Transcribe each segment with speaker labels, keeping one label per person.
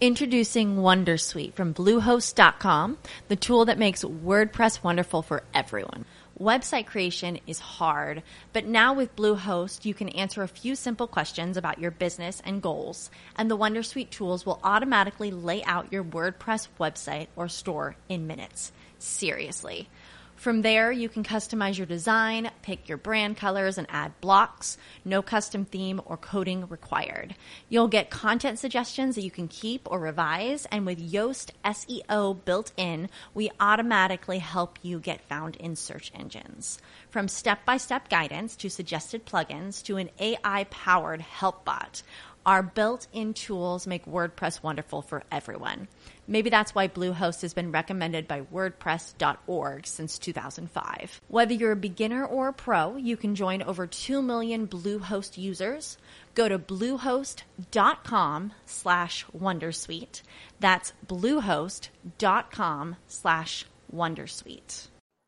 Speaker 1: Introducing Wondersuite from Bluehost.com, the tool that makes WordPress wonderful for everyone. Website creation is hard, but now with Bluehost, you can answer a few simple questions about your business and goals, and the Wondersuite tools will automatically lay out your WordPress website or store in minutes. Seriously. From there, you can customize your design, pick your brand colors, and add blocks. No custom theme or coding required. You'll get content suggestions that you can keep or revise, and with Yoast SEO built in, we automatically help you get found in search engines. From step-by-step guidance to suggested plugins to an AI-powered help bot, our built-in tools make WordPress wonderful for everyone. Maybe that's why Bluehost has been recommended by WordPress.org since 2005. Whether you're a beginner or a pro, you can join over 2 million Bluehost users. Go to bluehost.com/wondersuite. That's bluehost.com/wondersuite.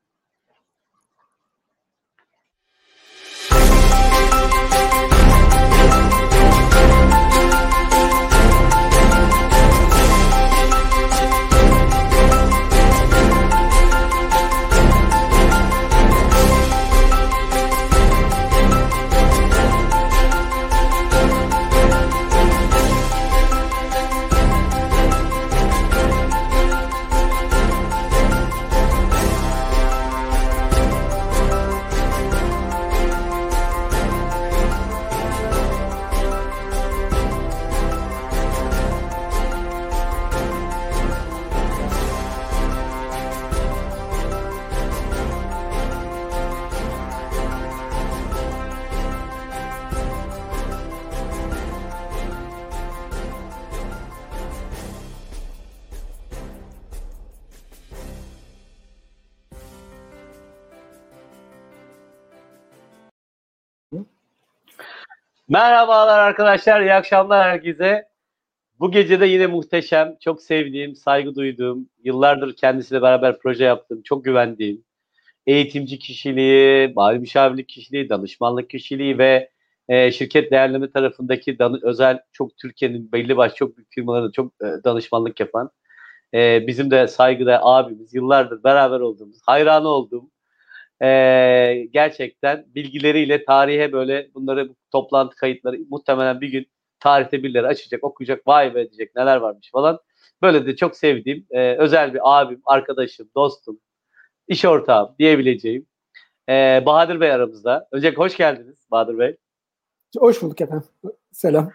Speaker 2: Merhabalar arkadaşlar, iyi akşamlar herkese. Bu gece de yine muhteşem, çok sevdiğim, saygı duyduğum, yıllardır kendisiyle beraber proje yaptığım, çok güvendiğim, eğitimci kişiliği, mali müşavirlik kişiliği, danışmanlık kişiliği ve şirket değerleme tarafındaki özel, çok Türkiye'nin belli başlı çok büyük firmalarında çok danışmanlık yapan, bizim de saygıda abimiz, yıllardır beraber olduğumuz, hayranı olduğum, gerçekten bilgileriyle tarihe böyle bunları toplantı kayıtları muhtemelen bir gün tarihte birileri açacak, okuyacak, vay be diyecek neler varmış falan. Böyle de çok sevdiğim özel bir abim, arkadaşım, dostum, iş ortağım diyebileceğim Bahadır Bey aramızda. Öncelikle hoş geldiniz Bahadır Bey.
Speaker 3: Hoş bulduk efendim. Selam.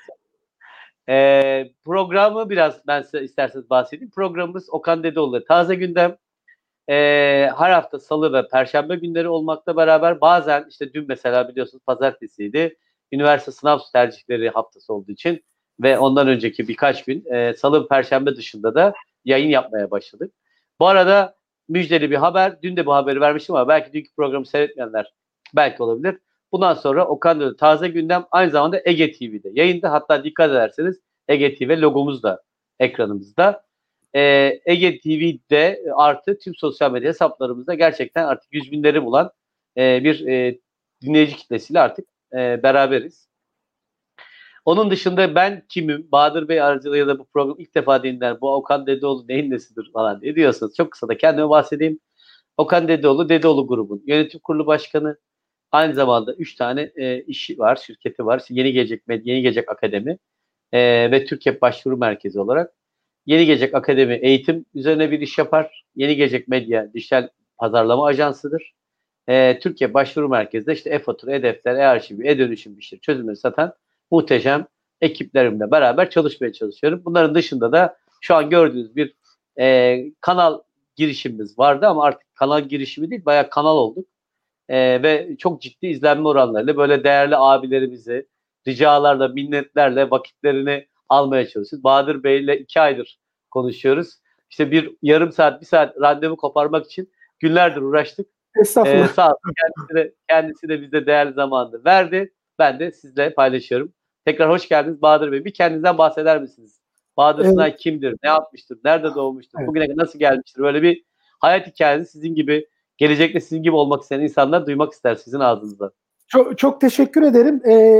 Speaker 2: Programı biraz ben size isterseniz bahsedeyim. Programımız Okan Dedeoğlu Taze Gündem. Her hafta salı ve perşembe günleri olmakla beraber bazen işte dün mesela biliyorsunuz pazartesiydi. Üniversite sınav tercihleri haftası olduğu için ve ondan önceki birkaç gün salı ve perşembe dışında da yayın yapmaya başladık. Bu arada müjdeli bir haber. Dün de bu haberi vermiştim ama belki dünkü programı seyretmeyenler belki olabilir. Bundan sonra Okan Dedeoğlu Taze Gündem aynı zamanda Ege TV'de yayında. Hatta dikkat ederseniz Ege TV logomuz da ekranımızda. Ege TV'de artı tüm sosyal medya hesaplarımızda gerçekten artık 100 binleri bulan bir dinleyici kitlesiyle artık beraberiz. Onun dışında ben kimim, Bahadır Bey aracılığıyla bu program ilk defa dinler, bu Okan Dedeoğlu neyin nesidir falan diye diyorsanız çok kısa da kendime bahsedeyim. Okan Dedeoğlu, Dedeoğlu grubun yönetim kurulu başkanı. Aynı zamanda 3 tane işi var, şirketi var. Yeni Gelecek Medya, Yeni Gelecek Akademi ve Türkiye Başvuru Merkezi olarak. Yeni Gelecek Akademi eğitim üzerine bir iş yapar. Yeni Gelecek Medya dijital pazarlama ajansıdır. Türkiye Başvuru Merkezi'de işte e-fatura, e-defter, e-arşivi, e-dönüşüm işleri çözümleri satan muhteşem ekiplerimle beraber çalışmaya çalışıyorum. Bunların dışında da şu an gördüğünüz bir kanal girişimimiz vardı ama artık kanal girişimi değil, bayağı kanal olduk. Ve çok ciddi izlenme oranlarıyla böyle değerli abilerimizi ricalarla, minnetlerle vakitlerini almaya çalışıyoruz. Bahadır Bey'le 2 aydır konuşuyoruz. İşte bir yarım saat, 1 saat randevu koparmak için günlerdir uğraştık.
Speaker 3: Estağfurullah.
Speaker 2: Sağ olsun. Kendisi de bize değerli zamanını verdi. Ben de sizle paylaşıyorum. Tekrar hoş geldiniz Bahadır Bey. Bir kendinizden bahseder misiniz? Bahadır Sınay kimdir? Ne yapmıştır? Nerede doğmuştur?
Speaker 3: Evet.
Speaker 2: Bugüne nasıl gelmiştir? Böyle bir hayat hikayesi sizin gibi, gelecekte sizin gibi olmak isteyen insanlar duymak ister sizin ağzınızdan.
Speaker 3: Çok teşekkür ederim.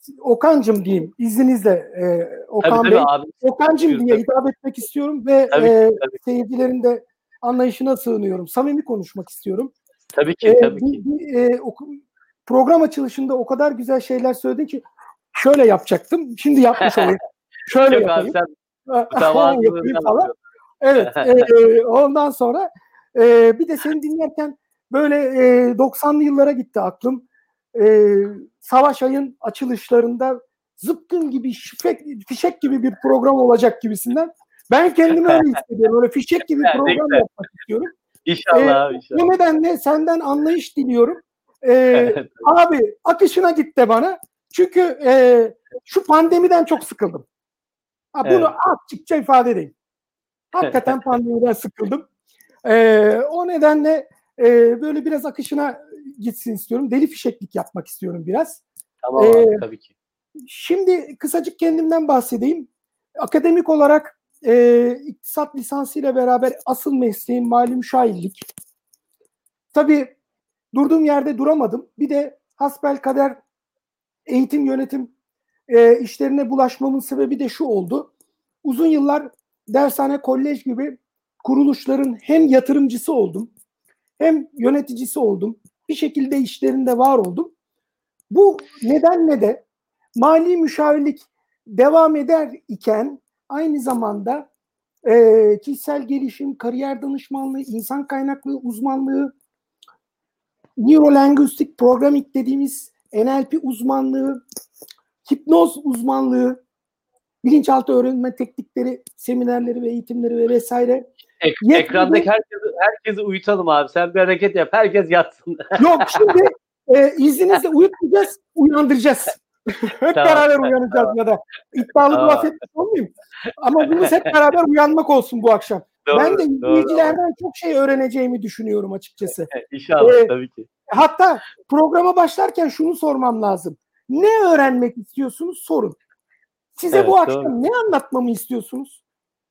Speaker 3: Okan'cım diyeyim izninizle Okan
Speaker 2: Tabii
Speaker 3: Bey.
Speaker 2: abi.
Speaker 3: Okan'cım
Speaker 2: Buyurun,
Speaker 3: diye
Speaker 2: tabii.
Speaker 3: hitap etmek istiyorum ve
Speaker 2: Tabii.
Speaker 3: seyircilerin de anlayışına sığınıyorum. Samimi konuşmak istiyorum.
Speaker 2: Tabii ki.
Speaker 3: Program açılışında o kadar güzel şeyler söyledin ki şöyle yapacaktım. Şimdi yapmış olayım. Şöyle
Speaker 2: Yok
Speaker 3: yapayım.
Speaker 2: abi sen
Speaker 3: Yapayım
Speaker 2: mütevazılığından
Speaker 3: falan.
Speaker 2: alıyorsun.
Speaker 3: Evet. Ondan sonra bir de seni dinlerken böyle 90'lı yıllara gitti aklım. Savaş Ay'ın açılışlarında zıpkın gibi, fişek gibi bir program olacak gibisinden. Ben kendimi öyle hissediyorum. Öyle fişek gibi bir program yapmak istiyorum.
Speaker 2: İnşallah.
Speaker 3: Bu nedenle senden anlayış diliyorum. Abi akışına git de bana. Çünkü şu pandemiden çok sıkıldım. Bunu açıkça ifade edeyim. Hakikaten pandemiden sıkıldım. O nedenle böyle biraz akışına gitsin istiyorum. Deli fişeklik yapmak istiyorum biraz.
Speaker 2: Tamam abi, tabii ki.
Speaker 3: Şimdi kısacık kendimden bahsedeyim. Akademik olarak iktisat lisansıyla beraber asıl mesleğim mali müşavirlik. Tabii durduğum yerde duramadım. Bir de hasbelkader eğitim yönetim işlerine bulaşmamın sebebi de şu oldu. Uzun yıllar dershane, kolej gibi kuruluşların hem yatırımcısı oldum, hem yöneticisi oldum. Bir şekilde işlerinde var oldum. Bu nedenle de mali müşavirlik devam eder iken aynı zamanda kişisel gelişim, kariyer danışmanlığı, insan kaynaklı uzmanlığı, Neuro-Linguistic Programming dediğimiz NLP uzmanlığı, hipnoz uzmanlığı, bilinçaltı öğrenme teknikleri, seminerleri ve eğitimleri ve vesaire.
Speaker 2: Ekrandaki herkesi uyutalım abi. Sen bir hareket yap. Herkes yatsın.
Speaker 3: Yok şimdi izninizle uyutmayacağız, uyandıracağız. Hep beraber uyanacağız ya da iddialı bir laf etmiş olmayayım. Amacımız hep beraber uyanmak olsun bu akşam. Ben de izleyicilerden çok şey öğreneceğimi düşünüyorum açıkçası.
Speaker 2: İnşallah tabii ki.
Speaker 3: Hatta programa başlarken şunu sormam lazım. Ne öğrenmek istiyorsunuz? Sorun. Size bu akşam ne anlatmamı istiyorsunuz?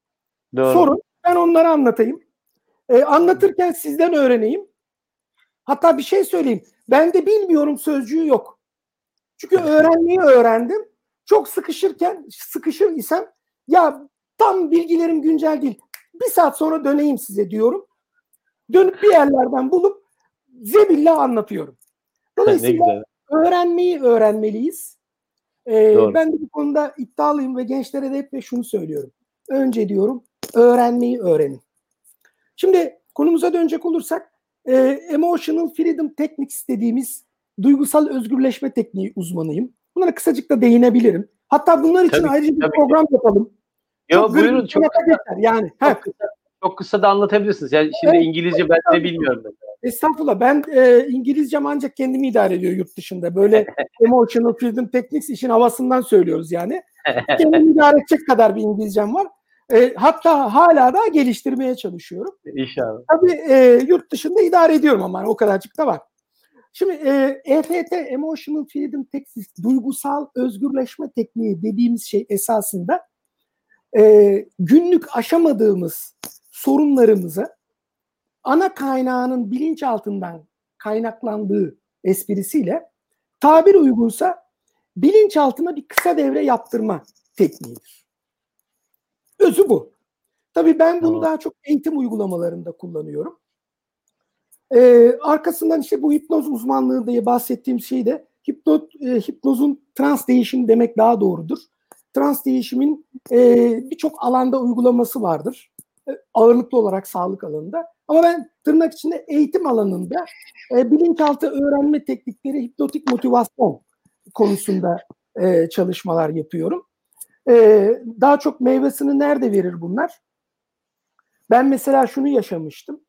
Speaker 3: Sorun. Ben onları anlatayım. Anlatırken sizden öğreneyim. Hatta bir şey söyleyeyim. Bende bilmiyorum sözcüğü yok. Çünkü öğrenmeyi öğrendim. Çok sıkışır isem ya tam bilgilerim güncel değil. Bir saat sonra döneyim size diyorum. Dönüp bir yerlerden bulup zebillah anlatıyorum. Dolayısıyla öğrenmeyi öğrenmeliyiz. Ben de bu konuda iddialıyım ve gençlere de hep şunu söylüyorum. Önce diyorum öğrenmeyi öğrenin. Şimdi konumuza dönecek olursak Emotional Freedom Techniques dediğimiz duygusal özgürleşme tekniği uzmanıyım. Bunlara kısacık da değinebilirim. Hatta bunlar için ayrıca bir program yapalım.
Speaker 2: Buyurun çok
Speaker 3: kısa. Yani,
Speaker 2: çok kısa da anlatabilirsiniz. Yani şimdi İngilizce ben de bilmiyorum.
Speaker 3: Estağfurullah. Ben İngilizcem ancak kendimi idare ediyor yurt dışında. Böyle Emotional Freedom Techniques işin havasından söylüyoruz yani. Kendimi idare edecek kadar bir İngilizcem var. Hatta hala da geliştirmeye çalışıyorum.
Speaker 2: İnşallah.
Speaker 3: Tabii yurt dışında idare ediyorum ama o kadarcık da var. Şimdi EFT, Emotional Freedom Techniques, duygusal özgürleşme tekniği dediğimiz şey esasında günlük aşamadığımız sorunlarımızı ana kaynağının bilinçaltından kaynaklandığı esprisiyle tabir uygunsa bilinçaltına bir kısa devre yaptırma tekniğidir. Özü bu. Tabii ben bunu daha çok eğitim uygulamalarında kullanıyorum. Arkasından işte bu hipnoz uzmanlığı diye bahsettiğim şey de hipnozun trans değişimi demek daha doğrudur. Trans değişimin birçok alanda uygulaması vardır. Ağırlıklı olarak sağlık alanında. Ama ben tırnak içinde eğitim alanında bilinçaltı öğrenme teknikleri, hipnotik motivasyon konusunda çalışmalar yapıyorum. Daha çok meyvesini nerede verir bunlar? Ben mesela şunu yaşamıştım.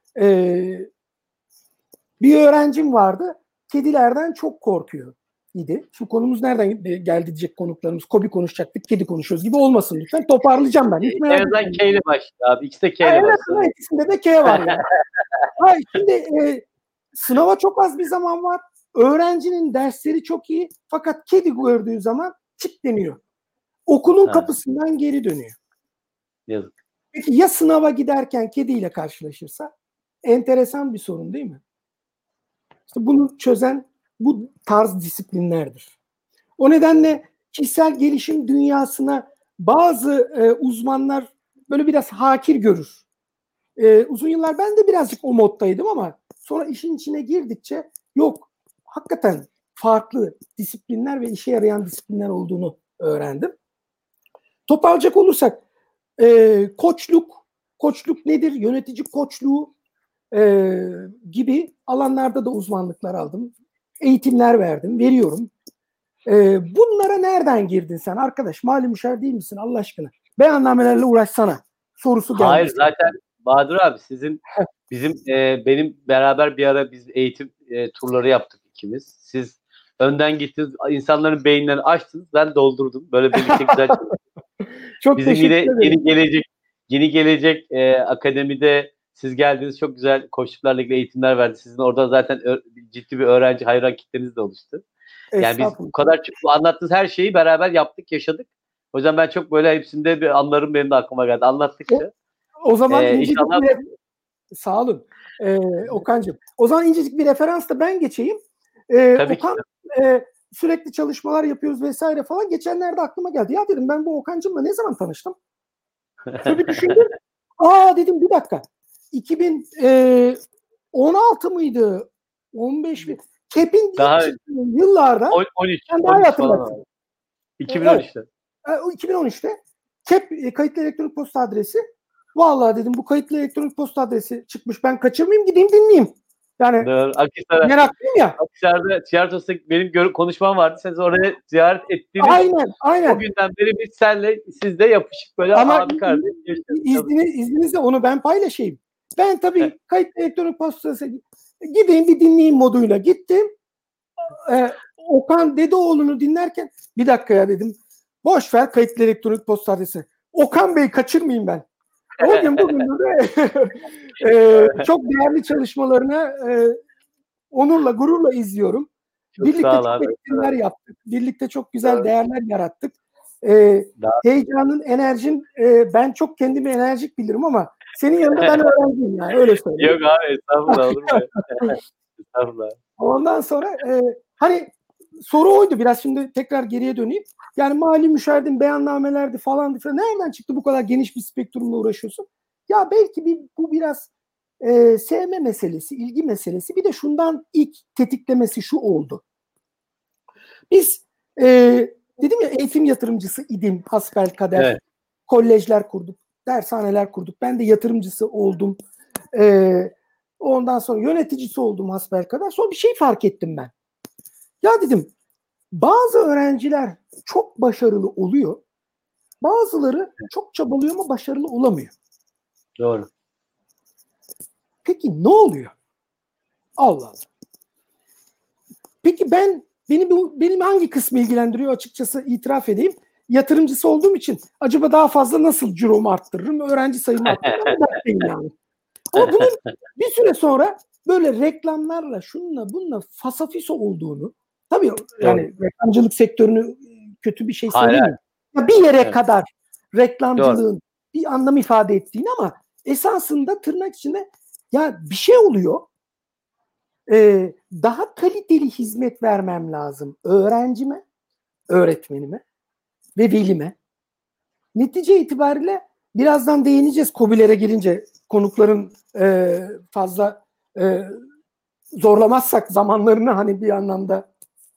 Speaker 3: Bir öğrencim vardı. Kedilerden çok korkuyor idi. Şimdi konumuz nereden geldi diyecek konuklarımız. Kobi konuşacaktık, kedi konuşuyoruz gibi olmasın lütfen. Toparlayacağım ben.
Speaker 2: En azından K ile başlıyor abi. İkisi de K ile başlıyor.
Speaker 3: Evet, ikisinde de K var yani. Şimdi sınava çok az bir zaman var. Öğrencinin dersleri çok iyi. Fakat kedi gördüğü zaman kilitleniyor. Okulun kapısından geri dönüyor.
Speaker 2: Yazık.
Speaker 3: Peki ya sınava giderken kediyle karşılaşırsa? Enteresan bir sorun değil mi? İşte bunu çözen bu tarz disiplinlerdir. O nedenle kişisel gelişim dünyasına bazı uzmanlar böyle biraz hakir görür. Uzun yıllar ben de birazcık o moddaydım ama sonra işin içine girdikçe yok, hakikaten farklı disiplinler ve işe yarayan disiplinler olduğunu öğrendim. Toparlayacak olursak koçluk nedir? Yönetici koçluğu gibi alanlarda da uzmanlıklar aldım. Eğitimler verdim, veriyorum. Bunlara nereden girdin sen arkadaş? Mali müşavir değil misin Allah aşkına? Beyannamelerle uğraşsana sorusu geldi.
Speaker 2: Hayır, zaten Bahadır abi benim beraber bir ara biz eğitim turları yaptık ikimiz. Siz önden gittiniz, insanların beyinlerini açtınız, ben doldurdum. Böyle birlikte güzel çalıştık.
Speaker 3: Çok
Speaker 2: Bizim
Speaker 3: teşekkür
Speaker 2: yine
Speaker 3: ederim.
Speaker 2: Yeni Gelecek akademide siz geldiniz, çok güzel koçluklarla ilgili eğitimler verdi. Sizin orada zaten ciddi bir öğrenci hayran kitleniz de oluştu. Yani biz bu kadar anlattığınız her şeyi beraber yaptık, yaşadık. O yüzden ben çok böyle hepsinde bir anlarım benim de aklıma geldi anlattıkça.
Speaker 3: O zaman
Speaker 2: inşallah...
Speaker 3: Sağ olun Okan'cığım. O zaman incecik bir referans da ben geçeyim. Okan sürekli çalışmalar yapıyoruz vesaire falan. Geçenlerde aklıma geldi. Ya dedim ben bu Okan'cığımla ne zaman tanıştım? Şöyle bir düşündüm. Dedim bir dakika. 2016 mıydı? 15 mi? Kep'in yıllarda
Speaker 2: 13
Speaker 3: sen daha iyi hatırlarsın.
Speaker 2: 2013'te.
Speaker 3: Evet. 2013'te Kep kayıtlı elektronik posta adresi. Vallahi dedim bu kayıtlı elektronik posta adresi çıkmış. Ben kaçırmayayım, gideyim dinleyeyim. Yani meraklıyım ya.
Speaker 2: Akhisar'da Tiyatrosu'da benim konuşmam vardı. Siz oraya ziyaret ettiniz.
Speaker 3: Aynen.
Speaker 2: O günden beri biz sizle yapışık böyle abi kardeş.
Speaker 3: İzninizle onu ben paylaşayım. Ben tabii kayıtlı elektronik postası gideyim bir dinleyeyim moduyla gittim. Okan Dedeoğlu'nu dinlerken bir dakika ya dedim. Boş ver kayıtlı elektronik posta adresi. Okan Bey kaçırmayayım ben. O gün bugün de çok değerli çalışmalarını onurla, gururla izliyorum. Birlikte çok eğitimler yaptık. Birlikte çok güzel değerler yarattık. Heyecanın, enerjin, ben çok kendimi enerjik bilirim ama senin yanında ben öğrenciyim yani öyle söyleyeyim.
Speaker 2: Yok abi estağfurullah olur mu? Estağfurullah.
Speaker 3: Ondan sonra hani soru oydu, biraz şimdi tekrar geriye döneyim. Yani mali müşavirdim, beyannamelerdi falan. Nereden çıktı bu kadar geniş bir spektrumla uğraşıyorsun? Ya belki bu biraz sevme meselesi, ilgi meselesi. Bir de şundan ilk tetiklemesi şu oldu. Biz dedim ya eğitim yatırımcısı idim hasbelkader. Evet. Kolejler kurduk, dershaneler kurduk. Ben de yatırımcısı oldum. Ondan sonra yöneticisi oldum hasbelkader. Sonra bir şey fark ettim ben. Ya dedim bazı öğrenciler çok başarılı oluyor. Bazıları çok çabalıyor ama başarılı olamıyor.
Speaker 2: Doğru.
Speaker 3: Peki ne oluyor? Allah Allah. Peki benim hangi kısmı ilgilendiriyor açıkçası itiraf edeyim. Yatırımcısı olduğum için acaba daha fazla nasıl ciromu arttırırım, öğrenci sayımı arttırırım yani. Ama bunun bir süre sonra böyle reklamlarla şununla bununla fasafiso olduğunu, tabii yani reklamcılık sektörünü kötü bir şey söylemiyorum. Bir yere kadar reklamcılığın bir anlam ifade ettiğini ama esasında tırnak içinde ya bir şey oluyor. Daha kaliteli hizmet vermem lazım öğrencime, öğretmenime ve velime. Netice itibariyle birazdan değineceğiz KOBİ'lere gelince, konukların fazla zorlamazsak zamanlarını hani bir anlamda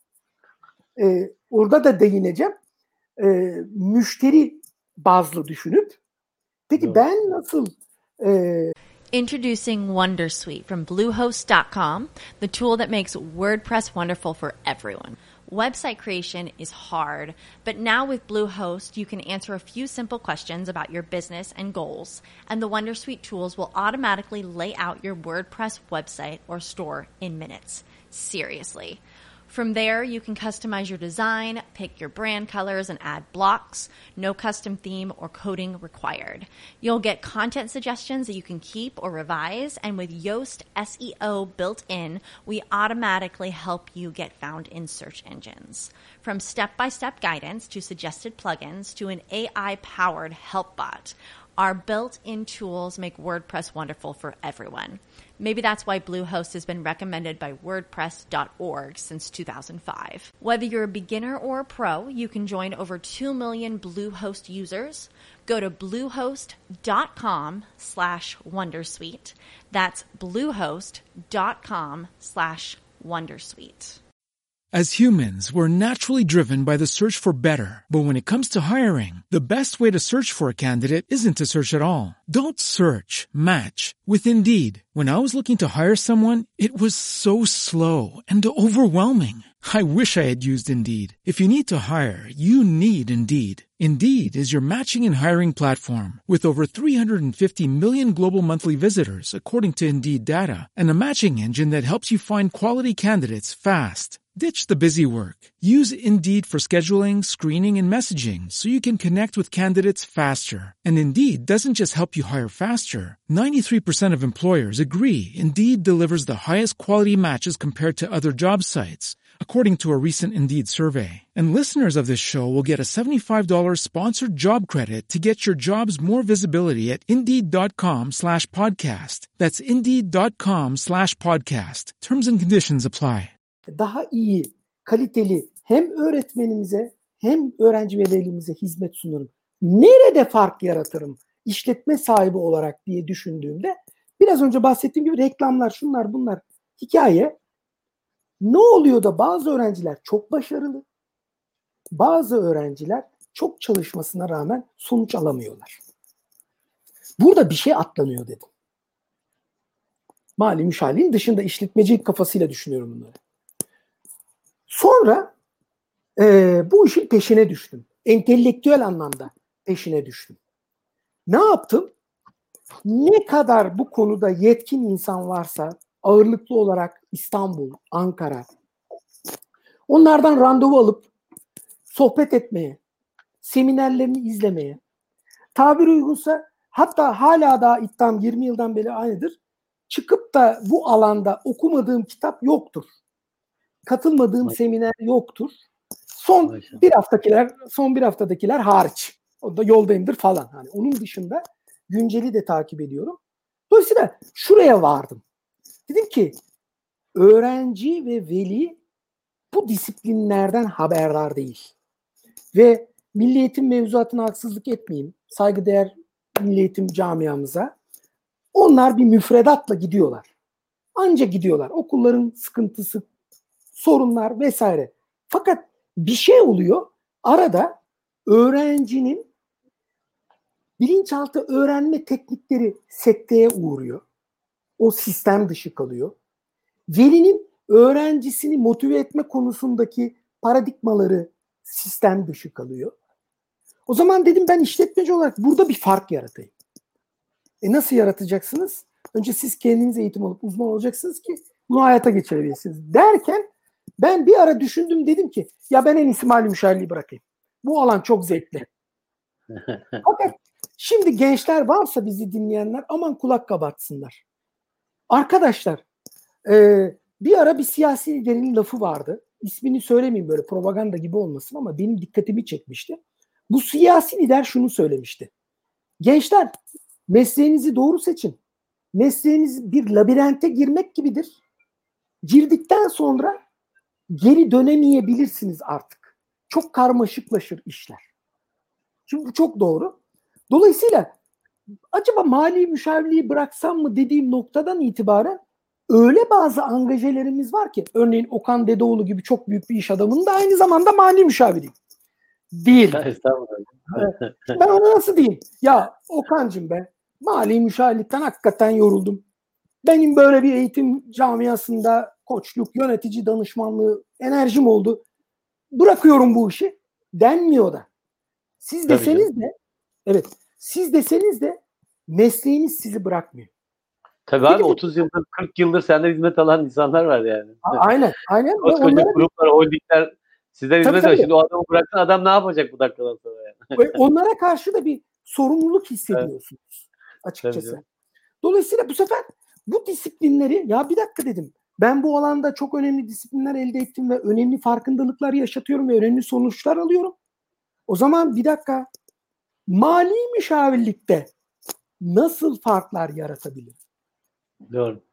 Speaker 3: orada da değineceğim. Müşteri bazlı düşünüp peki ben nasıl
Speaker 1: Introducing Wondersuite from Bluehost.com, the tool that makes WordPress wonderful for everyone. Website creation is hard, but now with Bluehost, you can answer a few simple questions about your business and goals, and the Wondersuite tools will automatically lay out your WordPress website or store in minutes. Seriously. From there, you can customize your design, pick your brand colors, and add blocks. No custom theme or coding required. You'll get content suggestions that you can keep or revise, and with Yoast SEO built in, we automatically help you get found in search engines. From step-by-step guidance to suggested plugins to an AI-powered help bot, Our built-in tools make WordPress wonderful for everyone. Maybe that's why Bluehost has been recommended by WordPress.org since 2005. Whether you're a beginner or a pro, you can join over 2 million Bluehost users. Go to bluehost.com/wondersuite. That's bluehost.com/wondersuite.
Speaker 4: As humans, we're naturally driven by the search for better. But when it comes to hiring, the best way to search for a candidate isn't to search at all. Don't search, match with Indeed. When I was looking to hire someone, it was so slow and overwhelming. I wish I had used Indeed. If you need to hire, you need Indeed. Indeed is your matching and hiring platform with over 350 million global monthly visitors, according to Indeed data, and a matching engine that helps you find quality candidates fast. Ditch the busy work. Use Indeed for scheduling, screening, and messaging so you can connect with candidates faster. And Indeed doesn't just help you hire faster. 93% of employers agree Indeed delivers the highest quality matches compared to other job sites, according to a recent Indeed survey. And listeners of this show will get a $75 sponsored job credit to get your jobs more visibility at Indeed.com/podcast. That's Indeed.com/podcast. Terms and conditions apply.
Speaker 3: Daha iyi, kaliteli hem öğretmenimize hem öğrenci ve velimize hizmet sunarım. Nerede fark yaratırım işletme sahibi olarak diye düşündüğümde biraz önce bahsettiğim gibi reklamlar, şunlar bunlar hikaye. Ne oluyor da bazı öğrenciler çok başarılı, bazı öğrenciler çok çalışmasına rağmen sonuç alamıyorlar. Burada bir şey atlanıyor dedim. Mali müşavirliğin dışında işletmecilik kafasıyla düşünüyorum bunları. Sonra bu işin peşine düştüm. Entelektüel anlamda peşine düştüm. Ne yaptım? Ne kadar bu konuda yetkin insan varsa ağırlıklı olarak İstanbul, Ankara, onlardan randevu alıp sohbet etmeye, seminerlerini izlemeye, tabir uygunsa hatta hala daha iddiam 20 yıldan beri aynıdır. Çıkıp da bu alanda okumadığım kitap yoktur. Katılmadığım seminer yoktur. Son bir haftadakiler hariç. O da yoldayımdır falan. Hani onun dışında günceli de takip ediyorum. Dolayısıyla şuraya vardım. Dedim ki öğrenci ve veli bu disiplinlerden haberdar değil. Ve milli eğitim mevzuatına haksızlık etmeyeyim. Saygıdeğer milli eğitim camiamıza. Onlar bir müfredatla gidiyorlar. Anca gidiyorlar. Okulların sıkıntısı, sorunlar vesaire. Fakat bir şey oluyor. Arada öğrencinin bilinçaltı öğrenme teknikleri sekteye uğruyor. O sistem dışı kalıyor. Velinin öğrencisini motive etme konusundaki paradigmaları sistem dışı kalıyor. O zaman dedim ben işletmeci olarak burada bir fark yaratayım. Nasıl yaratacaksınız? Önce siz kendiniz eğitim alıp uzman olacaksınız ki bunu hayata geçirebilirsiniz. Derken ben bir ara düşündüm, dedim ki ya ben en iyisi mali müşavirliği bırakayım. Bu alan çok zevkli. Fakat şimdi gençler varsa bizi dinleyenler aman kulak kabartsınlar. Arkadaşlar bir ara bir siyasi liderin lafı vardı. İsmini söylemeyeyim böyle propaganda gibi olmasın ama benim dikkatimi çekmişti. Bu siyasi lider şunu söylemişti. Gençler mesleğinizi doğru seçin. Mesleğiniz bir labirente girmek gibidir. Girdikten sonra geri dönemeyebilirsiniz artık. Çok karmaşıklaşır işler. Şimdi bu çok doğru. Dolayısıyla acaba mali müşavirliği bıraksam mı dediğim noktadan itibaren öyle bazı angajelerimiz var ki, örneğin Okan Dedeoğlu gibi çok büyük bir iş adamının da aynı zamanda mali müşaviriyim. Değil. Ben ona nasıl diyeyim? Ya Okan'cığım be, mali müşavirlikten hakikaten yoruldum. Benim böyle bir eğitim camiasında koçluk, yönetici danışmanlığı enerjim oldu. Bırakıyorum bu işi denmiyor da. Siz deseniz de, evet, siz deseniz de mesleğiniz sizi bırakmıyor.
Speaker 2: Tabii abi 30 yıldır, 40 yıldır senden hizmet alan insanlar var yani.
Speaker 3: Aynen.
Speaker 2: Koskoca gruplar, holdingler sizden hizmet alıyor. Şimdi o adamı bıraktın, adam ne yapacak bu dakikadan sonra yani?
Speaker 3: Onlara karşı da bir sorumluluk hissediyorsunuz açıkçası. Dolayısıyla bu sefer bu disiplinleri, ya bir dakika dedim, ben bu alanda çok önemli disiplinler elde ettim ve önemli farkındalıklar yaşatıyorum ve önemli sonuçlar alıyorum. O zaman bir dakika, mali müşavirlikte nasıl farklar yaratabilirim?
Speaker 2: Doğru.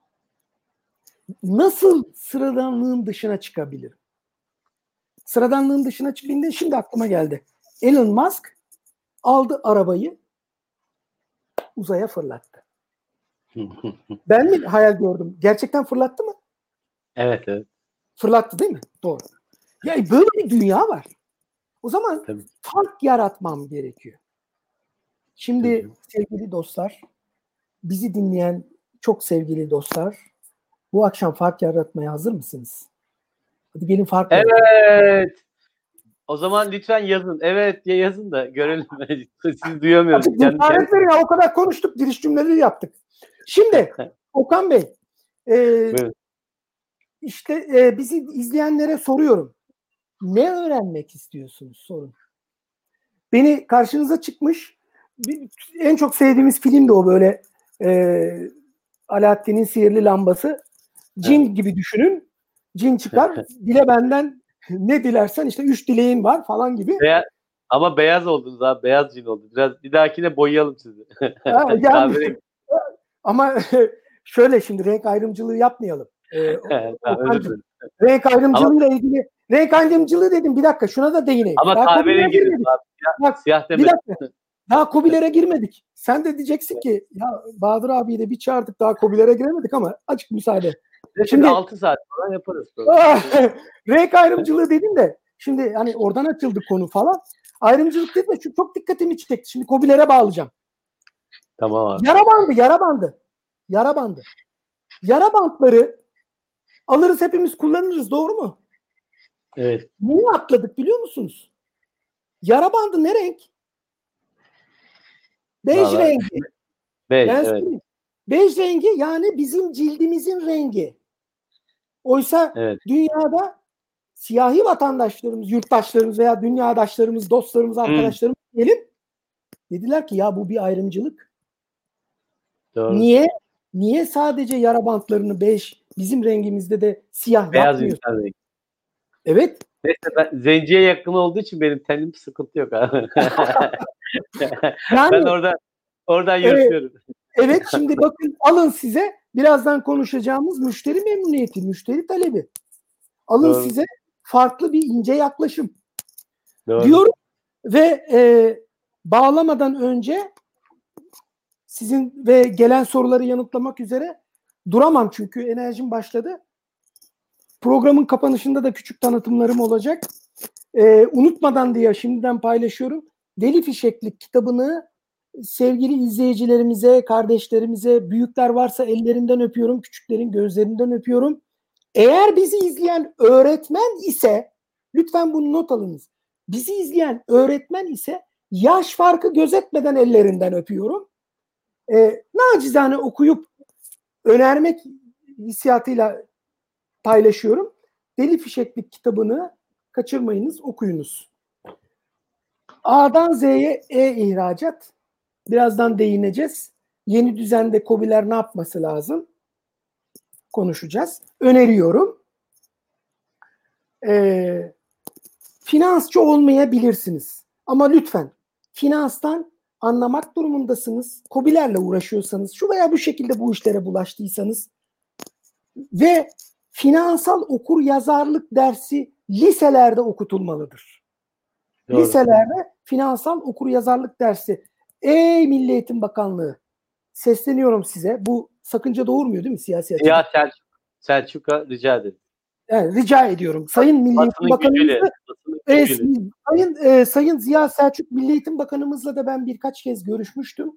Speaker 3: Nasıl sıradanlığın dışına çıkabilirim? Sıradanlığın dışına çıkınca şimdi aklıma geldi. Elon Musk aldı arabayı uzaya fırlattı. Ben mi hayal gördüm? Gerçekten fırlattı mı?
Speaker 2: Evet, evet.
Speaker 3: Fırlattı değil mi? Doğru. Ya böyle bir dünya var. O zaman
Speaker 2: Tabii.
Speaker 3: fark yaratmam gerekiyor. Şimdi sevgili dostlar, bizi dinleyen çok sevgili dostlar, bu akşam fark yaratmaya hazır mısınız? Hadi gelin fark yaratalım.
Speaker 2: Evet. O zaman lütfen yazın. Evet diye yazın da görelim. Siz duyamıyoruz.
Speaker 3: Artık cesaret verin ya, o kadar konuştuk, giriş cümleleri yaptık. Şimdi Okan Bey, işte bizi izleyenlere soruyorum. Ne öğrenmek istiyorsunuz? Sorun. Beni karşınıza çıkmış, en çok sevdiğimiz film de o, böyle Alaaddin'in sihirli lambası. Cin gibi düşünün. Cin çıkar. Dile benden ne dilersen, işte 3 dileğin var falan gibi.
Speaker 2: Ama beyaz oldunuz abi. Beyaz cin oldu. Biraz bir dahakine boyayalım sizi.
Speaker 3: Yani, ama şöyle, şimdi renk ayrımcılığı yapmayalım. Renk ayrımcılığıyla ilgili, renk ayrımcılığı dedim, bir dakika şuna da değineyim.
Speaker 2: Ama kahverengi girmedik.
Speaker 3: Bak,
Speaker 2: siyah
Speaker 3: bir dakika. Daha KOBİ'lere girmedik. Sen de diyeceksin ki ya Bahadır abiyi de bir çağırdık, daha KOBİ'lere giremedik, ama açık müsaade.
Speaker 2: Şimdi 6 saat falan yaparız.
Speaker 3: Renk ayrımcılığı dedim de şimdi hani oradan açıldı konu falan. Ayrımcılık dedim de çok dikkatimi çekti. Şimdi KOBİ'lere bağlayacağım.
Speaker 2: Tamam abi.
Speaker 3: Yara bandı. Yara bantları alırız, hepimiz kullanırız, doğru mu?
Speaker 2: Evet.
Speaker 3: Niye atladık biliyor musunuz? Yara bandı ne renk? Bej rengi.
Speaker 2: Evet.
Speaker 3: Bej rengi, yani bizim cildimizin rengi. Oysa dünyada siyahi vatandaşlarımız, yurttaşlarımız veya dünyadaşlarımız, dostlarımız, arkadaşlarımız diyelim, dediler ki ya bu bir ayrımcılık.
Speaker 2: Doğru.
Speaker 3: Niye sadece yara bantlarını bej, bizim rengimizde de siyah
Speaker 2: beyaz
Speaker 3: yapmıyorsun? Evet.
Speaker 2: Neyse, ben zenciye yakın olduğu için benim tenim sıkıntı yok abi.
Speaker 3: Yani,
Speaker 2: ben oradan yaşıyorum.
Speaker 3: Evet, şimdi bakın, alın size birazdan konuşacağımız müşteri memnuniyeti, müşteri talebi. Alın size farklı bir ince yaklaşım. Diyorum ve bağlamadan önce sizin ve gelen soruları yanıtlamak üzere duramam, çünkü enerjim başladı. Programın kapanışında da küçük tanıtımlarım olacak. Unutmadan diye şimdiden paylaşıyorum. Deli Fişeklik kitabını sevgili izleyicilerimize, kardeşlerimize, büyükler varsa ellerinden öpüyorum, küçüklerin gözlerinden öpüyorum. Eğer bizi izleyen öğretmen ise lütfen bunu not alınız. Bizi izleyen öğretmen ise yaş farkı gözetmeden ellerinden öpüyorum. Nacizane okuyup önermek hissiyatıyla paylaşıyorum. Deli Fişeklik kitabını kaçırmayınız, okuyunuz. A'dan Z'ye ihracat. Birazdan değineceğiz. Yeni düzende KOBİ'ler ne yapması lazım? Konuşacağız. Öneriyorum. Finansçı olmayabilirsiniz. Ama lütfen finanstan anlamak durumundasınız. KOBİ'lerle uğraşıyorsanız, şu veya bu şekilde bu işlere bulaştıysanız ve finansal okur yazarlık dersi liselerde okutulmalıdır. Doğru. Liselerde finansal okur yazarlık dersi. Ey Milli Eğitim Bakanlığı, sesleniyorum size. Bu sakınca doğurmuyor değil mi siyasi açıdan?
Speaker 2: Ya Selçuk'a rica ederim.
Speaker 3: Yani rica ediyorum. Sayın Milli Eğitim Bakanımızla, Sayın Ziya Selçuk Milli Eğitim Bakanımızla da ben birkaç kez görüşmüştüm.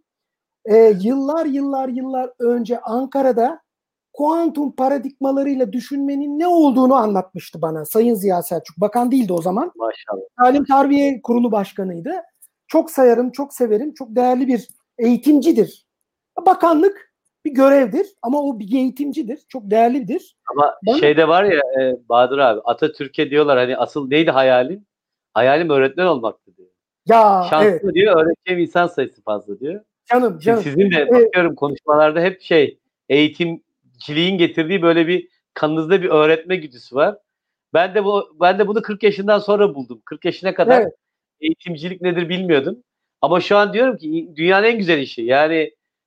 Speaker 3: Yıllar önce Ankara'da kuantum paradigmalarıyla düşünmenin ne olduğunu anlatmıştı bana Sayın Ziya Selçuk. Bakan değildi o zaman.
Speaker 2: Maşallah.
Speaker 3: Talim Tarbiye Kurulu Başkanıydı. Çok sayarım, çok severim. Çok değerli bir eğitimcidir. Bakanlık bir görevdir ama o bir eğitimcidir. Çok değerlidir.
Speaker 2: Ama şeyde var ya Bahadır abi, Atatürk'e diyorlar hani asıl neydi hayalin? Hayalim öğretmen olmaktı diyor.
Speaker 3: Ya
Speaker 2: şanslı diyor, öğreteceğim insan sayısı fazla diyor.
Speaker 3: Canım.
Speaker 2: Sizin de bakıyorum konuşmalarda hep eğitimciliğin getirdiği böyle bir kanınızda bir öğretme güdüsü var. Ben de bunu 40 yaşından sonra buldum. 40 yaşına kadar eğitimcilik nedir bilmiyordum. Ama şu an diyorum ki dünyanın en güzel işi. Yani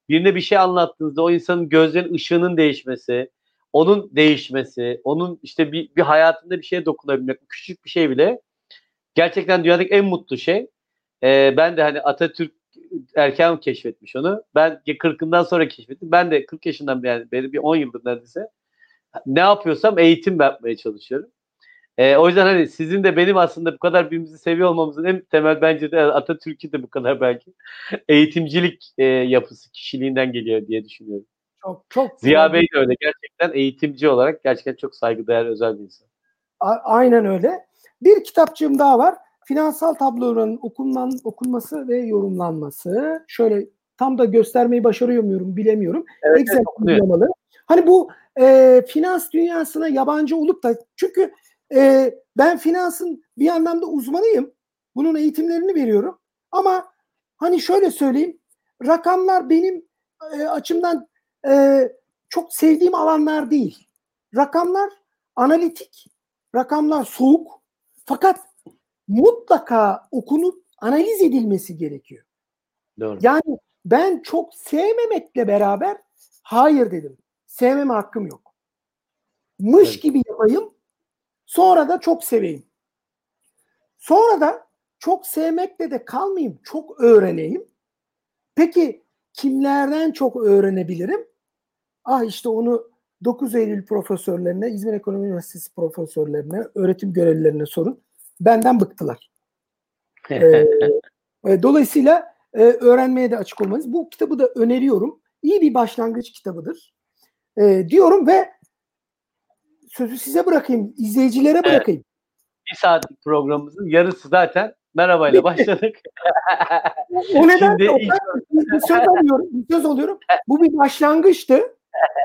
Speaker 2: birine bir şey anlattığınızda o insanın gözlerinin ışığının değişmesi, onun değişmesi, onun işte bir hayatında bir şeye dokunabilmek, küçük bir şey bile gerçekten dünyadaki en mutlu şey. Ben de hani Atatürk erken keşfetmiş onu. Ben 40'ından sonra keşfettim. Ben de 40 yaşından beri bir 10 yıldır neredeyse ne yapıyorsam eğitim yapmaya çalışıyorum. O yüzden hani sizin de benim aslında bu kadar birbirimizi seviyor olmamızın en temel bence de Atatürk'ün de bu kadar belki eğitimcilik yapısı, kişiliğinden geliyor diye düşünüyorum.
Speaker 3: Çok
Speaker 2: Ziya Bey de öyle. Gerçekten eğitimci olarak gerçekten çok saygıdeğer özel bir insan.
Speaker 3: Aynen öyle. Bir kitapçığım daha var. Finansal tabloların okunması ve yorumlanması. Şöyle tam da göstermeyi başarıyor muyum bilemiyorum.
Speaker 2: Evet,
Speaker 3: Excel uygulamalı. Hani bu finans dünyasına yabancı olup da çünkü ben finansın bir anlamda uzmanıyım. Bunun eğitimlerini veriyorum. Ama hani şöyle söyleyeyim. Rakamlar benim açımdan çok sevdiğim alanlar değil. Rakamlar analitik, rakamlar soğuk. Fakat mutlaka okunup analiz edilmesi gerekiyor.
Speaker 2: Doğru.
Speaker 3: Yani ben çok sevmemekle beraber hayır dedim. Sevmeme hakkım yok. Mış gibi yapayım. Sonra da çok seveyim. Sonra da çok sevmekle de kalmayayım. Çok öğreneyim. Peki kimlerden çok öğrenebilirim? İşte onu 9 Eylül profesörlerine, İzmir Ekonomi Üniversitesi profesörlerine, öğretim görevlilerine sorun. Benden bıktılar. Dolayısıyla öğrenmeye de açık olmalıyız. Bu kitabı da öneriyorum. İyi bir başlangıç kitabıdır. Diyorum ve sözü size bırakayım, izleyicilere bırakayım.
Speaker 2: Bir saatlik programımızın yarısı zaten merhabayla başladık.
Speaker 3: O nedenle bir söz alıyorum. Bu bir başlangıçtı.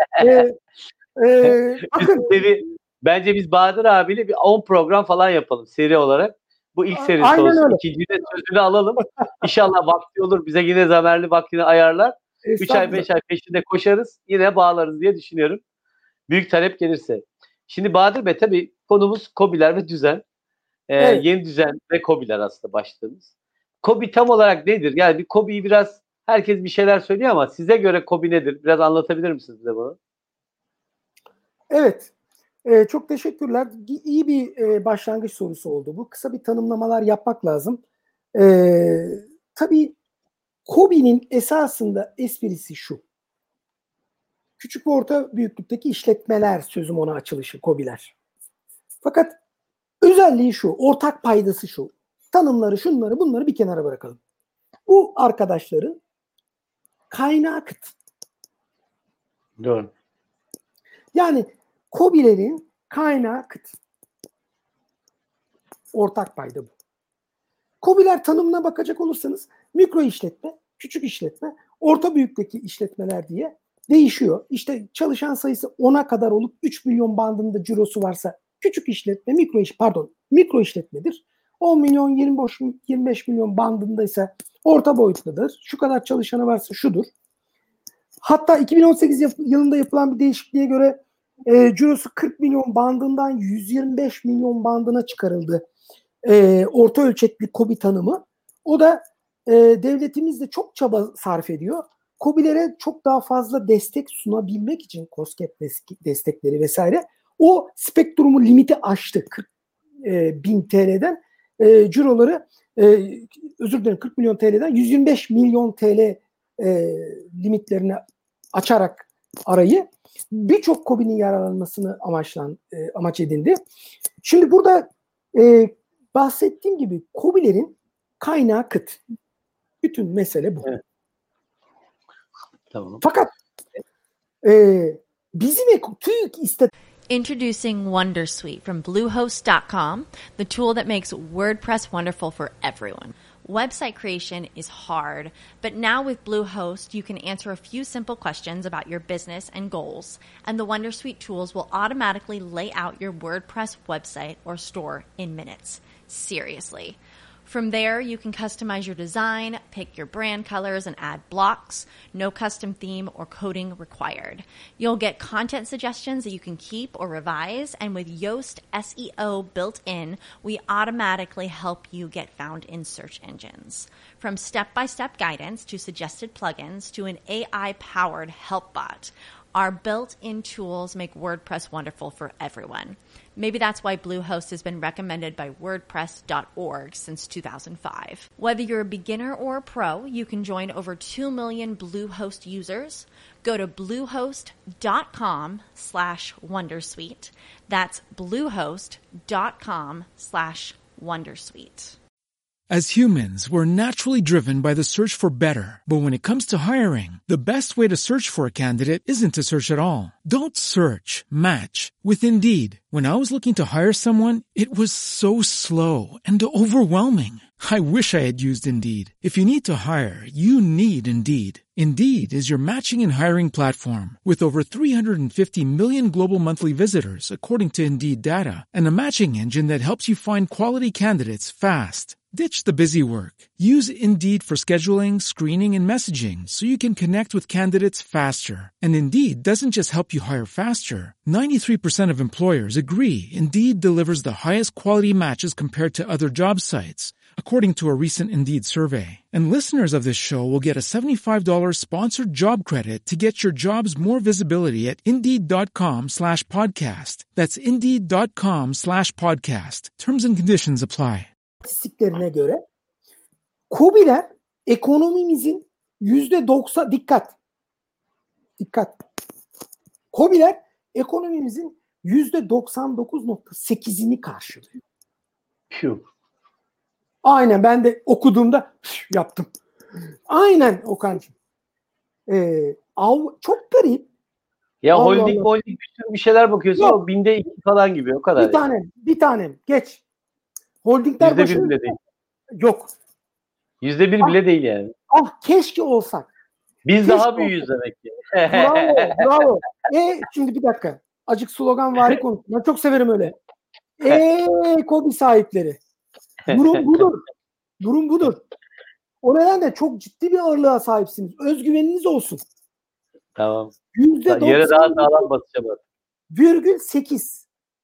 Speaker 3: Bakın.
Speaker 2: Bence biz Bahadır abiyle bir 10 program falan yapalım seri olarak. Bu ilk serisi olsun. İkinciyi de sözünü alalım. İnşallah vakti olur. Bize yine zamerli vaktini ayarlar. 3 ay 5 ay peşinde koşarız. Yine bağlarız diye düşünüyorum. Büyük talep gelirse. Şimdi Bahadır Bey tabii konumuz KOBİ'ler ve düzen. Evet. Yeni düzen ve KOBİ'ler aslında başlığımız. KOBİ tam olarak nedir? Yani bir KOBİ'yi biraz herkes bir şeyler söylüyor ama size göre KOBİ nedir? Biraz anlatabilir misiniz bize bunu?
Speaker 3: Evet. Çok teşekkürler. İyi bir başlangıç sorusu oldu bu. Kısa bir tanımlamalar yapmak lazım. Tabii KOBİ'nin esasında esprisi şu. Küçük ve orta büyüklükteki işletmeler sözüm ona açılışı KOBİ'ler. Fakat özelliği şu, ortak paydası şu. Tanımları, şunları, bunları bir kenara bırakalım. Bu arkadaşların kaynağı kıt.
Speaker 2: Doğru.
Speaker 3: Yani KOBİ'lerin kaynağı kıt. Ortak payda bu. KOBİ'ler tanımına bakacak olursanız mikro işletme, küçük işletme, orta büyüklükteki işletmeler diye değişiyor. İşte çalışan sayısı 10'a kadar olup 3 milyon bandında cirosu varsa küçük işletme, mikro işletmedir. 10 milyon, 25 milyon bandındaysa orta boyutludur. Şu kadar çalışanı varsa şudur. Hatta 2018 yılında yapılan bir değişikliğe göre cirosu 40 milyon bandından 125 milyon bandına çıkarıldı. Orta ölçekli KOBİ tanımı. O da devletimiz de çok çaba sarf ediyor. KOBİ'lere çok daha fazla destek sunabilmek için KOSGEB destekleri vesaire o spektrumu limiti aştı. 40 bin TL'den ciroları 40 milyon TL'den 125 milyon TL limitlerine açarak arayı birçok KOBİ'nin yararlanmasını amaç edildi. Şimdi burada bahsettiğim gibi KOBİ'lerin kaynağı kıt. Bütün mesele bu. Evet.
Speaker 2: Tamam.
Speaker 3: Fakat bizim TÜİK
Speaker 1: Introducing Wondersuite from Bluehost.com, the tool that makes WordPress wonderful for everyone. Website creation is hard, but now with Bluehost, you can answer a few simple questions about your business and goals, and the Wondersuite tools will automatically lay out your WordPress website or store in minutes. Seriously. From there, you can customize your design, pick your brand colors, and add blocks. No custom theme or coding required. You'll get content suggestions that you can keep or revise, and with Yoast SEO built in, we automatically help you get found in search engines. From step-by-step guidance to suggested plugins to an AI-powered help bot, our built-in tools make WordPress wonderful for everyone. Maybe that's why Bluehost has been recommended by WordPress.org since 2005. Whether you're a beginner or a pro, you can join over 2 million Bluehost users. Go to bluehost.com/wondersuite. That's bluehost.com/wondersuite.
Speaker 4: As humans, we're naturally driven by the search for better. But when it comes to hiring, the best way to search for a candidate isn't to search at all. Don't search, match with Indeed. When I was looking to hire someone, it was so slow and overwhelming. I wish I had used Indeed. If you need to hire, you need Indeed. Indeed is your matching and hiring platform with over 350 million global monthly visitors, according to Indeed data, and a matching engine that helps you find quality candidates fast. Ditch the busy work. Use Indeed for scheduling, screening, and messaging so you can connect with candidates faster. And Indeed doesn't just help you hire faster. 93% of employers agree Indeed delivers the highest quality matches compared to other job sites, according to a recent Indeed survey. And listeners of this show will get a $75 sponsored job credit to get your jobs more visibility at Indeed.com/podcast. That's Indeed.com/podcast. Terms and conditions apply.
Speaker 3: İstatistiklerine göre KOBİ'ler ekonomimizin %90 dikkat. KOBİ'ler ekonomimizin %99.8'ini karşılıyor. Aynen, ben de okuduğumda yaptım. Aynen Okan'cığım. Çok garip.
Speaker 2: Ya
Speaker 3: Allah
Speaker 2: holding
Speaker 3: Allah.
Speaker 2: bir şeyler bakıyorsun,
Speaker 3: Yok.
Speaker 2: o binde 2 falan gibi, o kadar.
Speaker 3: Bir tanem geç. Holdingler
Speaker 2: %1
Speaker 3: başarılı.
Speaker 2: bile değil.
Speaker 3: Yok.
Speaker 2: %1 bile değil yani.
Speaker 3: Keşke olsak.
Speaker 2: Biz
Speaker 3: Keşke
Speaker 2: daha büyüğüz demek ki.
Speaker 3: Bravo. Şimdi bir dakika. Acık sloganvari konuş. Ben çok severim öyle. KOBİ sahipleri. Durum budur. O nedenle çok ciddi bir ağırlığa sahipsiniz. Özgüveniniz olsun.
Speaker 2: Tamam.
Speaker 3: Yere
Speaker 2: daha sağlam basacağım.
Speaker 3: %99,8.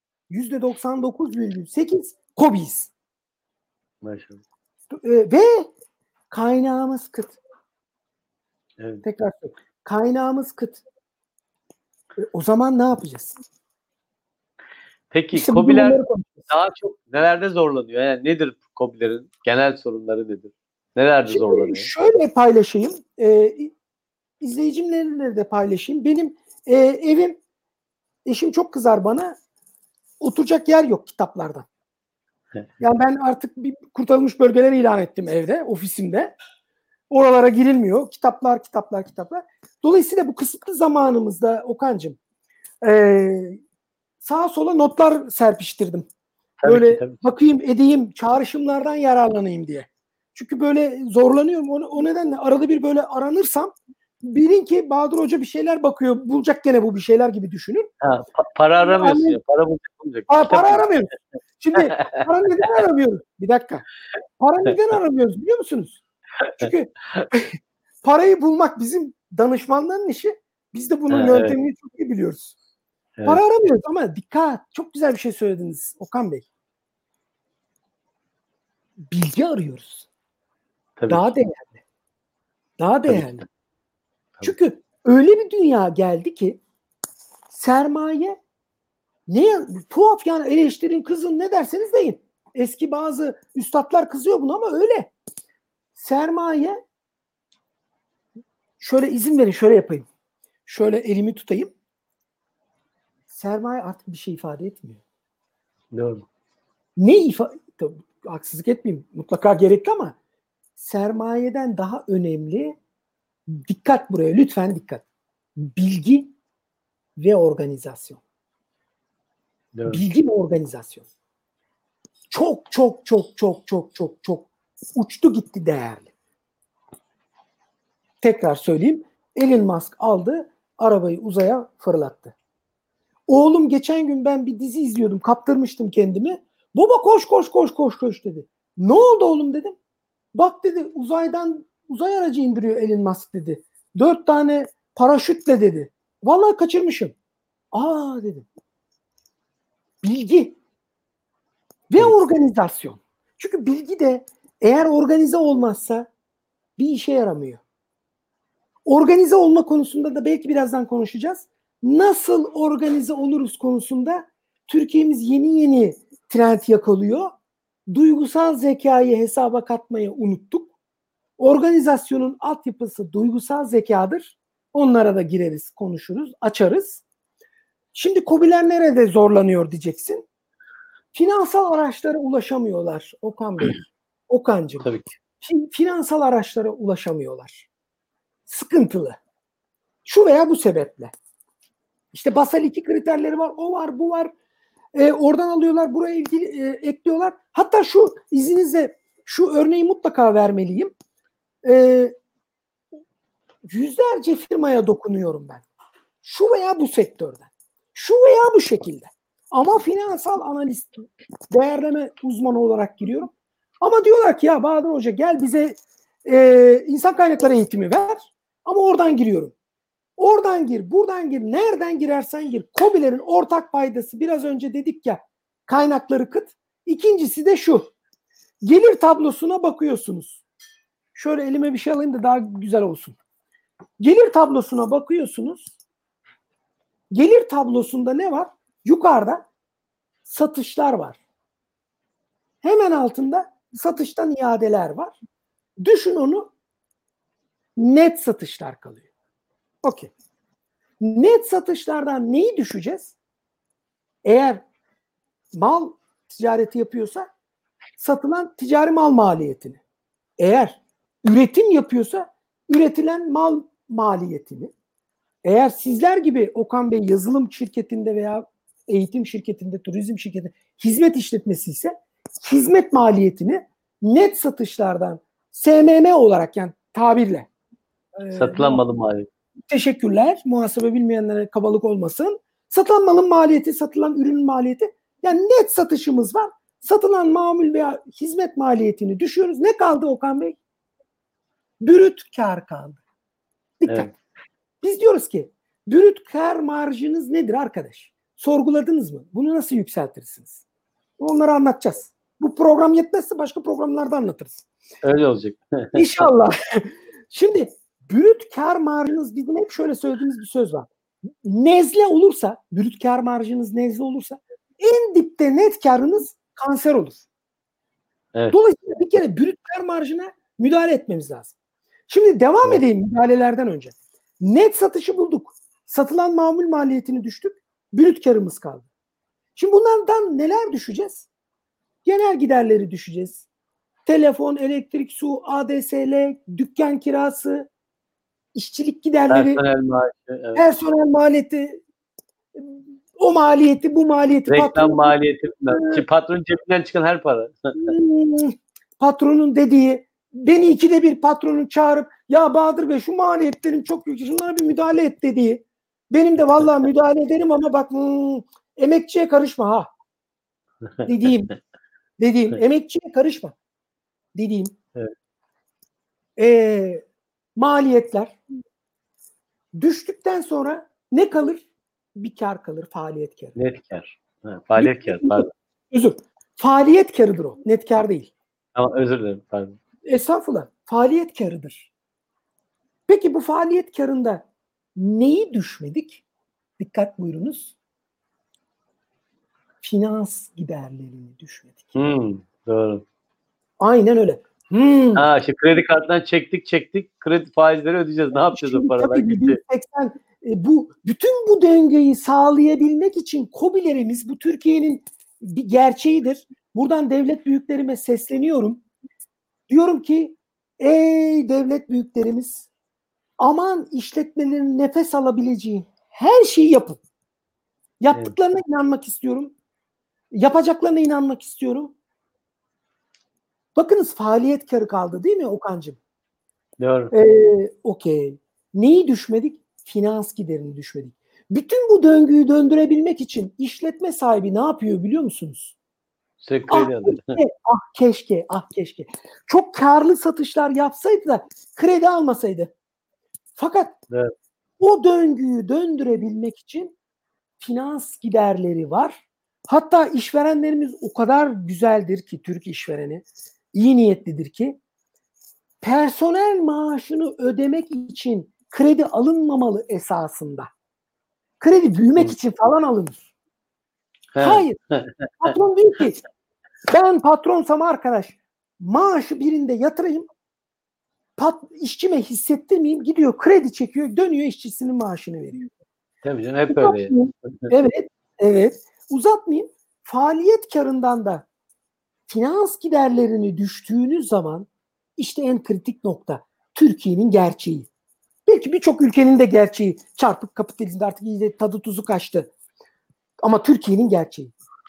Speaker 3: %99,8 KOBİ'yiz.
Speaker 2: Maşallah.
Speaker 3: Ve kaynağımız kıt.
Speaker 2: Evet.
Speaker 3: Tekrar söyleyeyim. Kaynağımız kıt. O zaman ne yapacağız?
Speaker 2: Peki
Speaker 3: İşte
Speaker 2: KOBİ'ler daha çok nelerde zorlanıyor? Yani nedir KOBİ'lerin genel sorunları nedir? Nelerde zorlanıyor?
Speaker 3: Şöyle paylaşayım. İzleyicimlerle de paylaşayım. Benim evim, eşim çok kızar bana. Oturacak yer yok kitaplardan. Yani ben artık bir kurtarılmış bölgeler ilan ettim evde, ofisimde. Oralara girilmiyor. Kitaplar. Dolayısıyla bu kısıtlı zamanımızda Okan'cığım sağa sola notlar serpiştirdim. Tabii. Bakayım edeyim, çağrışımlardan yararlanayım diye. Çünkü böyle zorlanıyorum. O nedenle arada bir böyle aranırsam bilin ki Bahadır Hoca bir şeyler bakıyor. Bulacak gene bu bir şeyler gibi düşünün.
Speaker 2: Para aramıyorsun ya. Para bulacak.
Speaker 3: Para aramıyoruz. Şimdi para neden aramıyoruz? Bir dakika. Para neden aramıyoruz biliyor musunuz? Çünkü parayı bulmak bizim danışmanların işi. Biz de bunun yöntemini çok iyi biliyoruz. Evet. Para aramıyoruz ama dikkat. Çok güzel bir şey söylediniz Okan Bey. Bilgi arıyoruz.
Speaker 2: Tabii.
Speaker 3: Daha değerli. Tabii. Çünkü öyle bir dünya geldi ki sermaye tuhaf yani, eleştirin, kızın, ne derseniz deyin. Eski bazı üstadlar kızıyor buna ama öyle. Sermaye, şöyle izin verin, şöyle yapayım. Şöyle elimi tutayım. Sermaye artık bir şey ifade etmiyor.
Speaker 2: Doğru.
Speaker 3: Haksızlık etmeyeyim. Mutlaka gerekli ama sermayeden daha önemli, dikkat buraya, lütfen dikkat. Bilgi ve organizasyon.
Speaker 2: Doğru.
Speaker 3: Bilgi ve organizasyon. Çok uçtu gitti değerli. Tekrar söyleyeyim. Elon Musk aldı, arabayı uzaya fırlattı. Oğlum geçen gün ben bir dizi izliyordum, kaptırmıştım kendimi. Baba koş dedi. Ne oldu oğlum dedim. Bak dedi uzay aracı indiriyor Elon Musk dedi. 4 tane paraşütle dedi. Vallahi kaçırmışım. Aa dedim. Bilgi ve organizasyon. Çünkü bilgi de eğer organize olmazsa bir işe yaramıyor. Organize olma konusunda da belki birazdan konuşacağız. Nasıl organize oluruz konusunda Türkiye'miz yeni trend yakalıyor. Duygusal zekayı hesaba katmayı unuttuk. Organizasyonun altyapısı duygusal zekadır. Onlara da gireriz, konuşuruz, açarız. Şimdi KOBİ'ler nerede zorlanıyor diyeceksin. Finansal araçlara ulaşamıyorlar Okan Bey. Okan'cığım.
Speaker 2: Tabii ki.
Speaker 3: Finansal araçlara ulaşamıyorlar. Sıkıntılı. Şu veya bu sebeple. İşte Basel 2 kriterleri var, o var, bu var. Oradan alıyorlar, buraya ekliyorlar. Hatta şu izninizle şu örneği mutlaka vermeliyim. Yüzlerce firmaya dokunuyorum ben. Şu veya bu sektörden. Şu veya bu şekilde. Ama finansal analist, değerleme uzmanı olarak giriyorum. Ama diyorlar ki ya Bahadır Hoca gel bize insan kaynakları eğitimi ver. Ama oradan giriyorum. Oradan gir, buradan gir, nereden girersen gir. KOBİ'lerin ortak paydası biraz önce dedik ya kaynakları kıt. İkincisi de şu. Gelir tablosuna bakıyorsunuz. Şöyle elime bir şey alayım da daha güzel olsun. Gelir tablosuna bakıyorsunuz. Gelir tablosunda ne var? Yukarıda satışlar var. Hemen altında satıştan iadeler var. Düşün onu, net satışlar kalıyor. Okey. Net satışlardan neyi düşeceğiz? Eğer mal ticareti yapıyorsa satılan ticari mal maliyetini. Eğer üretim yapıyorsa üretilen mal maliyetini. Eğer sizler gibi Okan Bey yazılım şirketinde veya eğitim şirketinde, turizm şirketinde hizmet işletmesi ise hizmet maliyetini net satışlardan SMM olarak yani tabirle
Speaker 2: Satılan malın maliyeti.
Speaker 3: Teşekkürler. Muhasebe bilmeyenlere kabalık olmasın. Satılan malın maliyeti, satılan ürünün maliyeti. Yani net satışımız var. Satılan mamul veya hizmet maliyetini düşüyoruz. Ne kaldı Okan Bey? Brüt kar kaldı. Dikkat. Evet. Biz diyoruz ki brüt kar marjınız nedir arkadaş? Sorguladınız mı? Bunu nasıl yükseltirsiniz? Onları anlatacağız. Bu program yetmezse başka programlarda anlatırız.
Speaker 2: Öyle olacak.
Speaker 3: İnşallah. Şimdi brüt kar marjınız bizim hep şöyle söylediğimiz bir söz var. Nezle olursa, brüt kar marjınız nezle olursa en dipte net karınız kanser olur. Evet. Dolayısıyla bir kere brüt kar marjına müdahale etmemiz lazım. Şimdi devam edeyim müdahalelerden önce. Net satışı bulduk. Satılan mamul maliyetini düştük. Brüt karımız kaldı. Şimdi bunlardan neler düşeceğiz? Genel giderleri düşeceğiz. Telefon, elektrik, su, ADSL, dükkan kirası, işçilik giderleri, personel maliyeti, o maliyeti, bu maliyeti.
Speaker 2: Reklam maliyeti, patronun cebinden çıkan her para.
Speaker 3: Patronun dediği, beni 2'de 1 patronu çağırıp ya Bahadır Bey şu maliyetlerin çok yüksek, şunlara bir müdahale et dediği. Benim de vallahi müdahale ederim ama bak emekçiye karışma ha. Dediğim emekçiye karışma. Dediğim maliyetler düştükten sonra ne kalır? Bir kar kalır. Faaliyet karı.
Speaker 2: Net kar. Faaliyet karı. Pardon.
Speaker 3: Faaliyet karıdır o. Net kar değil.
Speaker 2: Ama özür dilerim. Pardon.
Speaker 3: Estağfurullah. Faaliyet karıdır. Peki bu faaliyet karında neyi düşmedik? Dikkat buyurunuz. Finans giderlerini düşmedik.
Speaker 2: Doğru.
Speaker 3: Aynen öyle.
Speaker 2: İşte kredi kartından çektik. Kredi faizleri ödeyeceğiz. Ne yapacağız
Speaker 3: şimdi
Speaker 2: o paradan?
Speaker 3: Tabii 80, bütün bu dengeyi sağlayabilmek için KOBİ'lerimiz bu Türkiye'nin bir gerçeğidir. Buradan devlet büyüklerime sesleniyorum. Diyorum ki ey devlet büyüklerimiz aman işletmelerin nefes alabileceği her şeyi yapın. Yaptıklarına inanmak istiyorum. Yapacaklarına inanmak istiyorum. Bakınız faaliyet karı kaldı değil mi Okan'cığım?
Speaker 2: Doğru.
Speaker 3: Okey. Neyi düşmedik? Finans giderini düşmedik. Bütün bu döngüyü döndürebilmek için işletme sahibi ne yapıyor biliyor musunuz?
Speaker 2: Sürekli kredi alıyor.
Speaker 3: Keşke. Çok karlı satışlar yapsaydı da kredi almasaydı. Fakat
Speaker 2: evet.
Speaker 3: O döngüyü döndürebilmek için finans giderleri var. Hatta işverenlerimiz o kadar güzeldir ki, Türk işvereni iyi niyetlidir ki personel maaşını ödemek için kredi alınmamalı esasında. Kredi büyümek için falan alınır. Hayır. Patron diyor ki ben patronsam arkadaş maaşı birinde yatırayım, işçime hissettirmeyeyim, gidiyor kredi çekiyor, dönüyor işçisinin maaşını veriyor.
Speaker 2: Tabii canım, hep öyle.
Speaker 3: Evet. Uzatmayayım. Faaliyet karından da finans giderlerini düştüğünüz zaman işte en kritik nokta Türkiye'nin gerçeği. Belki birçok ülkenin de gerçeği. Çarpık kapitalizmde artık iyice tadı tuzu kaçtı. Ama Türkiye'nin gerçeği.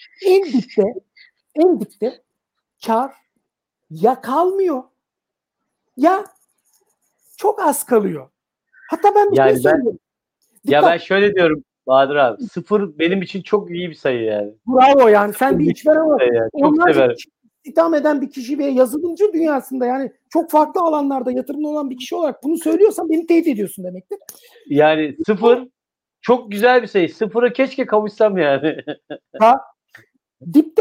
Speaker 3: En dipte kar ya kalmıyor ya çok az kalıyor. Hatta ben bir şey söyleyeyim.
Speaker 2: Ben şöyle diyorum Bahadır abi. 0 benim için çok iyi bir sayı yani.
Speaker 3: Bravo yani. Sen bir içveren olarak.
Speaker 2: Yani. Çok severim.
Speaker 3: İtham eden bir kişi ve yazılımcı dünyasında yani çok farklı alanlarda yatırımlı olan bir kişi olarak bunu söylüyorsan beni teyit ediyorsun demektir.
Speaker 2: Yani 0 çok güzel bir sayı. 0'a keşke kavuşsam yani.
Speaker 3: Dipte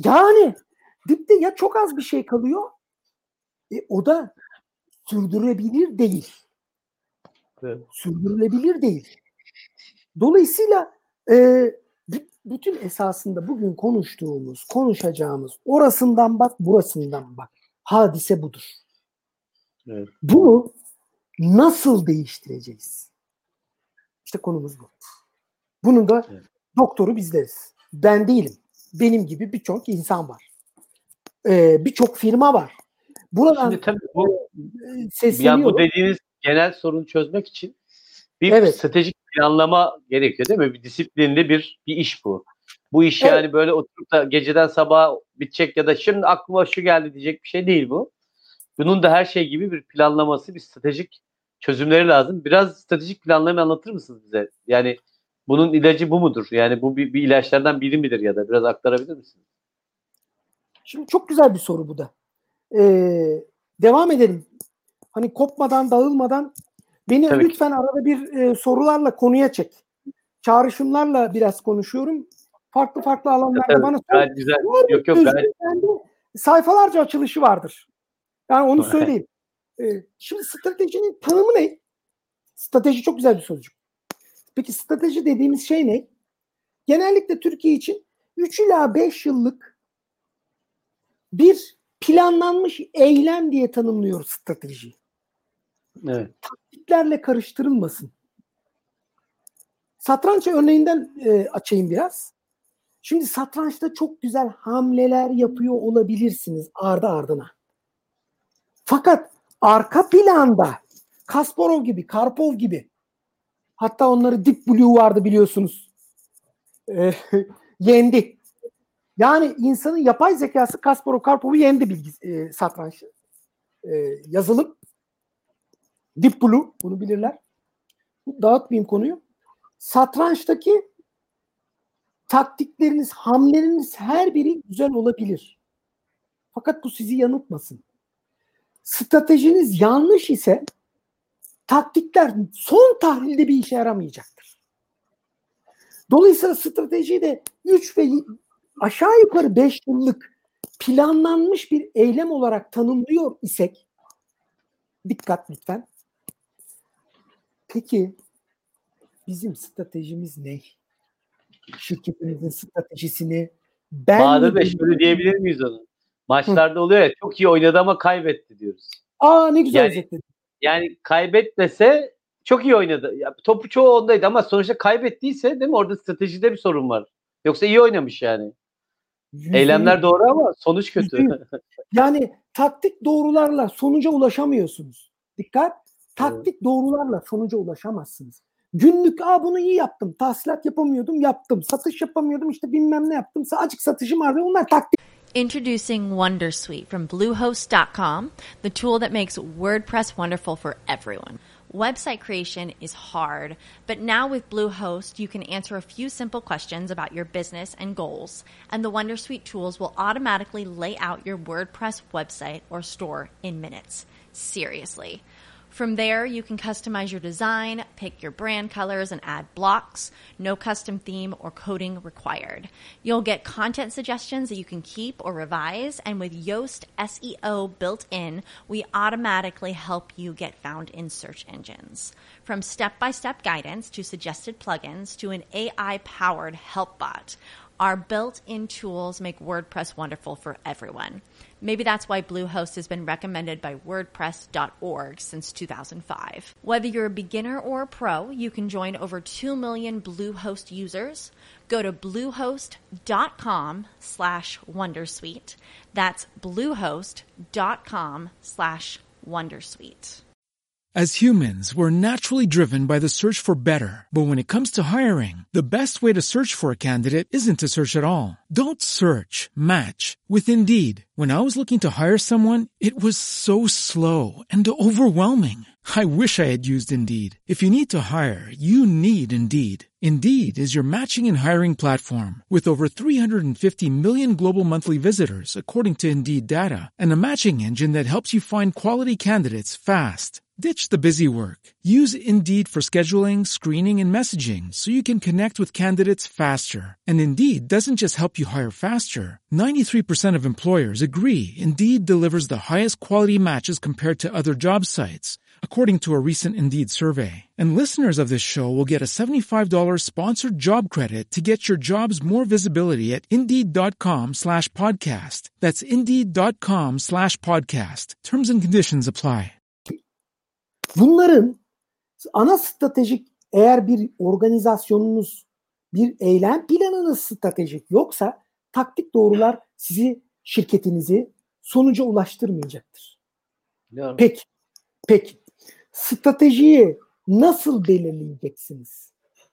Speaker 3: ya çok az bir şey kalıyor. O da sürdürülebilir değil.
Speaker 2: Evet.
Speaker 3: Sürdürülebilir değil. Dolayısıyla bütün esasında bugün konuşacağımız orasından bak, burasından bak. Hadise budur.
Speaker 2: Evet.
Speaker 3: Bunu nasıl değiştireceğiz? İşte konumuz bu. Bunun da doktoru bizleriz. Ben değilim. Benim gibi birçok insan var. Birçok firma var. Buradan
Speaker 2: şimdi tabii bu dediğiniz genel sorunu çözmek için bir stratejik planlama gerekiyor değil mi? Bir disiplinli bir iş bu. Bu iş yani böyle oturup da geceden sabaha bitecek ya da şimdi aklıma şu geldi diyecek bir şey değil bu. Bunun da her şey gibi bir planlaması, bir stratejik çözümleri lazım. Biraz stratejik planlamayı anlatır mısınız bize? Yani bunun ilacı bu mudur? Yani bu bir ilaçlardan biri midir ya da biraz aktarabilir misiniz?
Speaker 3: Şimdi çok güzel bir soru bu da. Devam edelim. Hani kopmadan, dağılmadan beni
Speaker 2: tabii
Speaker 3: lütfen arada bir sorularla konuya çek. Çağrışımlarla biraz konuşuyorum. Farklı alanlarda bana
Speaker 2: gayet güzel. Yok gayet.
Speaker 3: Sayfalarca açılışı vardır. Yani onu söyleyeyim. Şimdi stratejinin tanımı ne? Strateji çok güzel bir sözcük. Peki strateji dediğimiz şey ne? Genellikle Türkiye için 3 ila 5 yıllık bir planlanmış eylem diye tanımlıyoruz stratejiyi.
Speaker 2: Evet.
Speaker 3: Taktiklerle karıştırılmasın. Satranç örneğinden açayım biraz. Şimdi satrançta çok güzel hamleler yapıyor olabilirsiniz ardı ardına. Fakat arka planda Kasparov gibi, Karpov gibi, hatta onları Deep Blue vardı biliyorsunuz. Yendi. Yani insanın yapay zekası Kasparov, Karpov'u yendi satrançta. Yazılım Deep Blue, bunu bilirler. Dağıtmayayım konuyu. Satrançtaki taktikleriniz, hamleleriniz her biri güzel olabilir. Fakat bu sizi yanıltmasın. Stratejiniz yanlış ise taktikler son tahlilde bir işe yaramayacaktır. Dolayısıyla stratejiyi de 3 ve aşağı yukarı 5 yıllık planlanmış bir eylem olarak tanımlıyor isek, dikkat lütfen. Peki bizim stratejimiz ne? Şirketimizin stratejisini
Speaker 2: Bahadır Bey şöyle diyebilir miyiz onu? Maçlarda oluyor ya, çok iyi oynadı ama kaybetti diyoruz.
Speaker 3: Ne güzel özetledin.
Speaker 2: Yani kaybetmese çok iyi oynadı. Ya, topu çoğu ondaydı ama sonuçta kaybettiyse değil mi? Orada stratejide bir sorun var. Yoksa iyi oynamış yani. Eylemler doğru ama sonuç kötü.
Speaker 3: Yani taktik doğrularla sonuca ulaşamıyorsunuz. Dikkat. Taktik doğrularla sonuca ulaşamazsınız. Günlük bunu iyi yaptım. Tahsilat yapamıyordum, yaptım. Satış yapamıyordum, işte bilmem ne yaptım. Azıcık satışım vardı. Onlar taktik.
Speaker 1: Introducing Wondersuite from Bluehost.com, the tool that makes WordPress wonderful for everyone. Website creation is hard, but now with Bluehost, you can answer a few simple questions about your business and goals, and the Wondersuite tools will automatically lay out your WordPress website or store in minutes. Seriously. From there, you can customize your design, pick your brand colors, and add blocks. No custom theme or coding required. You'll get content suggestions that you can keep or revise, and with Yoast SEO built in, we automatically help you get found in search engines. From step-by-step guidance to suggested plugins to an AI-powered help bot, our built-in tools make WordPress wonderful for everyone. Maybe that's why Bluehost has been recommended by WordPress.org since 2005. Whether you're a beginner or a pro, you can join over 2 million Bluehost users. Go to bluehost.com/wondersuite. That's bluehost.com/wondersuite.
Speaker 4: As humans, we're naturally driven by the search for better. But when it comes to hiring, the best way to search for a candidate isn't to search at all. Don't search, match with Indeed. When I was looking to hire someone, it was so slow and overwhelming. I wish I had used Indeed. If you need to hire, you need Indeed. Indeed is your matching and hiring platform with over 350 million global monthly visitors, according to Indeed data, and a matching engine that helps you find quality candidates fast. Ditch the busy work. Use Indeed for scheduling, screening, and messaging so you can connect with candidates faster. And Indeed doesn't just help you hire faster. 93% of employers agree Indeed delivers the highest quality matches compared to other job sites, according to a recent Indeed survey. And listeners of this show will get a $75 sponsored job credit to get your jobs more visibility at Indeed.com/podcast. That's Indeed.com/podcast. Terms and conditions apply.
Speaker 3: Bunların ana stratejik, eğer bir organizasyonunuz, bir eylem planınız stratejik yoksa taktik doğrular sizi, şirketinizi sonuca ulaştırmayacaktır.
Speaker 2: Biliyorum.
Speaker 3: Peki. Stratejiyi nasıl belirleyeceksiniz?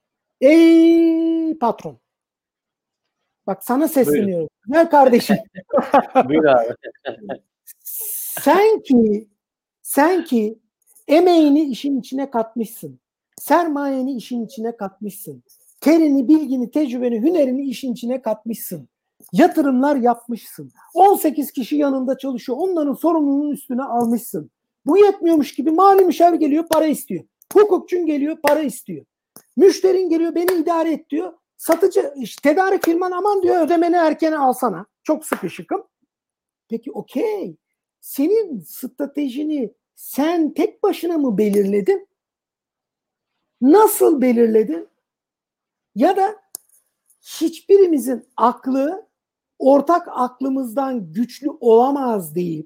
Speaker 3: Ey patron. Bak sana sesleniyorum. Gel kardeşim.
Speaker 2: Buyur abi.
Speaker 3: Sen ki emeğini işin içine katmışsın. Sermayeni işin içine katmışsın. Terini, bilgini, tecrübeni, hünerini işin içine katmışsın. Yatırımlar yapmışsın. 18 kişi yanında çalışıyor. Onların sorumluluğunun üstüne almışsın. Bu yetmiyormuş gibi mali müşavir geliyor, para istiyor. Hukukçun geliyor, para istiyor. Müşterin geliyor, beni idare et diyor. Satıcı, tedarik firman aman diyor, ödemeni erken alsana. Çok sıkışıkım. Peki okey. Senin stratejini sen tek başına mı belirledin? Nasıl belirledin? Ya da hiçbirimizin aklı ortak aklımızdan güçlü olamaz deyip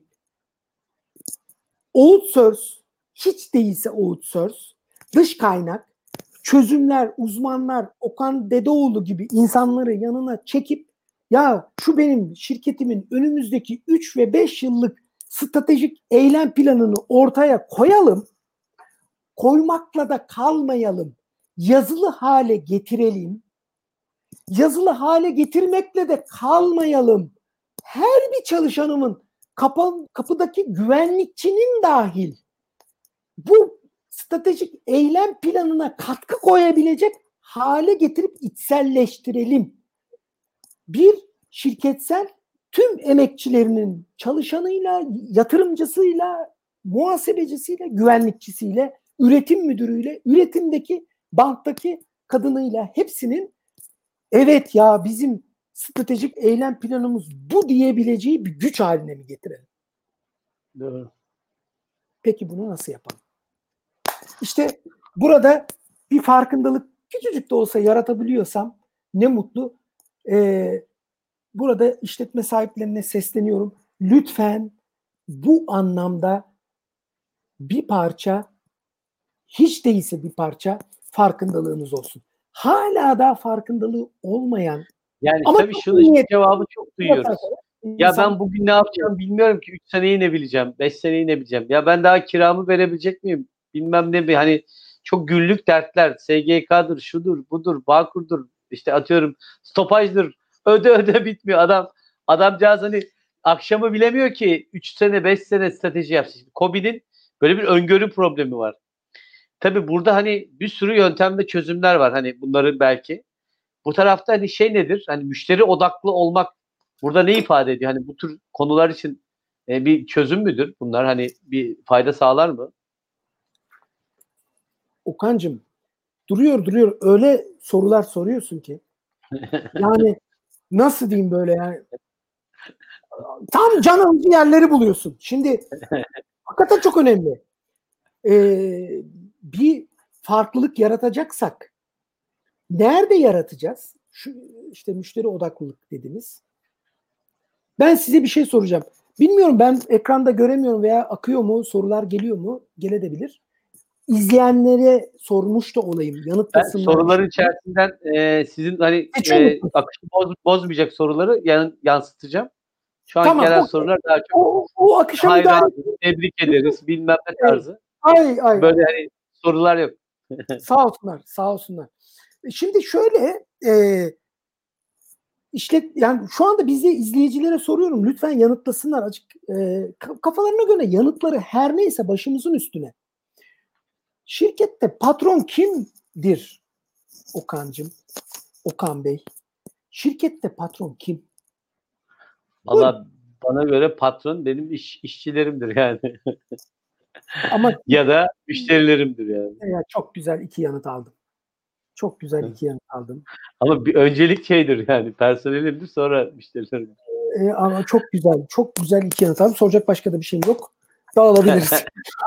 Speaker 3: outsource, hiç değilse outsource, dış kaynak, çözümler, uzmanlar, Okan Dedeoğlu gibi insanları yanına çekip ya şu benim şirketimin önümüzdeki 3 ve 5 yıllık stratejik eylem planını ortaya koyalım. Koymakla da kalmayalım. Yazılı hale getirelim. Yazılı hale getirmekle de kalmayalım. Her bir çalışanımın kapıdaki güvenlikçinin dahil bu stratejik eylem planına katkı koyabilecek hale getirip içselleştirelim. Bir şirketsel tüm emekçilerinin çalışanıyla, yatırımcısıyla, muhasebecisiyle, güvenlikçisiyle, üretim müdürüyle, üretimdeki banktaki kadınıyla hepsinin evet ya bizim stratejik eylem planımız bu diyebileceği bir güç haline mi getirelim?
Speaker 2: Doğru.
Speaker 3: Peki bunu nasıl yapalım? İşte burada bir farkındalık küçücük de olsa yaratabiliyorsam ne mutlu. Burada işletme sahiplerine sesleniyorum. Lütfen bu anlamda bir parça, hiç değilse bir parça farkındalığınız olsun. Hala daha farkındalığı olmayan
Speaker 2: yani
Speaker 3: ama
Speaker 2: tabii şunun cevabı çok duyuyoruz. Ya
Speaker 3: İnsan,
Speaker 2: ben bugün ne yapacağım bilmiyorum ki. 3 seneyi ne bileceğim? 5 seneyi ne bileceğim? Ya ben daha kiramı verebilecek miyim? Bilmem ne bir hani çok günlük dertler. SGK'dır, şudur, budur, Bağkur'dur. İşte atıyorum stopajdır. Öde bitmiyor. Adamcağız hani akşamı bilemiyor ki 3 sene 5 sene strateji yapsın. KOBİ'nin böyle bir öngörü problemi var. tabii burada hani bir sürü yöntem ve çözümler var. Hani bunların belki. Bu tarafta hani şey nedir? Hani müşteri odaklı olmak burada ne ifade ediyor? Hani bu tür konular için bir çözüm müdür bunlar? Hani bir fayda sağlar mı?
Speaker 3: Okan'cığım, duruyor öyle sorular soruyorsun ki yani nasıl diyeyim böyle yani tam can alıcı yerleri buluyorsun. Şimdi hakikaten çok önemli. Bir farklılık yaratacaksak nerede yaratacağız? Şu işte müşteri odaklılık dediniz. Ben size bir şey soracağım. Bilmiyorum, ben ekranda göremiyorum veya akıyor mu, sorular geliyor mu? Gelebilir. İzleyenlere sormuş da olayım.
Speaker 2: Ben
Speaker 3: Yanıtlasınlar.
Speaker 2: soruların içerisinden sizin hani akışı bozmayacak soruları yansıtacağım. Şu an
Speaker 3: tamam,
Speaker 2: gelen
Speaker 3: okay.
Speaker 2: sorular daha çok
Speaker 3: o akışa
Speaker 2: hayran,
Speaker 3: müdahale.
Speaker 2: tebrik ederiz, bilmem ne tarzı.
Speaker 3: Ay.
Speaker 2: Böyle hani sorular yok.
Speaker 3: Sağ olsunlar. Şimdi şöyle yani şu anda bizi izleyicilere soruyorum. Lütfen yanıtlasınlar. Açık kafalarına göre yanıtları her neyse başımızın üstüne. Şirkette patron kimdir Okan'cığım? Okan Bey. Şirkette patron kim?
Speaker 2: Valla bana göre patron benim işçilerimdir yani.
Speaker 3: Ama
Speaker 2: ya da müşterilerimdir yani.
Speaker 3: Çok güzel iki yanıt aldım. Çok güzel iki yanıt aldım.
Speaker 2: Ama bir öncelik şeydir yani. Personelimdir, sonra müşterilerimdir.
Speaker 3: Ama çok güzel iki yanıt aldım. Soracak başka da bir şeyim yok. Dağılabiliriz.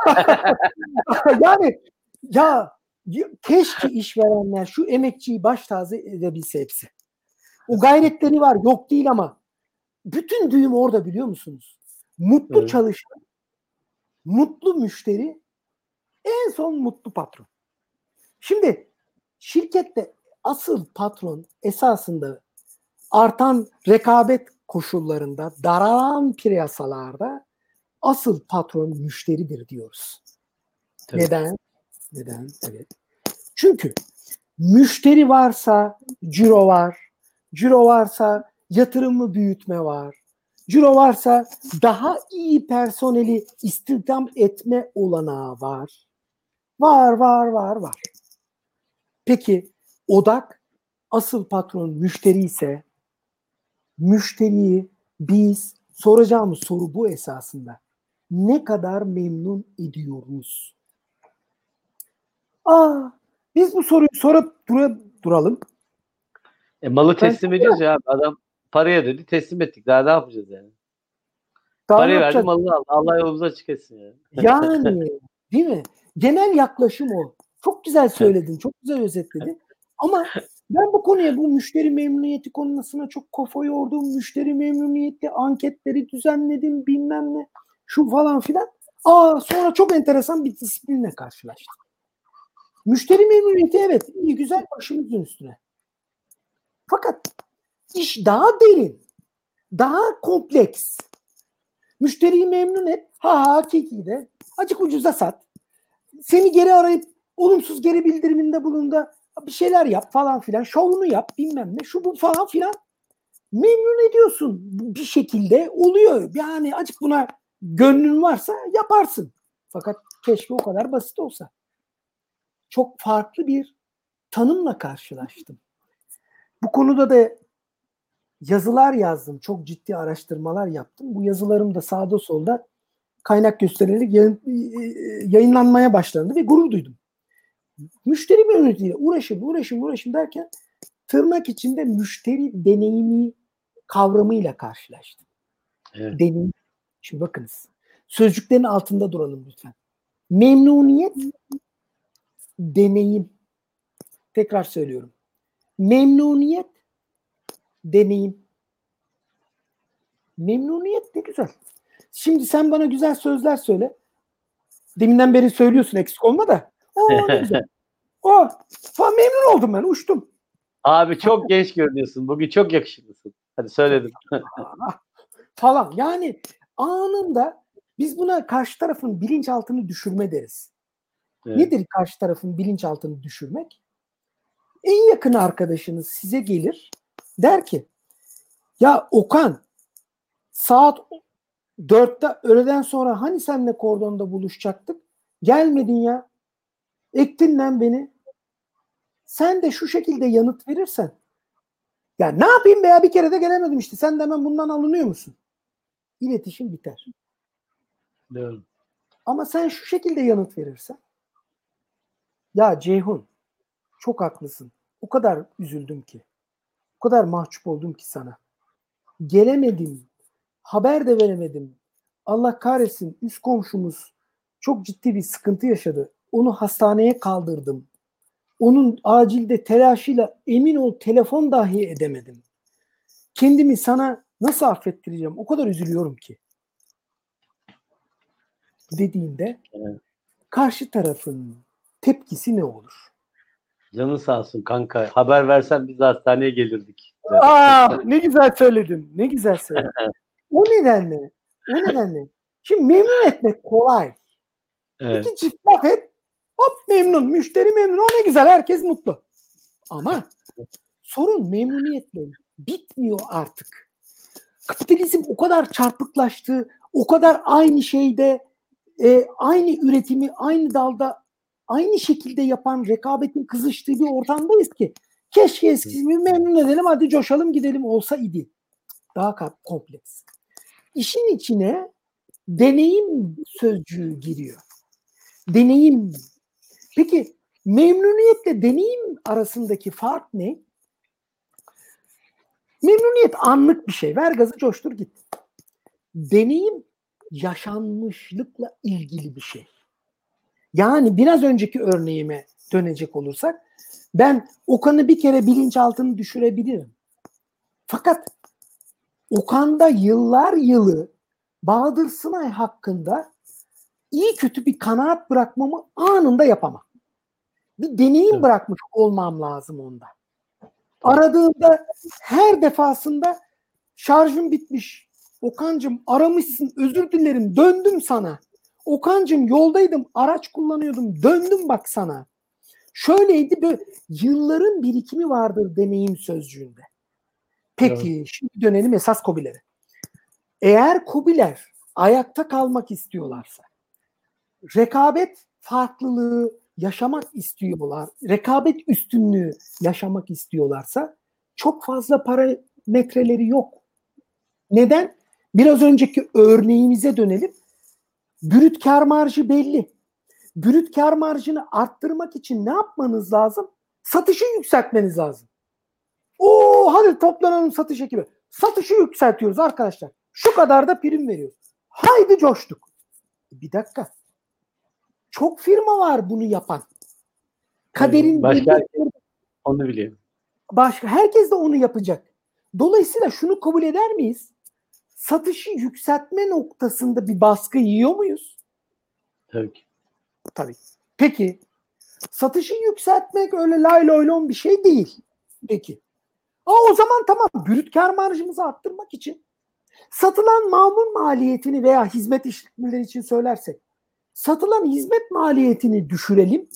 Speaker 3: Yani ya keşke işverenler şu emekçiyi baş tacı edebilse hepsi. O gayretleri var, yok değil ama bütün düğüm orada, biliyor musunuz? Mutlu çalışan, mutlu müşteri, en son mutlu patron. Şimdi şirkette asıl patron esasında artan rekabet koşullarında, daralan piyasalarda asıl patron müşteridir diyoruz.
Speaker 2: Tabii.
Speaker 3: Neden? Evet. Çünkü müşteri varsa ciro var. Ciro varsa yatırımı büyütme var. Ciro varsa daha iyi personeli istihdam etme olanağı var. Var. Peki odak asıl patron müşteri ise müşteriyi biz soracağımız soru bu esasında. Ne kadar memnun ediyoruz? Biz bu soruyu sorup duralım.
Speaker 2: Malı teslim ediyoruz ya. Adam paraya dedi, teslim ettik. Daha ne yapacağız yani?
Speaker 3: Daha
Speaker 2: parayı
Speaker 3: ne
Speaker 2: verdi,
Speaker 3: yapacağız?
Speaker 2: malını al. Allah yolumuzu açık etsin ya.
Speaker 3: Yani değil mi? Genel yaklaşım o. Çok güzel söyledin. Çok güzel özetledin. Ama ben bu konuya, bu müşteri memnuniyeti konusuna çok kafa yordum. Müşteri memnuniyeti anketleri düzenledim, bilmem ne. Şu falan filan. Sonra çok enteresan bir disiplinle karşılaştım. Müşteri memnuniyeti evet iyi güzel, başımızın üstüne. Fakat iş daha derin. Daha kompleks. Müşteriyi memnun et. Hakiki de. Azıcık ucuza sat. Seni geri arayıp olumsuz geri bildiriminde bulun da bir şeyler yap falan filan. Şovunu yap, bilmem ne. Şu bu falan filan. Memnun ediyorsun. Bir şekilde oluyor. Yani azıcık buna gönlün varsa yaparsın. Fakat keşke o kadar basit olsa. Çok farklı bir tanımla karşılaştım. Bu konuda da yazılar yazdım. Çok ciddi araştırmalar yaptım. Bu yazılarım da sağda solda kaynak gösterilerek yayınlanmaya başlandı ve gurur duydum. Müşteri memnuniyetiyle uğraşım derken tırnak içinde müşteri deneyimi kavramıyla karşılaştım.
Speaker 2: Evet.
Speaker 3: Deneyim. Şimdi bakınız. Sözcüklerin altında duralım lütfen. Memnuniyet, deneyim. Tekrar söylüyorum. Memnuniyet, deneyim. Memnuniyet ne güzel. Şimdi sen bana güzel sözler söyle. Deminden beri söylüyorsun, eksik olma da. Ne güzel. Falan memnun oldum ben, uçtum.
Speaker 2: Abi çok genç görünüyorsun. Bugün çok yakışıklısın. Hadi söyledim.
Speaker 3: Falan. Yani anında biz buna karşı tarafın bilinçaltını düşürme deriz. Evet. Nedir karşı tarafın bilinçaltını düşürmek? En yakın arkadaşınız size gelir, der ki ya Okan, saat 4'te öğleden sonra hani seninle kordonda buluşacaktık? Gelmedin ya. Ektin lan beni. Sen de şu şekilde yanıt verirsen, ya ne yapayım be ya, bir kere de gelemedim işte. Sen de hemen bundan alınıyor musun? İletişim biter.
Speaker 2: Doğru.
Speaker 3: Ama sen şu şekilde yanıt verirsen, ya Ceyhun çok haklısın. O kadar üzüldüm ki. O kadar mahcup oldum ki sana. Gelemedim. Haber de veremedim. Allah kahretsin, üst komşumuz çok ciddi bir sıkıntı yaşadı. Onu hastaneye kaldırdım. Onun acilde telaşıyla emin ol telefon dahi edemedim. Kendimi sana nasıl affettireceğim? O kadar üzülüyorum ki. Dediğinde
Speaker 2: Evet.
Speaker 3: karşı tarafın tepkisi ne olur?
Speaker 2: Canı sağ olsun kanka. Haber versen biz de hastaneye gelirdik.
Speaker 3: Ne güzel söyledin. Ne güzel söyledin. O nedenle şimdi memnun etmek kolay.
Speaker 2: Evet.
Speaker 3: İki çift laf et, hop memnun, müşteri memnun, o ne güzel, herkes mutlu. Ama sorun memnuniyetle bitmiyor artık. Kapitalizm o kadar çarpıklaştı, o kadar aynı şeyde, aynı üretimi aynı dalda aynı şekilde yapan, rekabetin kızıştığı bir ortamdayız ki keşke eskisi gibi memnun edelim, hadi coşalım gidelim olsa idi. Daha kompleks. İşin içine deneyim sözcüğü giriyor. Deneyim. Peki memnuniyetle deneyim arasındaki fark ne? Memnuniyet anlık bir şey. Ver gazı, coştur git. Deneyim yaşanmışlıkla ilgili bir şey. Yani biraz önceki örneğime dönecek olursak, ben Okan'ı bir kere bilinçaltını düşürebilirim. Fakat Okan'da yıllar yılı Bahadır Sınay hakkında iyi kötü bir kanaat bırakmamı anında yapamam. Bir deneyim bırakmış olmam lazım onda. Aradığımda her defasında şarjım bitmiş. Okan'cığım aramışsın, özür dilerim, döndüm sana. Okan'cığım yoldaydım, araç kullanıyordum, döndüm bak sana. Şöyleydi, böyle yılların birikimi vardır deneyim sözcüğünde. Peki şimdi dönelim esas KOBİ'lere. Eğer KOBİ'ler ayakta kalmak istiyorlarsa, rekabet farklılığı yaşamak istiyorlar, rekabet üstünlüğü yaşamak istiyorlarsa çok fazla parametreleri yok. Neden? Biraz önceki örneğimize dönelim. Brüt kar marjı belli. Brüt kar marjını arttırmak için ne yapmanız lazım? Satışı yükseltmeniz lazım. Hadi toplanalım satış ekibi. Satışı yükseltiyoruz arkadaşlar. Şu kadar da prim veriyoruz. Haydi coştuk. Bir dakika. Çok firma var bunu yapan. Kaderin
Speaker 2: başka onu biliyor.
Speaker 3: Herkes de onu yapacak. Dolayısıyla şunu kabul eder miyiz? Satışı yükseltme noktasında bir baskı yiyor muyuz?
Speaker 2: Tabii ki.
Speaker 3: Tabii. Peki satışı yükseltmek öyle lay loy lon bir şey değil. Peki. O zaman tamam, brüt kar marjımızı arttırmak için satılan mamul maliyetini veya hizmet işletmeleri için söylersek satılan hizmet maliyetini düşürelim.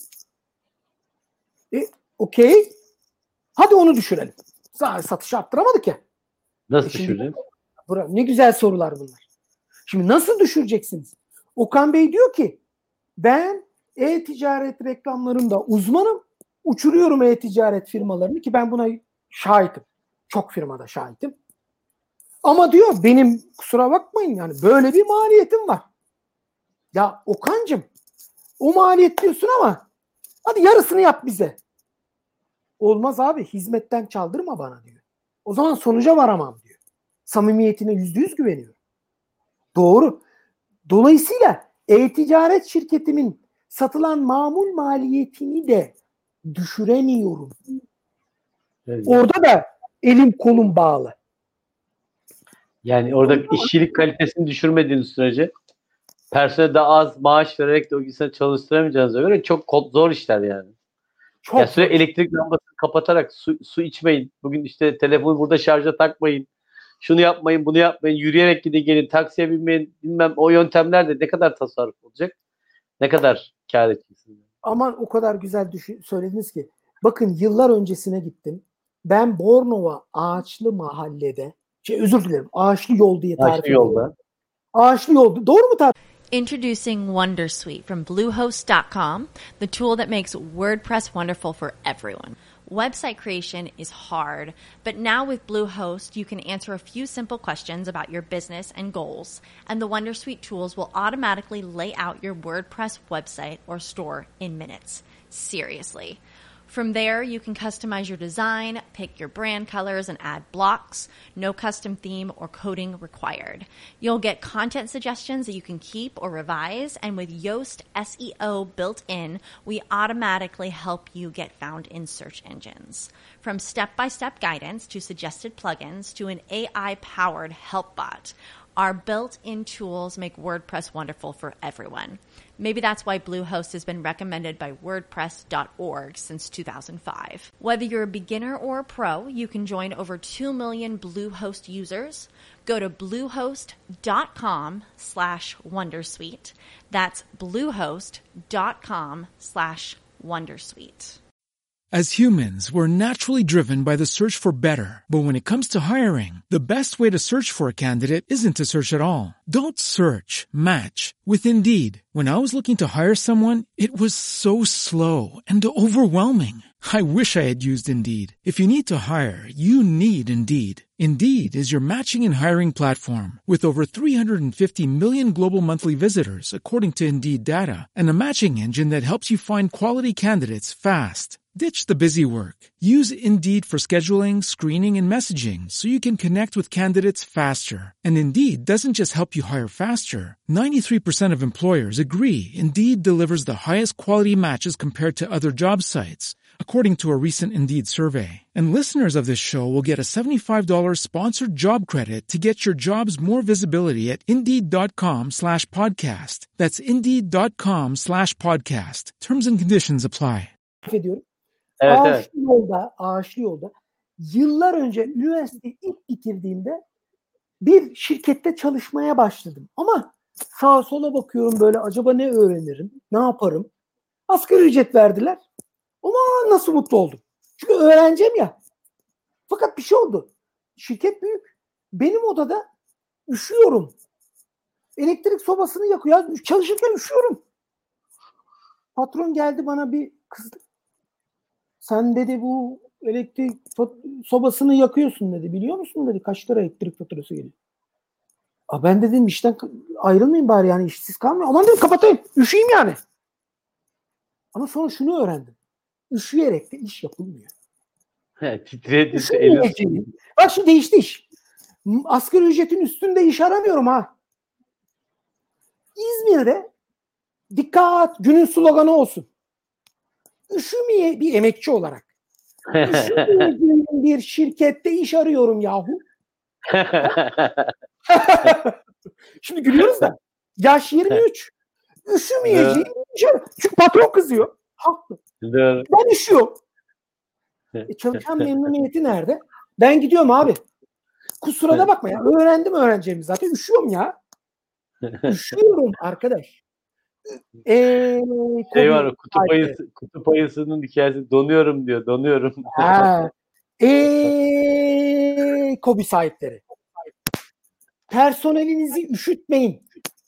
Speaker 3: Okey. Hadi onu düşürelim. Satışı arttıramadık ya.
Speaker 2: Nasıl düşürelim?
Speaker 3: Ne güzel sorular bunlar. Şimdi nasıl düşüreceksiniz? Okan Bey diyor ki ben e-ticaret reklamlarında uzmanım. Uçuruyorum e-ticaret firmalarını, ki ben buna şahitim. Çok firmada şahitim. Ama diyor benim, kusura bakmayın, yani böyle bir maliyetim var. Ya Okan'cığım, o maliyet diyorsun ama hadi yarısını yap bize. Olmaz abi, hizmetten çaldırma bana diyor. O zaman sonuca varamam diyor. Samimiyetine %100 güveniyor. Doğru. Dolayısıyla e-ticaret şirketimin satılan mamul maliyetini de düşüremiyorum.
Speaker 2: Evet.
Speaker 3: Orada da elim kolum bağlı.
Speaker 2: Yani orada işçilik kalitesini düşürmediğiniz sürece personele daha az maaş vererek de o insanı çalıştıramayacağınıza göre çok zor işler yani.
Speaker 3: Çok
Speaker 2: ya sürekli elektrik lambasını kapatarak su içmeyin. Bugün işte telefonu burada şarja takmayın. Şunu yapmayın, bunu yapmayın. Yürüyerek gidin gelin, taksiye binmeyin. Bilmem, o yöntemlerde ne kadar tasarruf olacak? Ne kadar kâr edeceksiniz?
Speaker 3: Aman o kadar güzel söylediniz ki. Bakın yıllar öncesine gittim. Ben Bornova Ağaçlı Mahallede, özür dilerim, Ağaçlı Yol diye tarif ediyorum.
Speaker 2: Ağaçlı Yolda.
Speaker 3: Ağaçlı Yolda. Doğru mu tarif?
Speaker 1: Introducing Wondersuite from Bluehost.com, the tool that makes WordPress wonderful for everyone. Website creation is hard, but now with Bluehost, you can answer a few simple questions about your business and goals, and the Wondersuite tools will automatically lay out your WordPress website or store in minutes. Seriously. From there, you can customize your design, pick your brand colors, and add blocks. No custom theme or coding required. You'll get content suggestions that you can keep or revise, and with Yoast SEO built in, we automatically help you get found in search engines. From step-by-step guidance to suggested plugins to an AI-powered help bot, our built-in tools make WordPress wonderful for everyone. Maybe that's why Bluehost has been recommended by WordPress.org since 2005. Whether you're a beginner or a pro, you can join over 2 million Bluehost users. Go to bluehost.com/wondersuite. That's bluehost.com/wondersuite.
Speaker 4: As humans, we're naturally driven by the search for better. But when it comes to hiring, the best way to search for a candidate isn't to search at all. Don't search, match with Indeed. When I was looking to hire someone, it was so slow and overwhelming. I wish I had used Indeed. If you need to hire, you need Indeed. Indeed is your matching and hiring platform with over 350 million global monthly visitors, according to Indeed data, and a matching engine that helps you find quality candidates fast. Ditch the busy work. Use Indeed for scheduling, screening, and messaging so you can connect with candidates faster. And Indeed doesn't just help you hire faster. 93% of employers agree Indeed delivers the highest quality matches compared to other job sites, according to a recent Indeed survey. And listeners of this show will get a $75 sponsored job credit to get your jobs more visibility at Indeed.com/podcast. That's Indeed.com/podcast. Terms and conditions apply.
Speaker 3: Ediyorum.
Speaker 2: Evet.
Speaker 3: Ağaçlı yolda yıllar önce üniversiteyi ilk bitirdiğimde bir şirkette çalışmaya başladım. Ama sağa sola bakıyorum böyle, acaba ne öğrenirim, ne yaparım? Asgari ücret verdiler. Ama nasıl mutlu oldum. Çünkü öğreneceğim ya. Fakat bir şey oldu. Şirket büyük. Benim odada üşüyorum. Elektrik sobasını yakıyor. Çalışırken üşüyorum. Patron geldi bana bir kızdı. Sen dedi bu elektrik sobasını yakıyorsun dedi. Biliyor musun dedi. Kaç lira elektrik faturası geliyor. Ben dedim işten ayrılmayayım bari, yani işsiz kalmayayım. Aman dedim kapatayım. Üşüyeyim yani. Ama sonra şunu öğrendim. Üşüyerek de iş yapılmıyor. Bak şimdi değişti iş. Asgari ücretin üstünde iş aramıyorum ha. İzmir'de dikkat, günün sloganı olsun. Üşümeye bir emekçi olarak. Üşümeyeceğim bir şirkette iş arıyorum yahu. Şimdi gülüyoruz da. Yaş 23. Üşümeyeceğim iş arıyorum. Çünkü patron kızıyor. Haklı. Ben üşüyorum. Çalışan memnuniyeti nerede? Ben gidiyorum abi. Kusura da bakma ya. Öğrendim öğreneceğimi zaten. Üşüyorum ya. Üşüyorum arkadaş.
Speaker 2: Var, kutup ayısının hikayesi, donuyorum diyor, donuyorum.
Speaker 3: KOBİ sahipleri. Personelinizi üşütmeyin.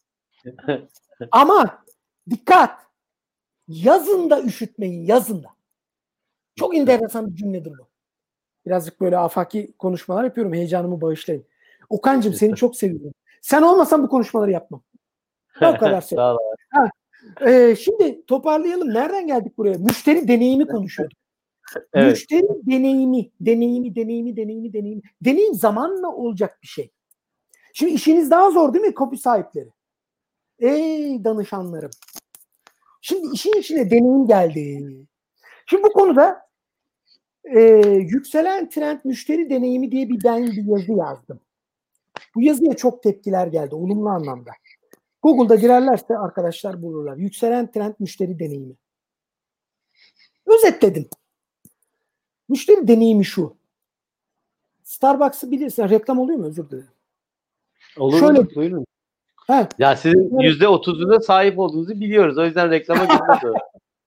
Speaker 3: Ama dikkat. Yazın da üşütmeyin, yazın da. Çok enteresan bir cümledir bu. Birazcık böyle afaki konuşmalar yapıyorum. Heyecanımı bağışlayın. Okan'cığım seni çok seviyorum. Sen olmasan bu konuşmaları yapmam. O kadar seviyorum. Şimdi toparlayalım. Nereden geldik buraya? Müşteri deneyimi konuşuyorduk. Evet. Müşteri deneyimi. Deneyim zamanla olacak bir şey. Şimdi işiniz daha zor değil mi KOBİ sahipleri? Ey danışanlarım. Şimdi işin içine deneyim geldi. Şimdi bu konuda yükselen trend müşteri deneyimi diye bir yazı yazdım. Bu yazıya çok tepkiler geldi. Olumlu anlamda. Google'da girerlerse arkadaşlar bulurlar. Yükselen trend müşteri deneyimi. Özetledim. Müşteri deneyimi şu. Starbucks'ı bilirsin. Reklam oluyor mu? Özür dilerim.
Speaker 2: Olur. Şöyle, buyurun. He. Ya sizin %30'una sahip olduğunuzu biliyoruz. O yüzden reklama girmedi.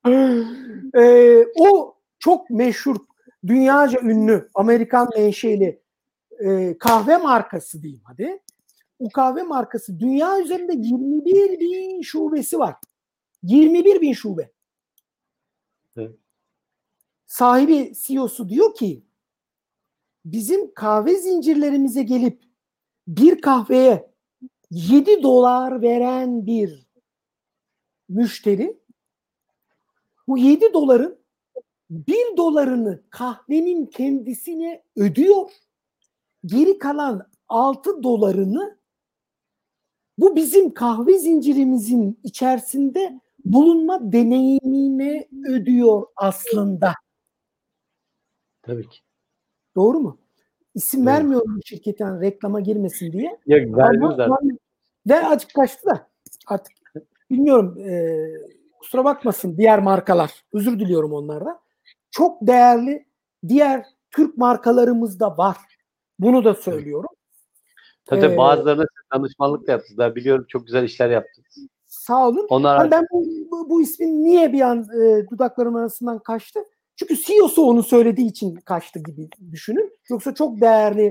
Speaker 3: O çok meşhur, dünyaca ünlü, Amerikan menşeli kahve markası diyeyim hadi. o kahve markası dünya üzerinde 21 bin şubesi var. 21 bin şube.
Speaker 2: Evet.
Speaker 3: Sahibi, CEO'su diyor ki bizim kahve zincirlerimize gelip bir kahveye $7 veren bir müşteri bu $7 $1 kahvenin kendisine ödüyor. Geri kalan $6 bu bizim kahve zincirimizin içerisinde bulunma deneyimine ödüyor aslında.
Speaker 2: Tabii ki.
Speaker 3: Doğru mu? İsim
Speaker 2: Evet.
Speaker 3: vermiyorum bu şirketin reklama girmesin diye.
Speaker 2: Yok, verdim zaten.
Speaker 3: Ve açık kaçtı da artık bilmiyorum, kusura bakmasın diğer markalar. Özür diliyorum onlardan. Çok değerli diğer Türk markalarımız da var. Bunu da söylüyorum.
Speaker 2: Tabii bazılarına danışmanlık da yaptınız. Ben biliyorum, çok güzel işler yaptınız.
Speaker 3: Sağ olun.
Speaker 2: Onlar...
Speaker 3: Ben bu ismin niye bir an dudaklarım arasından kaçtı? Çünkü CEO'su onu söylediği için kaçtı gibi düşünün. Yoksa çok değerli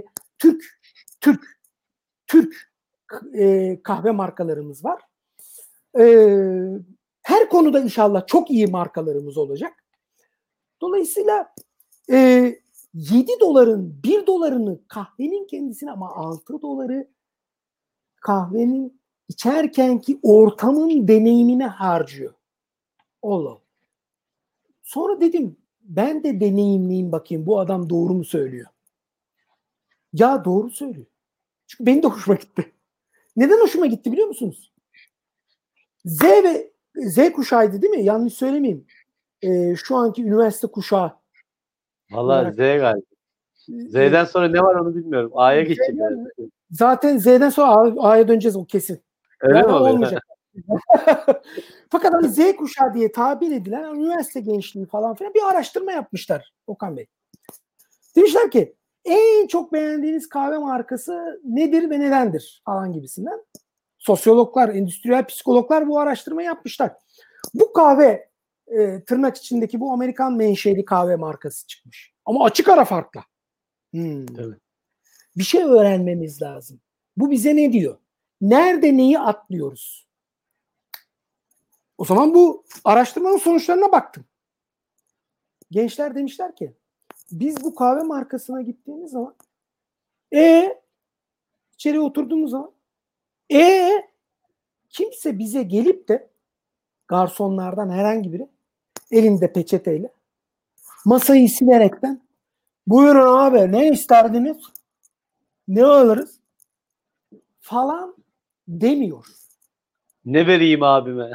Speaker 3: Türk kahve markalarımız var. Her konuda inşallah çok iyi markalarımız olacak. Dolayısıyla $7 $1 kahvenin kendisine ama $6 kahvenin içerkenki ortamın deneyimine harcıyor. Allah. Sonra dedim ben de deneyimleyeyim bakayım bu adam doğru mu söylüyor. Ya doğru söylüyor. Çünkü benim de hoşuma gitti. Neden hoşuma gitti biliyor musunuz? Z kuşağıydı değil mi? Yanlış söylemeyeyim. Şu anki üniversite kuşağı.
Speaker 2: Vallahi Z galiba. Z'den sonra ne var onu bilmiyorum. A'ya geçecek.
Speaker 3: Zaten Z'den sonra A'ya döneceğiz o kesin.
Speaker 2: Öyle mi oluyor?
Speaker 3: Olmayacak. Fakat hani Z kuşağı diye tabir edilen üniversite gençliği falan filan bir araştırma yapmışlar Okan Bey. Demişler ki en çok beğendiğiniz kahve markası nedir ve nedendir falan gibisinden. Sosyologlar, endüstriyel psikologlar bu araştırmayı yapmışlar. Bu kahve tırnak içindeki bu Amerikan menşeli kahve markası çıkmış. Ama açık ara farkla.
Speaker 2: Evet.
Speaker 3: Bir şey öğrenmemiz lazım. Bu bize ne diyor? Nerede neyi atlıyoruz? O zaman bu araştırmanın sonuçlarına baktım. Gençler demişler ki biz bu kahve markasına gittiğimiz zaman içeri oturduğumuz zaman kimse bize gelip de garsonlardan herhangi biri elinde peçeteyle masayı silerekten buyurun abi ne isterdiniz? Ne alırız? Falan demiyor.
Speaker 2: Ne vereyim abime?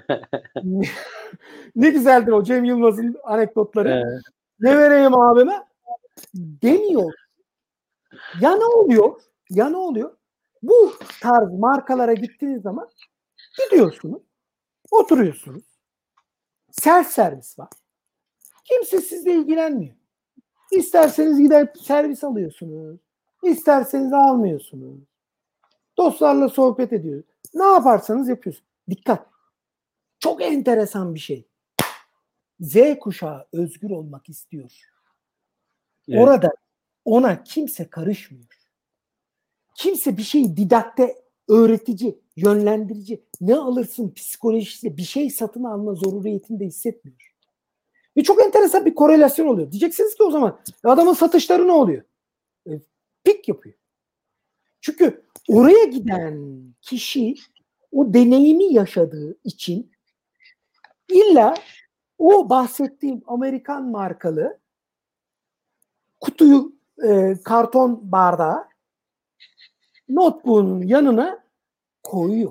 Speaker 3: Ne güzeldir o Cem Yılmaz'ın anekdotları.
Speaker 2: Evet.
Speaker 3: Ne vereyim abime? Demiyor. Ya ne oluyor? Ya ne oluyor? Bu tarz markalara gittiğiniz zaman gidiyorsunuz, oturuyorsunuz. Self servis var. Kimse sizle ilgilenmiyor. İsterseniz gider servis alıyorsunuz. İsterseniz almıyorsunuz. Dostlarla sohbet ediyoruz. Ne yaparsanız yapıyorsunuz. Dikkat. Çok enteresan bir şey. Z kuşağı özgür olmak istiyor. Evet. Orada ona kimse karışmıyor. Kimse bir şeyi didakte, öğretici, yönlendirici, ne alırsın psikolojisi bir şey satın alma zorunluluğunu hissetmiyor. Ve çok enteresan bir korelasyon oluyor. Diyeceksiniz ki o zaman adamın satışları ne oluyor? Pik yapıyor. Çünkü oraya giden kişi o deneyimi yaşadığı için illa o bahsettiğim Amerikan markalı kutuyu karton bardağı notebook'un yanına koyuyor.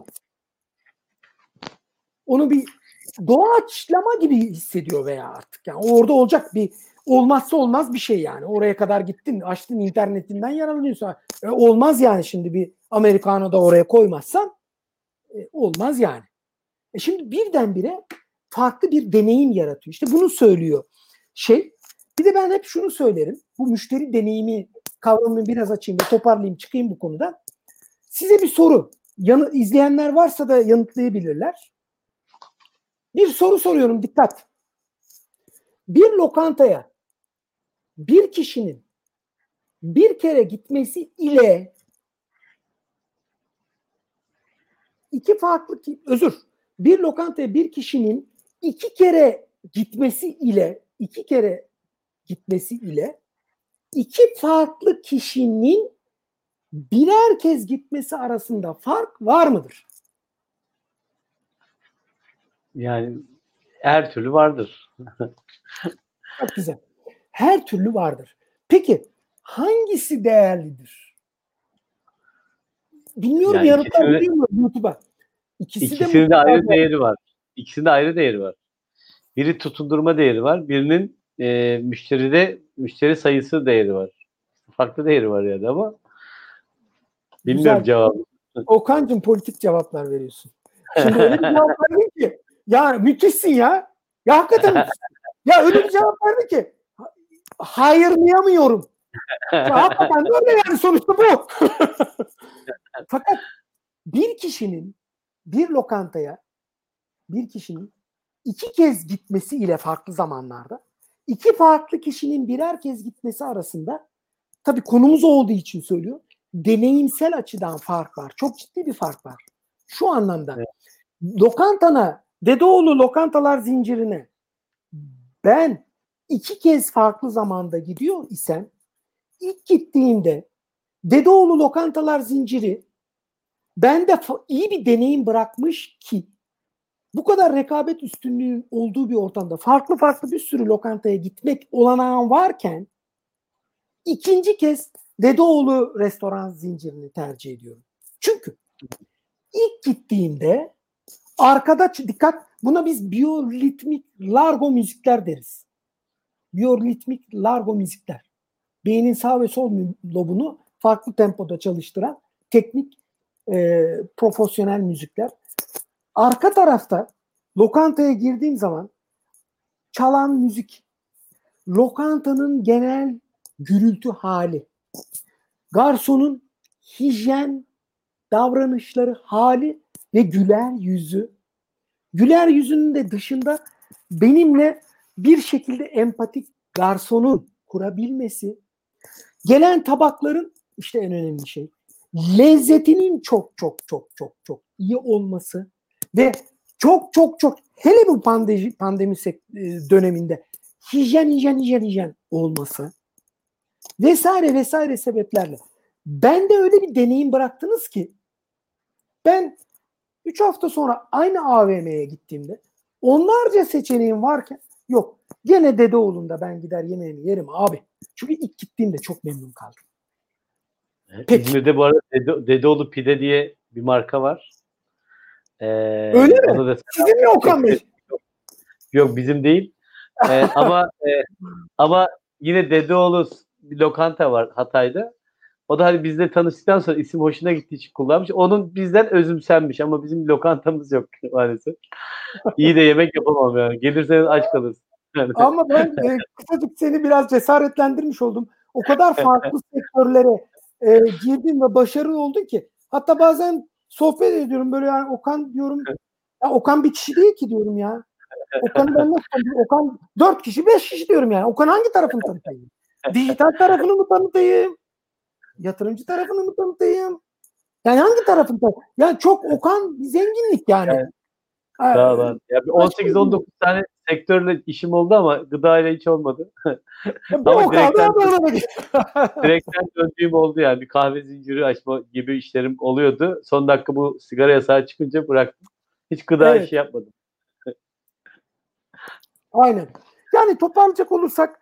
Speaker 3: Onu bir doğaçlama gibi hissediyor veya artık. Yani orada olacak bir olmazsa olmaz bir şey yani. Oraya kadar gittin, açtın internetinden yararlanıyorsun. Olmaz yani şimdi bir Americano da oraya koymazsan olmaz yani. Şimdi birdenbire farklı bir deneyim yaratıyor. İşte bunu söylüyor. Bir de ben hep şunu söylerim. Bu müşteri deneyimi kavramını biraz açayım ve toparlayayım, çıkayım bu konudan. Size bir soru. İzleyenler varsa da yanıtlayabilirler. Bir soru soruyorum, dikkat. Bir lokantaya bir kişinin bir kere gitmesi ile bir lokantaya bir kişinin iki kere gitmesi ile iki farklı kişinin birer kez gitmesi arasında fark var mıdır?
Speaker 2: Yani her türlü vardır.
Speaker 3: Çok güzel. Her türlü vardır. Peki hangisi değerlidir? Bilmiyorum,
Speaker 2: Yani
Speaker 3: yanıtlar biliyor mu YouTube'a?
Speaker 2: İkisinin de ayrı değeri var. İkisinin de ayrı değeri var. Biri tutundurma değeri var. Birinin müşteri sayısı değeri var. Farklı değeri var yani ama bilmiyorum cevabı.
Speaker 3: Okan'cığım politik cevaplar veriyorsun. Şimdi öyle bir cevap verdin ki ya müthişsin ya. Ya hakikaten müthişsin. Ya öyle bir cevap verdin ki hayırlayamıyorum. Hakikaten de öyle yani, sonuçta bu. Fakat bir kişinin iki kez gitmesi ile farklı zamanlarda iki farklı kişinin birer kez gitmesi arasında, tabii konumuz olduğu için söylüyor, deneyimsel açıdan fark var. Çok ciddi bir fark var. Şu anlamda. Evet. Dedeoğlu lokantalar zincirine ben iki kez farklı zamanda gidiyor isem, ilk gittiğimde Dedeoğlu lokantalar zinciri bende iyi bir deneyim bırakmış ki bu kadar rekabet üstünlüğü olduğu bir ortamda farklı bir sürü lokantaya gitmek olanağım varken ikinci kez Dedeoğlu restoran zincirini tercih ediyorum. Çünkü ilk gittiğimde arkada dikkat, buna biz biyoritmik largo müzikler deriz. Biyoritmik largo müzikler. Beynin sağ ve sol lobunu farklı tempoda çalıştıran teknik profesyonel müzikler. Arka tarafta lokantaya girdiğim zaman çalan müzik, lokantanın genel gürültü hali, garsonun hijyen davranışları hali ve güler yüzü. Güler yüzünün de dışında benimle bir şekilde empatik garsonun kurabilmesi, gelen tabakların işte en önemli şey, lezzetinin çok iyi olması ve çok hele bu pandemi döneminde hijyen olması vesaire sebeplerle ben de öyle bir deneyim bıraktınız ki ben 3 hafta sonra aynı AVM'ye gittiğimde onlarca seçeneğim varken yok, gene Dedeoğlu'nda ben gider yemeğimi yerim abi. Çünkü ilk gittiğimde çok memnun kaldım.
Speaker 2: Peki. İzmir'de bu arada Dedeoğlu Pide diye bir marka var.
Speaker 3: Öyle mi? Sizin mi Okan Bey?
Speaker 2: Yok bizim değil. Ama yine Dedeoğlu bir lokanta var Hatay'da. O da hani bizle tanıştıktan sonra isim hoşuna gittiği için kullanmış. Onun bizden özümsenmiş ama bizim lokantamız yok maalesef. İyi de yemek yapamam yani. Gelirseniz aç kalırsın. Yani.
Speaker 3: Ama ben kısacık seni biraz cesaretlendirmiş oldum. O kadar farklı sektörlere girdin ve başarılı oldun ki. Hatta bazen sohbet ediyorum böyle, yani Okan diyorum. Ya Okan bir kişi değil ki diyorum ya. Okan'ı ben nasıl tanıyorum? Okan 4 kişi 5 kişi diyorum yani. Okan hangi tarafını tanıtayım? Dijital tarafını mı tanıtayım? Yatırımcı tarafını mı tanıtayım? Yani hangi tarafını tanıtayım? Yani çok Okan bir zenginlik yani. Evet.
Speaker 2: Tamam. Ya 18-19 tane sektörle işim oldu ama gıda ile hiç olmadı. Ama direkten döndüğüm oldu yani. Bir kahve zinciri açma gibi işlerim oluyordu. Son dakika bu sigara yasağı çıkınca bıraktım. Hiç gıda işi yapmadım.
Speaker 3: Aynen. Yani toparlayacak olursak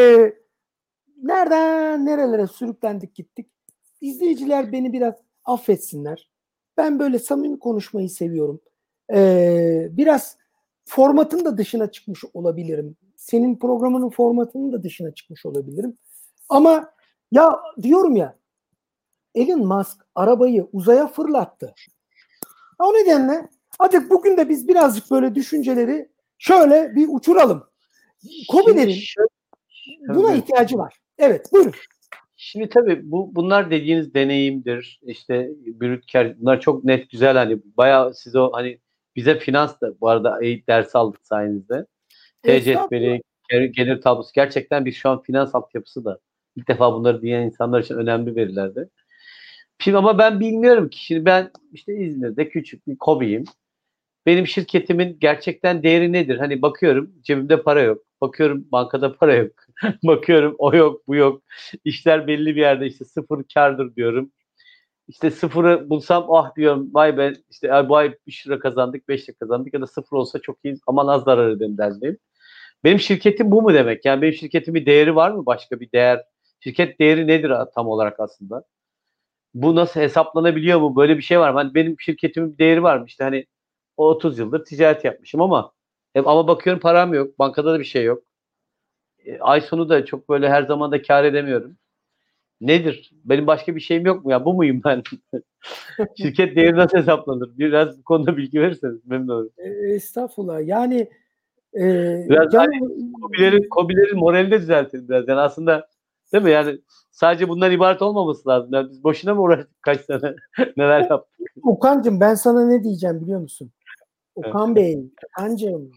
Speaker 3: nereden nerelere sürüklendik gittik. İzleyiciler beni biraz affetsinler. Ben böyle samimi konuşmayı seviyorum. Biraz formatın da dışına çıkmış olabilirim. Senin programının formatının da dışına çıkmış olabilirim. Ama ya diyorum ya, Elon Musk arabayı uzaya fırlattı. O nedenle hadi bugün de biz birazcık böyle düşünceleri şöyle bir uçuralım. KOBİ'lerin buna ihtiyacı var. Evet, buyurun.
Speaker 2: Şimdi tabii bunlar dediğiniz deneyimdir. İşte brüt kar, bunlar çok net, güzel, hani bayağı siz o hani bize finans da bu arada ders aldık sayenizde. T-Cetveli, gelir tablosu gerçekten bir şu an finans altyapısı da ilk defa bunları diyen insanlar için önemli verilerdi. Şimdi ama ben bilmiyorum ki. Şimdi ben işte İzmir'de küçük bir KOBİ'yim. Benim şirketimin gerçekten değeri nedir? Hani bakıyorum cebimde para yok. Bakıyorum bankada para yok. Bakıyorum o yok bu yok. İşler belli bir yerde işte sıfır kârdır diyorum. İşte sıfırı bulsam ah diyorum vay be işte ay, bu ay 3 lira kazandık 5 lira kazandık ya da sıfır olsa çok iyi aman az zarar edelim derdeyim. Benim şirketim bu mu demek? Yani benim şirketimin değeri var mı? Başka bir değer. Şirket değeri nedir tam olarak aslında? Bu nasıl hesaplanabiliyor mu? Böyle bir şey var mı? Hani benim şirketimin bir değeri var mı? İşte hani o 30 yıldır ticaret yapmışım ama bakıyorum param yok. Bankada da bir şey yok. Ay sonu da çok böyle her zaman da kâr edemiyorum. Nedir? Benim başka bir şeyim yok mu ya? Bu muyum ben? Şirket değeri nasıl hesaplanır? Biraz bu konuda bilgi verirseniz memnun olurum.
Speaker 3: Estağfurullah. Yani
Speaker 2: Biraz
Speaker 3: can,
Speaker 2: hani KOBİ'lerin moralini de düzeltelim biraz. Yani aslında değil mi? Yani sadece bundan ibaret olmaması lazım. Yani biz boşuna mı uğraştık kaç sene? Neler yaptık?
Speaker 3: Okan'cığım ben sana ne diyeceğim biliyor musun? Okan Bey, Okan'cığım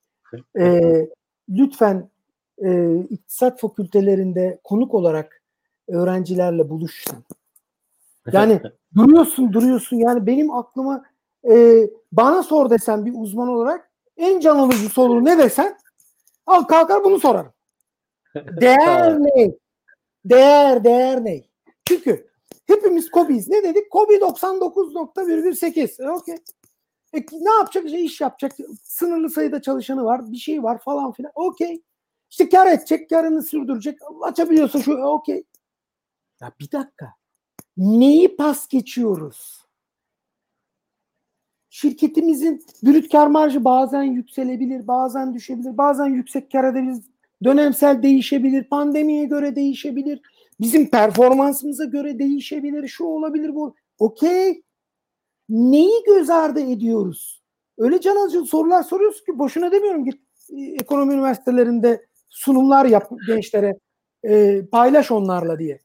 Speaker 3: lütfen iktisat fakültelerinde konuk olarak öğrencilerle buluşsan. Yani duruyorsun yani benim aklıma bana sor desen bir uzman olarak en can alıcı soru ne desen al kalkar bunu sorarım. Değer ne? Değer ne? Çünkü hepimiz KOBİ'yiz. Ne dedik? KOBİ 99.8. Okey. Ne yapacak? İşte iş yapacak. Sınırlı sayıda çalışanı var. Bir şey var falan filan. Okey. İşte kar edecek. Karını sürdürecek. Açabiliyorsa şu okey. Ya bir dakika. Neyi pas geçiyoruz? Şirketimizin brüt kar marjı bazen yükselebilir, bazen düşebilir, bazen yüksek kar edebilir, dönemsel değişebilir, pandemiye göre değişebilir, bizim performansımıza göre değişebilir, şu olabilir bu. Okey. Neyi göz ardı ediyoruz? Öyle can alıcı sorular soruyoruz ki boşuna demiyorum git ekonomi üniversitelerinde sunumlar yap gençlere paylaş onlarla diye.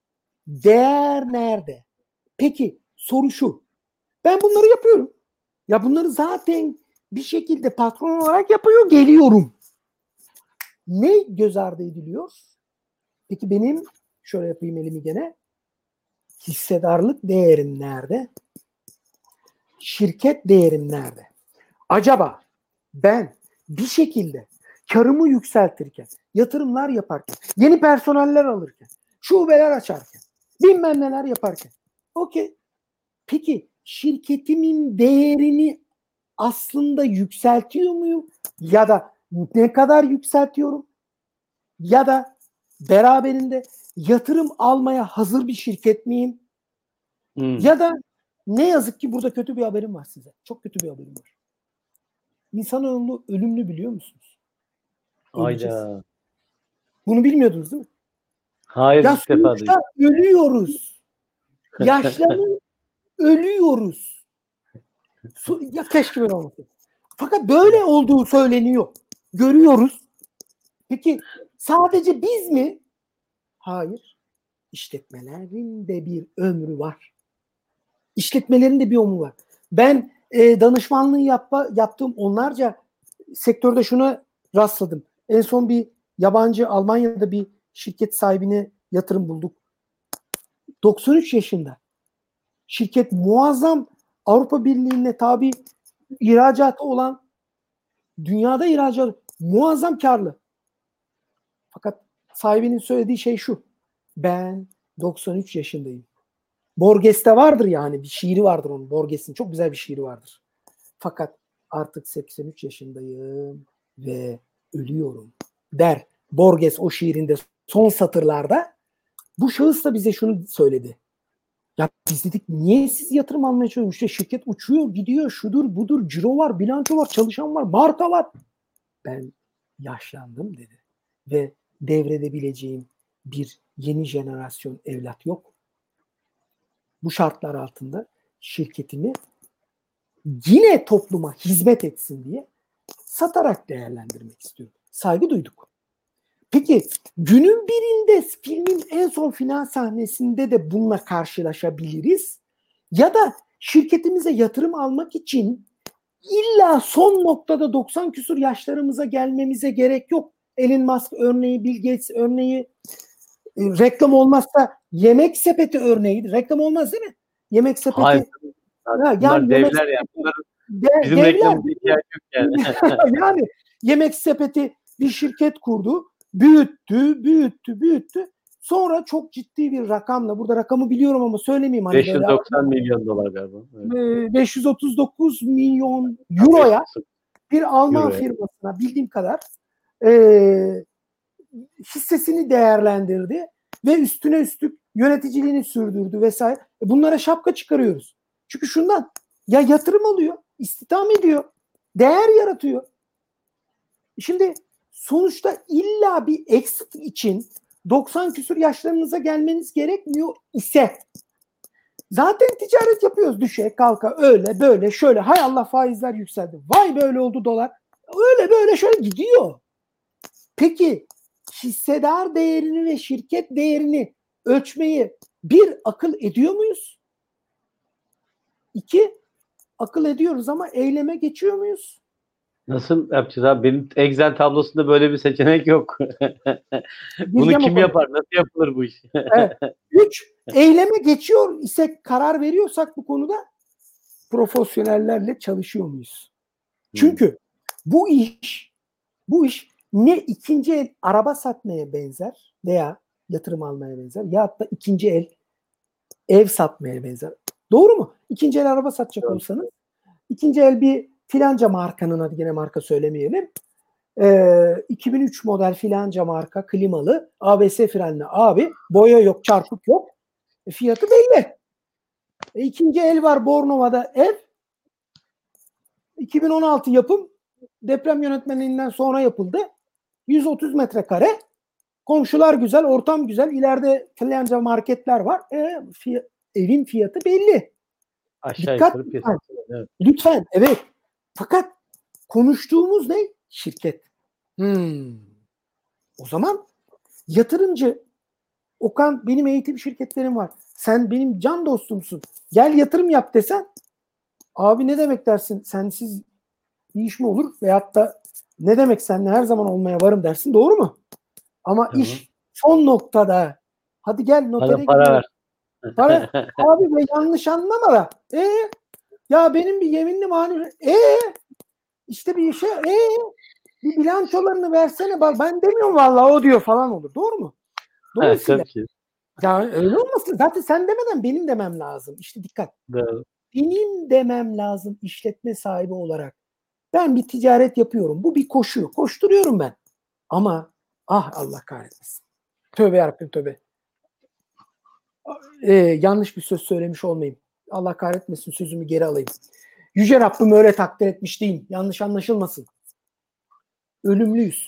Speaker 3: Değer nerede? Peki soru şu. Ben bunları yapıyorum. Ya bunları zaten bir şekilde patron olarak yapıyor geliyorum. Ne göz ardı ediliyor? Peki benim şöyle yapayım elimi gene. Hissedarlık değerim nerede? Şirket değerim nerede? Acaba ben bir şekilde karımı yükseltirken, yatırımlar yaparken, yeni personeller alırken, şubeler açarken, bilmem neler yaparken. Okey. Peki şirketimin değerini aslında yükseltiyor muyum? Ya da ne kadar yükseltiyorum? Ya da beraberinde yatırım almaya hazır bir şirket miyim? Ya da ne yazık ki burada kötü bir haberim var size. Çok kötü bir haberim var. İnsanoğlu ölümlü biliyor musunuz? Öleceğiz.
Speaker 2: Hayda.
Speaker 3: Bunu bilmiyordunuz değil mi?
Speaker 2: Hayır
Speaker 3: Ya
Speaker 2: ilk defa duydum.
Speaker 3: sonuçta ölüyoruz. Yaşlanıp ölüyoruz. Ya keşke böyle olmasın. Fakat böyle olduğu söyleniyor. Görüyoruz. Peki sadece biz mi? Hayır. İşletmelerin de bir ömrü var. İşletmelerin de bir ömrü var. Ben danışmanlığı yaptığım onlarca sektörde şuna rastladım. En son bir yabancı Almanya'da bir şirket sahibine yatırım bulduk. 93 yaşında. Şirket muazzam Avrupa Birliği'ne tabi ihracatı olan dünyada ihracat muazzam karlı. Fakat sahibinin söylediği şey şu. Ben 93 yaşındayım. Borges'te vardır yani bir şiiri vardır onun. Borges'in çok güzel bir şiiri vardır. Fakat artık 83 yaşındayım ve ölüyorum der. Borges o şiirinde son satırlarda bu şahıs da bize şunu söyledi. Ya biz dedik niye siz yatırım almaya çalışıyorsunuz? İşte şirket uçuyor gidiyor şudur budur ciro var bilanço var çalışan var marka var. Ben yaşlandım dedi. Ve devredebileceğim bir yeni jenerasyon evlat yok. Bu şartlar altında şirketimi yine topluma hizmet etsin diye satarak değerlendirmek istiyorum. Saygı duyduk. Peki günün birinde filmin en son final sahnesinde de bununla karşılaşabiliriz. Ya da şirketimize yatırım almak için illa son noktada 90 küsur yaşlarımıza gelmemize gerek yok. Elon Musk örneği, Bill Gates örneği, Reklam olmazsa Yemek Sepeti örneğiydi. Reklam olmaz değil mi? Yemek Sepeti.
Speaker 2: Hayır.
Speaker 3: Ha,
Speaker 2: Bunlar devler ya. Bunların bizim
Speaker 3: devler,
Speaker 2: reklamımıza ihtiyaç yok yani.
Speaker 3: yani Yemek Sepeti bir şirket kurdu. Büyüttü. Sonra çok ciddi bir rakamla, burada rakamı biliyorum ama söylemeyeyim. Hani
Speaker 2: 590 milyon dolar galiba.
Speaker 3: Evet. 539 milyon euroya bir Alman
Speaker 2: Euroya.
Speaker 3: firmasına bildiğim kadar hissesini değerlendirdi ve üstüne üstlük yöneticiliğini sürdürdü vesaire. Bunlara şapka çıkarıyoruz. Çünkü şundan, ya yatırım alıyor, istihdam ediyor, değer yaratıyor. Şimdi sonuçta illa bir exit için 90 küsur yaşlarınıza gelmeniz gerekmiyor ise zaten ticaret yapıyoruz, düşe kalka, öyle böyle şöyle, hay Allah faizler yükseldi, vay böyle oldu dolar, öyle böyle şöyle gidiyor. Peki hissedar değerini ve şirket değerini ölçmeyi bir, akıl ediyor muyuz? 2, akıl ediyoruz ama eyleme geçiyor muyuz?
Speaker 2: Nasıl yapacağız abi? Benim Excel tablosunda böyle bir seçenek yok. Bunu kim yapar? Nasıl yapılır bu iş?
Speaker 3: Evet. 3, eyleme geçiyor ise, karar veriyorsak bu konuda profesyonellerle çalışıyor muyuz? Çünkü bu iş ne ikinci el araba satmaya benzer veya yatırım almaya benzer, ya da ikinci el ev satmaya benzer. Doğru mu? İkinci el araba satacak olsanız, ikinci el bir filanca markanın, hadi gene marka söylemeyelim, 2003 model filanca marka klimalı ABS frenli abi, boya yok, çarpık yok, fiyatı belli. İkinci el var Bornova'da ev, 2016 yapım, deprem yönetmeliğinden sonra yapıldı, 130 metrekare, komşular güzel, ortam güzel, ileride filanca marketler var, evin fiyatı belli.
Speaker 2: Aşağı
Speaker 3: Dikkat
Speaker 2: yukarı
Speaker 3: lütfen.
Speaker 2: Evet.
Speaker 3: Lütfen, evet. Fakat konuştuğumuz ne? Şirket. O zaman yatırımcı, Okan, benim eğitim şirketlerim var, sen benim can dostumsun, gel yatırım yap desen, abi ne demek dersin, sensiz bir iş mi olur, veyahut da ne demek seninle her zaman olmaya varım dersin, doğru mu? Ama
Speaker 2: Tamam.
Speaker 3: iş son noktada, hadi gel notere
Speaker 2: Para
Speaker 3: gidelim.
Speaker 2: ver.
Speaker 3: Para, abi ve yanlış anlama da, ya benim bir yeminli mani, işte bir şey, bir bilançolarını versene, bak ben demiyorum vallahi, o diyor falan olur, doğru mu? Dolayısıyla ya öyle olmasın, zaten sen demeden benim demem lazım. İşte dikkat.
Speaker 2: Doğru.
Speaker 3: Benim demem lazım işletme sahibi olarak. Ben bir ticaret yapıyorum. Bu bir koşu. Koşturuyorum ben. Ama Allah kahretmesin. Tövbe yarabbim, tövbe. Yanlış bir söz söylemiş olmayayım. Allah kahretmesin, sözümü geri alayım. Yüce Rabbim öyle takdir etmiş değil. Yanlış anlaşılmasın. Ölümlüyüz.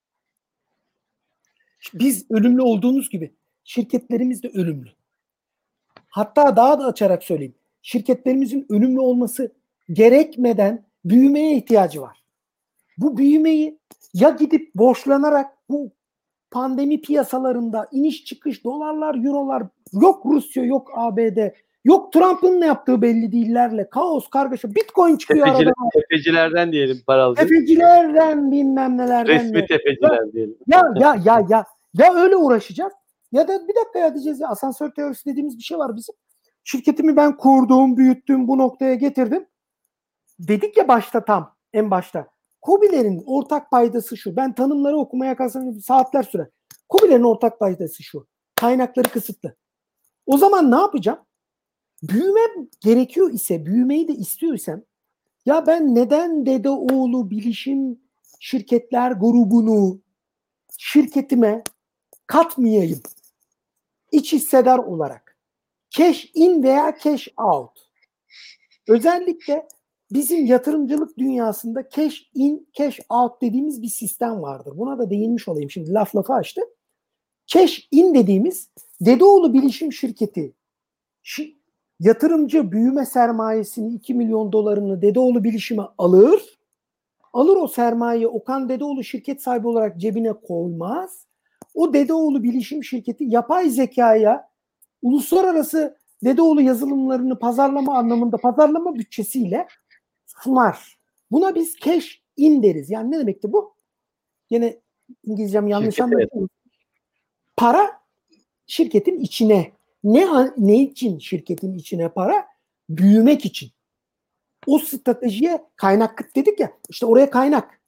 Speaker 3: Biz ölümlü olduğumuz gibi şirketlerimiz de ölümlü. Hatta daha da açarak söyleyeyim. Şirketlerimizin ölümlü olması gerekmeden büyümeye ihtiyacı var. Bu büyümeyi ya gidip borçlanarak, bu pandemi piyasalarında iniş çıkış, dolarlar, eurolar, yok Rusya, yok ABD, yok Trump'ın ne yaptığı belli değillerle, kaos, kargaşa, Bitcoin çıkıyor arada.
Speaker 2: Tefecilerden diyelim, paralı.
Speaker 3: Tefecilerden, bilmem nelerden.
Speaker 2: Resmi tefeciler diyelim.
Speaker 3: Ya öyle uğraşacağız. Ya da bir dakika ya diyeceğiz, ya asansör teorisi dediğimiz bir şey var bizim. Şirketimi ben kurdum, büyüttüm, bu noktaya getirdim. Dedik ya en başta. KOBİ'lerin ortak paydası şu. Ben tanımları okumaya kalksam saatler sürer. KOBİ'lerin ortak paydası şu. Kaynakları kısıtlı. O zaman ne yapacağım? Büyüme gerekiyor ise, büyümeyi de istiyorsam, ya ben neden Dedeoğlu Bilişim Şirketler grubunu şirketime katmayayım? İç hissedar olarak. Cash in veya cash out. Özellikle bizim yatırımcılık dünyasında cash in, cash out dediğimiz bir sistem vardır. Buna da değinmiş olayım. Şimdi lafı açtı. Cash in dediğimiz, Dedeoğlu Bilişim Şirketi yatırımcı büyüme sermayesini, 2 milyon dolarını Dedeoğlu Bilişim'e alır o sermayeyi Okan Dedeoğlu şirket sahibi olarak cebine koymaz. O Dedeoğlu Bilişim Şirketi yapay zekaya uluslararası Dedeoğlu yazılımlarını pazarlama anlamında, pazarlama bütçesiyle sunar. Buna biz cash in deriz. Yani ne demekti bu? Yine İngilizcem yanlış anlaşılmasın. Para şirketin içine. Ne için şirketin içine para? Büyümek için. O stratejiye kaynak kıt dedik ya, işte oraya kaynak.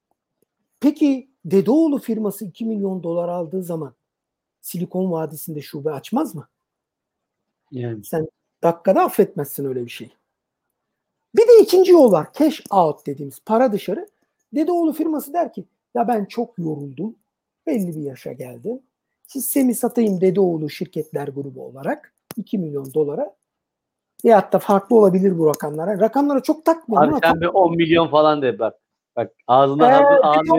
Speaker 3: Peki Dedeoğlu firması 2 milyon dolar aldığı zaman Silikon Vadisi'nde şube açmaz mı?
Speaker 2: Yani.
Speaker 3: Sen dakikada affetmezsin öyle bir şey. Bir de ikinci yol var. Cash out dediğimiz, para dışarı. Dedeoğlu firması der ki ya ben çok yoruldum. Belli bir yaşa geldim. Hissemi satayım Dedeoğlu Şirketler Grubu olarak 2 milyon dolara. Veyahut da farklı olabilir bu rakamlara. Rakamlara çok takmıyorum.
Speaker 2: Abi sen bir 10 milyon falan de bak. Bak ağzına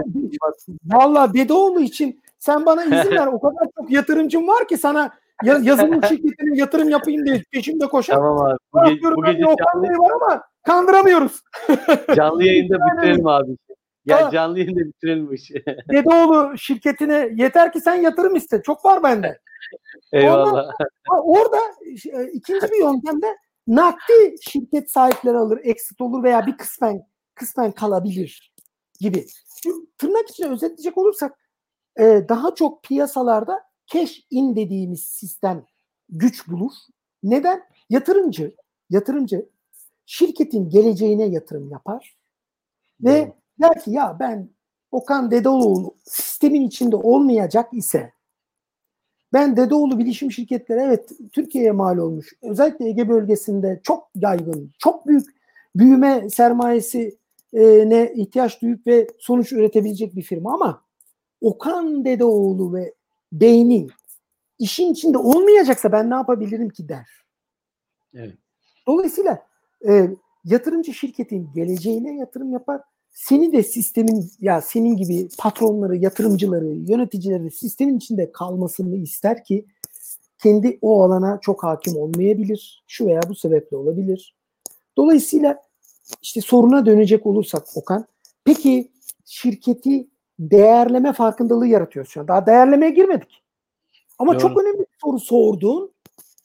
Speaker 3: Valla Dedeoğlu için sen bana izin ver. O kadar çok yatırımcım var ki sana yazılım şirketine yatırım yapayım diye peşimde koşan.
Speaker 2: Tamam abi. Bu gece
Speaker 3: Okan Bey var ama kandıramıyoruz.
Speaker 2: Canlı yayında bitirelim abi. Ya canlı yayında bitirelim bu işi.
Speaker 3: Dedeoğlu şirketine yeter ki sen yatırım iste. Çok var bende.
Speaker 2: Eyvallah.
Speaker 3: Orada ikinci bir yöntemde nakdi şirket sahipleri alır, exit olur veya bir kısmen kalabilir gibi. Tırnak içinde özetleyecek olursak daha çok piyasalarda cash in dediğimiz sistem güç bulur. Neden? Yatırımcı şirketin geleceğine yatırım yapar ve der ki ya ben Okan Dedeoğlu sistemin içinde olmayacak ise ben Dedeoğlu bilişim şirketleri evet Türkiye'ye mal olmuş. Özellikle Ege bölgesinde çok yaygın, çok büyük büyüme sermayesi ne ihtiyaç duyup ve sonuç üretebilecek bir firma ama Okan Dedeoğlu ve beynin işin içinde olmayacaksa ben ne yapabilirim ki der.
Speaker 2: Evet.
Speaker 3: Dolayısıyla yatırımcı şirketin geleceğine yatırım yapar. Seni de sistemin ya senin gibi patronları, yatırımcıları, yöneticileri sistemin içinde kalmasını ister ki kendi o alana çok hakim olmayabilir. Şu veya bu sebeple olabilir. Dolayısıyla işte soruna dönecek olursak Okan, peki şirketi değerleme farkındalığı yaratıyoruz şu an. Daha değerlemeye girmedik. Ama çok önemli bir soru sordun.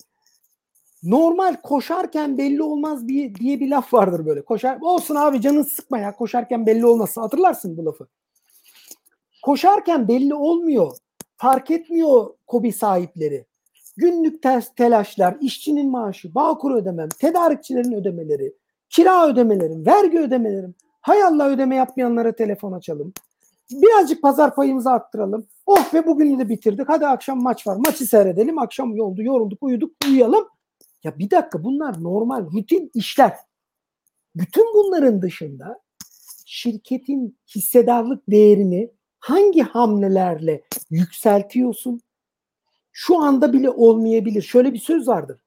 Speaker 3: Normal koşarken belli olmaz diye bir laf vardır böyle. Olsun abi canın sıkma ya koşarken belli olmaz. Hatırlarsın bu lafı. Koşarken belli olmuyor. Fark etmiyor KOBİ sahipleri. Günlük telaşlar, işçinin maaşı, Bağkur ödemem, tedarikçilerin ödemeleri, kira ödemelerim, vergi ödemelerim. Hay Allah ödeme yapmayanlara telefon açalım. Birazcık pazar payımızı arttıralım. Oh ve bugünü de bitirdik. Hadi akşam maç var. Maçı seyredelim. Akşam yoldu, yorulduk, uyuduk, uyuyalım. Ya bir dakika bunlar normal, rutin işler. Bütün bunların dışında şirketin hissedarlık değerini hangi hamlelerle yükseltiyorsun? Şu anda bile olmayabilir. Şöyle bir söz vardır.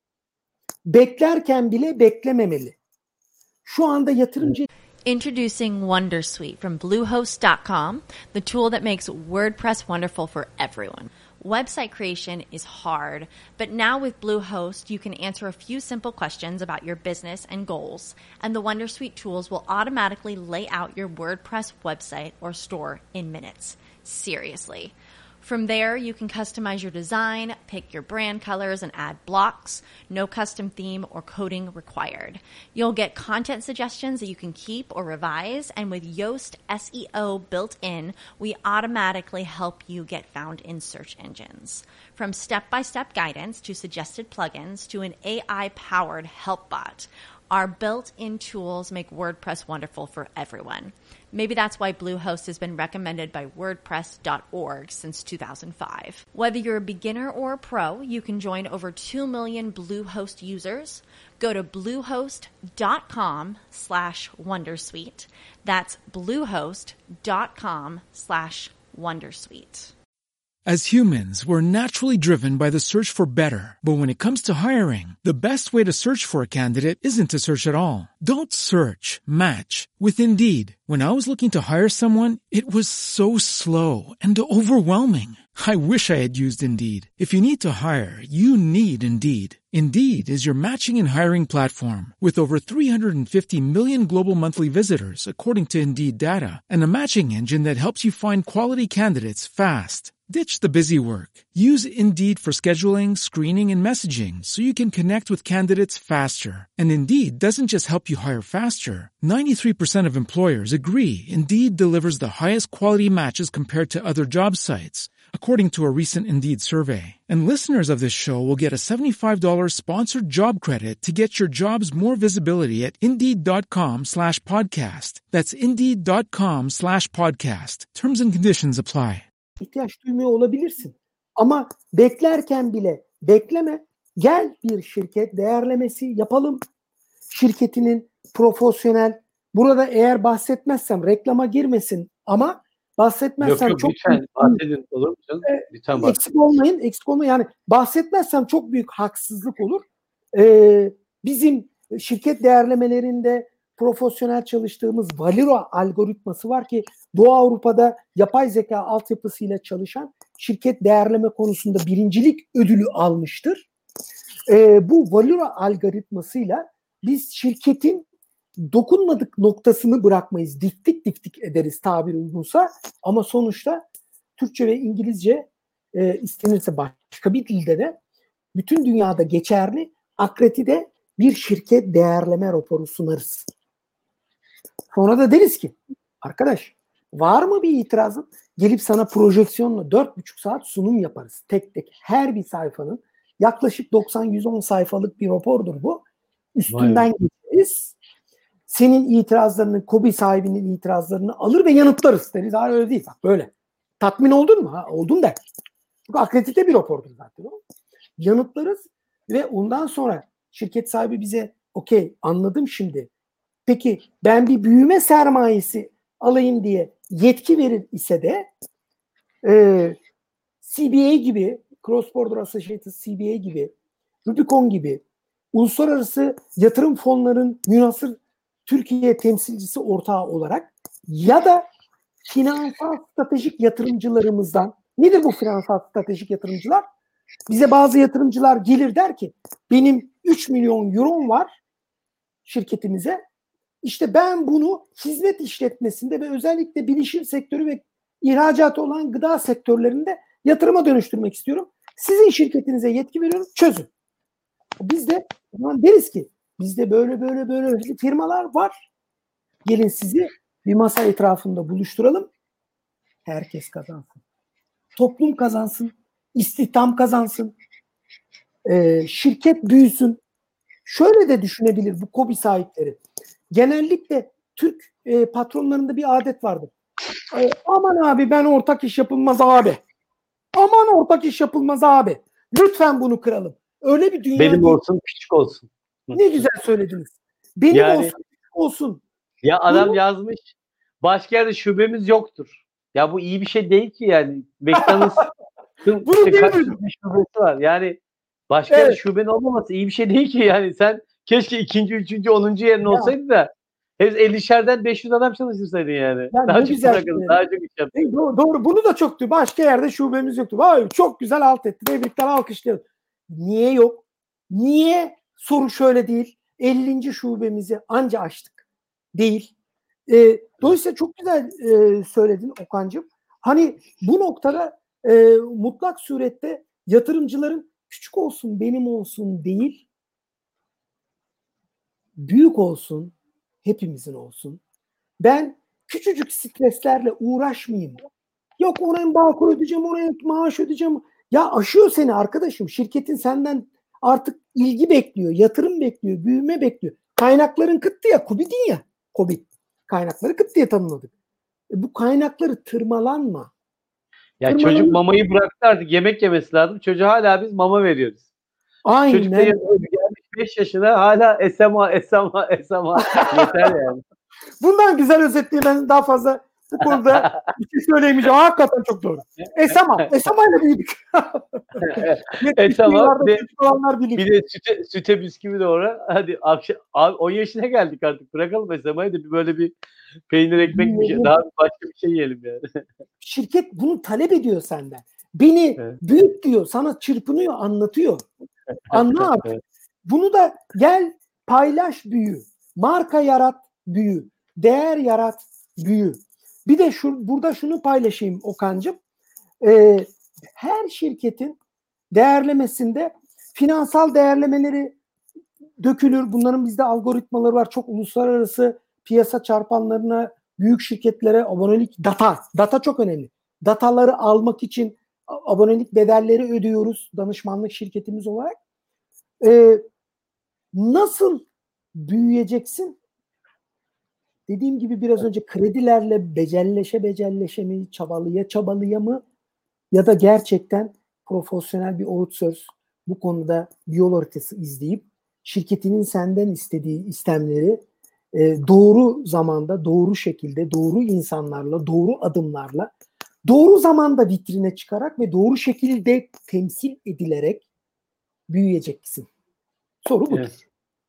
Speaker 3: Beklerken bile beklememeli. Şu anda yatırımcı...
Speaker 1: Introducing Wondersuite from Bluehost.com, the tool that makes WordPress wonderful for everyone. Website creation is hard, but now with Bluehost, you can answer a few simple questions about your business and goals, and the Wondersuite tools will automatically lay out your WordPress website or store in minutes. Seriously. From there, you can customize your design, pick your brand colors, and add blocks. No custom theme or coding required. You'll get content suggestions that you can keep or revise, and with Yoast SEO built in, we automatically help you get found in search engines. From step-by-step guidance to suggested plugins to an AI-powered help bot, our built-in tools make WordPress wonderful for everyone. Maybe that's why Bluehost has been recommended by WordPress.org since 2005. Whether you're a beginner or a pro, you can join over 2 million Bluehost users. Go to bluehost.com/Wondersuite. That's bluehost.com/Wondersuite.
Speaker 4: As humans, we're naturally driven by the search for better. But when it comes to hiring, the best way to search for a candidate isn't to search at all. Don't search, match with Indeed. When I was looking to hire someone, it was so slow and overwhelming. I wish I had used Indeed. If you need to hire, you need Indeed. Indeed is your matching and hiring platform with over 350 million global monthly visitors, according to Indeed data, and a matching engine that helps you find quality candidates fast. Ditch the busy work. Use Indeed for scheduling, screening, and messaging so you can connect with candidates faster. And Indeed doesn't just help you hire faster. 93% of employers agree Indeed delivers the highest quality matches compared to other job sites. according to a recent Indeed survey. And listeners of this show will get a $75 sponsored job credit to get your jobs more visibility at Indeed.com/podcast. That's Indeed.com/podcast. Terms and conditions apply.
Speaker 3: İhtiyaç duymaya olabilirsin. Ama beklerken bile bekleme. Gel bir şirket değerlemesi yapalım. Şirketinin profesyonel. Burada eğer bahsetmezsem reklama girmesin ama bahsetmezsem
Speaker 2: yok,
Speaker 3: çok
Speaker 2: lütfen bahsedin, olur mu canım? Lütfen
Speaker 3: eksik olmayın. Yani bahsetmezsem çok büyük haksızlık olur. Bizim şirket değerlemelerinde profesyonel çalıştığımız Valiro algoritması var ki Doğu Avrupa'da yapay zeka altyapısıyla çalışan şirket değerleme konusunda birincilik ödülü almıştır. Bu Valiro algoritmasıyla biz şirketin dokunmadık noktasını bırakmayız. Diktik ederiz tabiri uygunsa. Ama sonuçta Türkçe ve İngilizce istenirse başka bir dilde de bütün dünyada geçerli akredite bir şirket değerleme raporu sunarız. Sonra da deriz ki arkadaş var mı bir itirazın? Gelip sana projeksiyonla 4,5 saat sunum yaparız. Tek tek her bir sayfanın yaklaşık 90-110 sayfalık bir rapordur bu. Üstünden geçeriz. Senin itirazlarını, KOBİ sahibinin itirazlarını alır ve yanıtlarız deriz. Hayır öyle değil. Bak böyle. Tatmin oldun mu? Ha, oldum der. Çünkü akredite bir rapordur zaten o. Yanıtlarız ve ondan sonra şirket sahibi bize okey anladım şimdi. Peki ben bir büyüme sermayesi alayım diye yetki verir ise de CBA gibi, Cross Border Associated CBA gibi, Rubicon gibi uluslararası yatırım fonların münhasır Türkiye temsilcisi ortağı olarak ya da finansal stratejik yatırımcılarımızdan, nedir bu finansal stratejik yatırımcılar? Bize bazı yatırımcılar gelir der ki benim 3 milyon euron var şirketimize. İşte ben bunu hizmet işletmesinde ve özellikle bilişim sektörü ve ihracatı olan gıda sektörlerinde yatırıma dönüştürmek istiyorum. Sizin şirketinize yetki veriyorum, çözün. Biz de deriz ki bizde böyle firmalar var. Gelin sizi bir masa etrafında buluşturalım. Herkes kazansın. Toplum kazansın. İstihdam kazansın. Şirket büyüsün. Şöyle de düşünebilir bu KOBİ sahipleri. Genellikle Türk patronlarında bir adet vardır. Aman abi ben ortak iş yapılmaz abi. Aman ortak iş yapılmaz abi. Lütfen bunu kıralım. Öyle bir dünya
Speaker 2: benim
Speaker 3: değil.
Speaker 2: olsun, küçük olsun.
Speaker 3: Ne güzel söylediniz. Benim
Speaker 2: yani,
Speaker 3: olsun, küçük olsun.
Speaker 2: Ya adam yazmış, başka yerde şubemiz yoktur. Ya bu iyi bir şey değil ki yani. McDonald's'ın kaç şubesi var. Yani başka yerde şubenin olmaması iyi bir şey değil ki yani. Sen keşke 2. 3. 10. yerin olsaydı da hep 50'şerden 500 adam çalıştırsaydın yani. Daha çok bırakın, daha çok iş yaptın.
Speaker 3: Doğru. Bunu da çoktu. Başka yerde şubemiz yoktu. Vay çok güzel alt etti. Tebrikler, alkışlayalım. Niye yok? Niye? Soru şöyle değil. 50. şubemizi anca açtık. Değil. Dolayısıyla çok güzel söyledin Okan'cığım. Hani bu noktada mutlak surette yatırımcıların küçük olsun, benim olsun değil, büyük olsun, hepimizin olsun. Ben küçücük streslerle uğraşmayayım. Yok ona bağkur ödeyeceğim, oraya maaş ödeyeceğim. Ya aşıyor seni arkadaşım. Şirketin senden artık ilgi bekliyor, yatırım bekliyor, büyüme bekliyor. Kaynakların kıttı ya, KOBİ'din ya. KOBİ. Kaynakları kıt diye tanımladık. Bu kaynakları tırmalanma.
Speaker 2: Ya çocuk mamayı bıraktı artık. Yemek yemesi lazım. Çocuğa hala biz mama veriyoruz.
Speaker 3: Aynen.
Speaker 2: Çocuk da gelmiş 5 yaşına hala SMA. Yeter yani.
Speaker 3: Bundan güzel özetliği ben daha fazla bu konuda bir şey söyleyemeyeceğim. Hakikaten çok doğru. SMA ile büyüdük.
Speaker 2: Bir de süte bisküvi doğru. Hadi akşam, abi 10 yaşına geldik artık. Bırakalım SMA'yı da böyle bir peynir ekmek bir şey, daha başka bir şey yiyelim yani.
Speaker 3: Şirket bunu talep ediyor senden. Beni büyüt diyor. Sana çırpınıyor, anlatıyor. Anla artık. Evet. Bunu da gel paylaş büyü. Marka yarat büyü. Değer yarat büyü. Bir de burada şunu paylaşayım Okan'cığım. Her şirketin değerlemesinde finansal değerlemeleri dökülür. Bunların bizde algoritmaları var. Çok uluslararası piyasa çarpanlarına, büyük şirketlere abonelik, data çok önemli. Dataları almak için abonelik bedelleri ödüyoruz danışmanlık şirketimiz olarak. Nasıl büyüyeceksin? Dediğim gibi biraz önce kredilerle becelleşe mi, çabalıya mı, ya da gerçekten profesyonel bir outsource bu konuda bir yol haritası izleyip şirketinin senden istediği istemleri doğru zamanda, doğru şekilde, doğru insanlarla, doğru adımlarla, doğru zamanda vitrine çıkarak ve doğru şekilde temsil edilerek büyüyeceksin. Soru budur.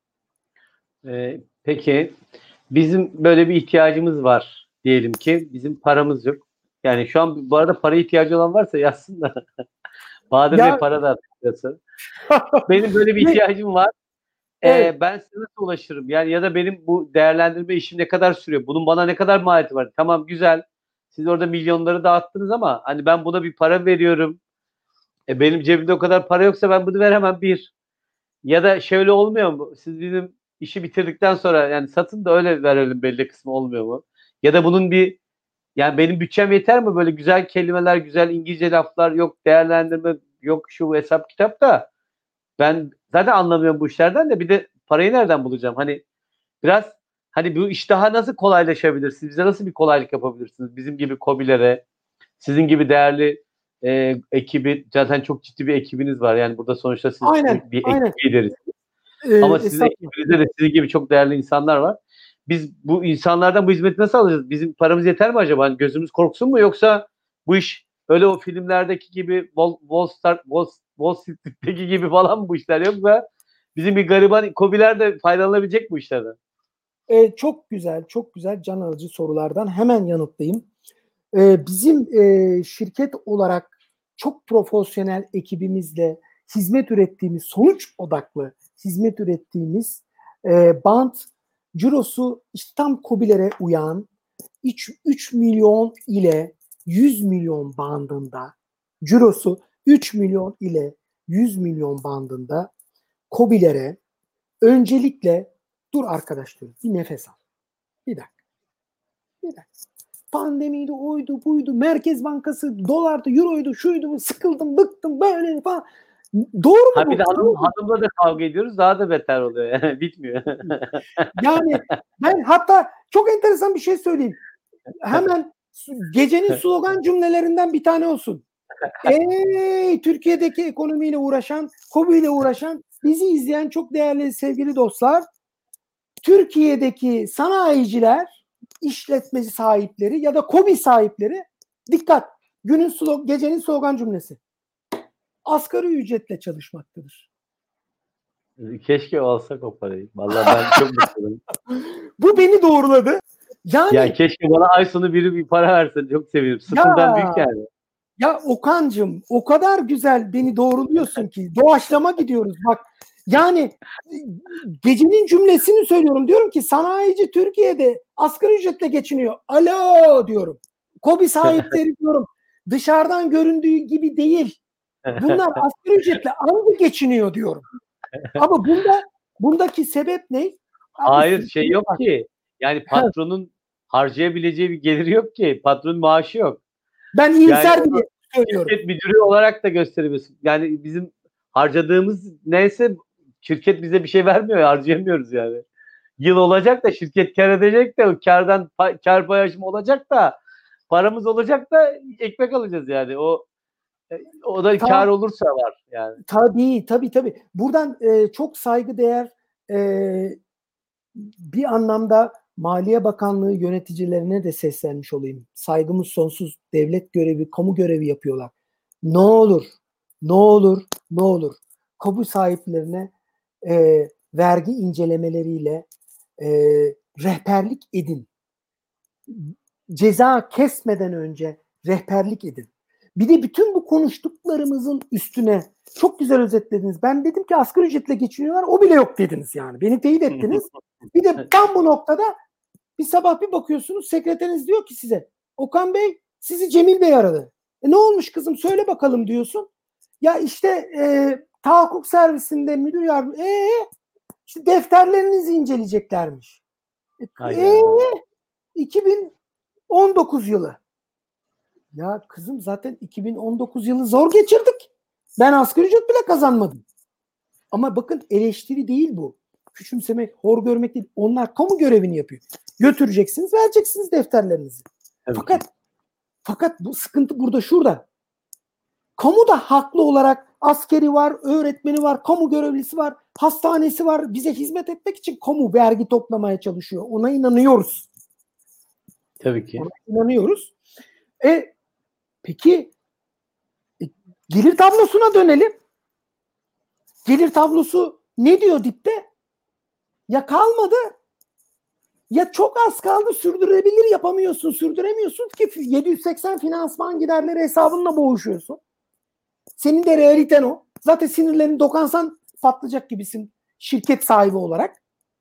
Speaker 2: Peki bizim böyle bir ihtiyacımız var diyelim ki. Bizim paramız yok. Yani şu an bu arada para ihtiyacı olan varsa yazsın da. Bahadır Bey para da atıyorsun. Benim böyle bir ihtiyacım var. Evet. Ben size nasıl ulaşırım? Yani ya da benim bu değerlendirme işim ne kadar sürüyor? Bunun bana ne kadar maliyeti var? Tamam güzel. Siz orada milyonları dağıttınız ama hani ben buna bir para veriyorum. Benim cebimde o kadar para yoksa ben bunu veremem bir. Ya da şöyle olmuyor mu? Siz bizim işi bitirdikten sonra yani satın da öyle verelim belli kısmı olmuyor mu? Ya da bunun bir yani benim bütçem yeter mi? Böyle güzel kelimeler, güzel İngilizce laflar yok, değerlendirme yok, şu hesap kitap da ben zaten anlamıyorum bu işlerden de bir de parayı nereden bulacağım? Hani biraz hani bu iş daha nasıl kolaylaşabilir? Siz bize nasıl bir kolaylık yapabilirsiniz? Bizim gibi KOBİ'lere, sizin gibi değerli ekibi, zaten çok ciddi bir ekibiniz var. Yani burada sonuçta siz bir ekip lideriz. Ama sizin ekibinizde de sizin gibi çok değerli insanlar var. Biz bu insanlardan bu hizmeti nasıl alacağız? Bizim paramız yeter mi acaba? Hani gözümüz korksun mu yoksa bu iş öyle o filmlerdeki gibi Wall Street'teki gibi falan mı bu işler yoksa bizim bir gariban KOBİ'ler de faydalanabilecek bu işlerden?
Speaker 3: Çok güzel, çok güzel can alıcı sorulardan hemen yanıtlayayım. Bizim şirket olarak çok profesyonel ekibimizle hizmet ürettiğimiz, sonuç odaklı hizmet ürettiğimiz bant cirosu işte tam KOBİ'lere uyan 3 milyon ile 100 milyon bandında, cirosu 3 milyon ile 100 milyon bandında KOBİ'lere öncelikle dur arkadaş diyoruz, bir nefes al. Bir dakika. Pandemiydi, oydu, buydu, Merkez Bankası, dolardı, euroydu, şuydu, sıkıldım, bıktım, böyle falan. Doğru mu bu?
Speaker 2: Bir de hanımla da kavga ediyoruz, daha da beter oluyor. Yani bitmiyor.
Speaker 3: Yani ben hatta çok enteresan bir şey söyleyeyim. Hemen gecenin slogan cümlelerinden bir tane olsun. Ey Türkiye'deki ekonomiyle uğraşan, KOBİ'yle uğraşan, bizi izleyen çok değerli sevgili dostlar, Türkiye'deki sanayiciler, işletmeci sahipleri ya da KOBİ sahipleri dikkat. Gecenin slogan cümlesi. Asgari ücretle çalışmaktadır.
Speaker 2: Keşke alsak o parayı. Vallahi ben çok mutluyum.
Speaker 3: Bu beni doğruladı. Yani
Speaker 2: ya keşke bana ay sonu biri bir para versin. Çok sevinirim. Sıfırdan büyük yani.
Speaker 3: Ya Okan'cığım o kadar güzel beni doğruluyorsun ki doğaçlama gidiyoruz. Bak yani gecenin cümlesini söylüyorum. Diyorum ki sanayici Türkiye'de asgari ücretle geçiniyor. Alo diyorum. KOBİ sahipleri diyorum. Dışarıdan göründüğü gibi değil. Bunlar asgari ücretle anca geçiniyor diyorum. Ama bundaki sebep ne?
Speaker 2: Hayır şey yok ki. Yani patronun harcayabileceği bir geliri yok ki. Patronun maaşı yok.
Speaker 3: Ben iyimser bile söylüyorum.
Speaker 2: Şirket müdürü olarak da gösterebilirsin. Yani bizim harcadığımız neyse şirket bize bir şey vermiyor. Harcayamıyoruz yani. Yıl olacak da şirket kar edecek de o kardan kar paylaşımı olacak da paramız olacak da ekmek alacağız yani. O da kar olursa var yani.
Speaker 3: Tabii. Buradan çok saygıdeğer bir anlamda Maliye Bakanlığı yöneticilerine de seslenmiş olayım. Saygımız sonsuz. Devlet görevi, kamu görevi yapıyorlar. Ne olur KOBİ sahiplerine vergi incelemeleriyle rehberlik edin. Ceza kesmeden önce rehberlik edin. Bir de bütün bu konuştuklarımızın üstüne çok güzel özetlediniz. Ben dedim ki asgari ücretle geçiniyorlar. O bile yok dediniz yani. Beni teyit ettiniz. Bir de tam bu noktada bir sabah bir bakıyorsunuz sekreteriniz diyor ki size Okan Bey sizi Cemil Bey aradı. Ne olmuş kızım söyle bakalım diyorsun. Ya işte tahakkuk servisinde müdür yardımcısı işte defterlerinizi inceleyeceklermiş. 2019 yılı. Ya kızım zaten 2019 yılı zor geçirdik. Ben asgari ücret bile kazanmadım. Ama bakın eleştiri değil bu. Küçümsemek, hor görmek değil. Onlar kamu görevini yapıyor. Götüreceksiniz, vereceksiniz defterlerinizi.
Speaker 2: Evet.
Speaker 3: Fakat bu sıkıntı burada şurada. Kamu da haklı olarak askeri var, öğretmeni var, kamu görevlisi var, hastanesi var. Bize hizmet etmek için kamu vergi toplamaya çalışıyor. Ona inanıyoruz.
Speaker 2: Tabii ki.
Speaker 3: Ona inanıyoruz. Peki gelir tablosuna dönelim. Gelir tablosu ne diyor dipte? Ya kalmadı ya çok az kaldı, sürdürebilir yapamıyorsun, sürdüremiyorsun ki 780 finansman giderleri hesabınla boğuşuyorsun. Senin de realiten o. Zaten sinirlerini dokansan patlayacak gibisin şirket sahibi olarak.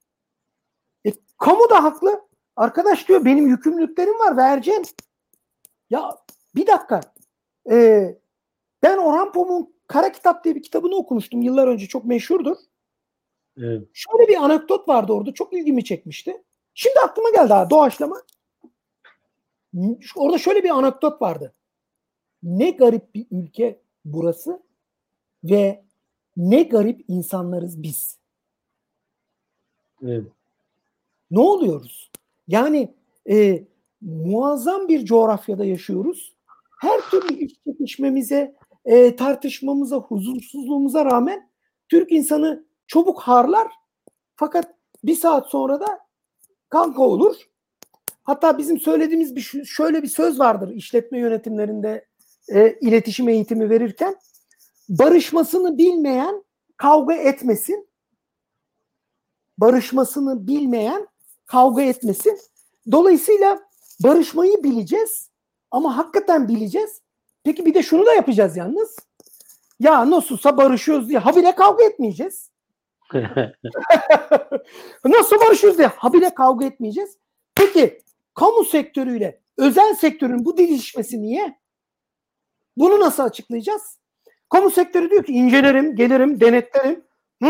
Speaker 3: Kamu da haklı. Arkadaş diyor benim yükümlülüklerim var, vereceğim. Ya bir dakika. Ben Orhan Pamuk'un Kara Kitap diye bir kitabını okumuştum yıllar önce. Çok meşhurdur.
Speaker 2: Evet.
Speaker 3: Şöyle bir anekdot vardı orada. Çok ilgimi çekmişti. Şimdi aklıma geldi ha, doğaçlama. Orada şöyle bir anekdot vardı. Ne garip bir ülke burası ve ne garip insanlarız biz.
Speaker 2: Evet.
Speaker 3: Ne oluyoruz? Yani muazzam bir coğrafyada yaşıyoruz. Her türlü iç çekişmemize, tartışmamıza, huzursuzluğumuza rağmen Türk insanı çabuk harlar. Fakat bir saat sonra da kanka olur. Hatta bizim söylediğimiz şöyle bir söz vardır işletme yönetimlerinde iletişim eğitimi verirken. Barışmasını bilmeyen kavga etmesin. Barışmasını bilmeyen kavga etmesin. Dolayısıyla barışmayı bileceğiz ama hakikaten bileceğiz. Peki bir de şunu da yapacağız yalnız. Ya nasılsa barışıyoruz diye habire kavga etmeyeceğiz. Nasıl barışıyoruz diye habire kavga etmeyeceğiz. Peki kamu sektörüyle özel sektörün bu didişmesi niye? Bunu nasıl açıklayacağız? Kamu sektörü diyor ki incelerim, gelirim, denetlerim.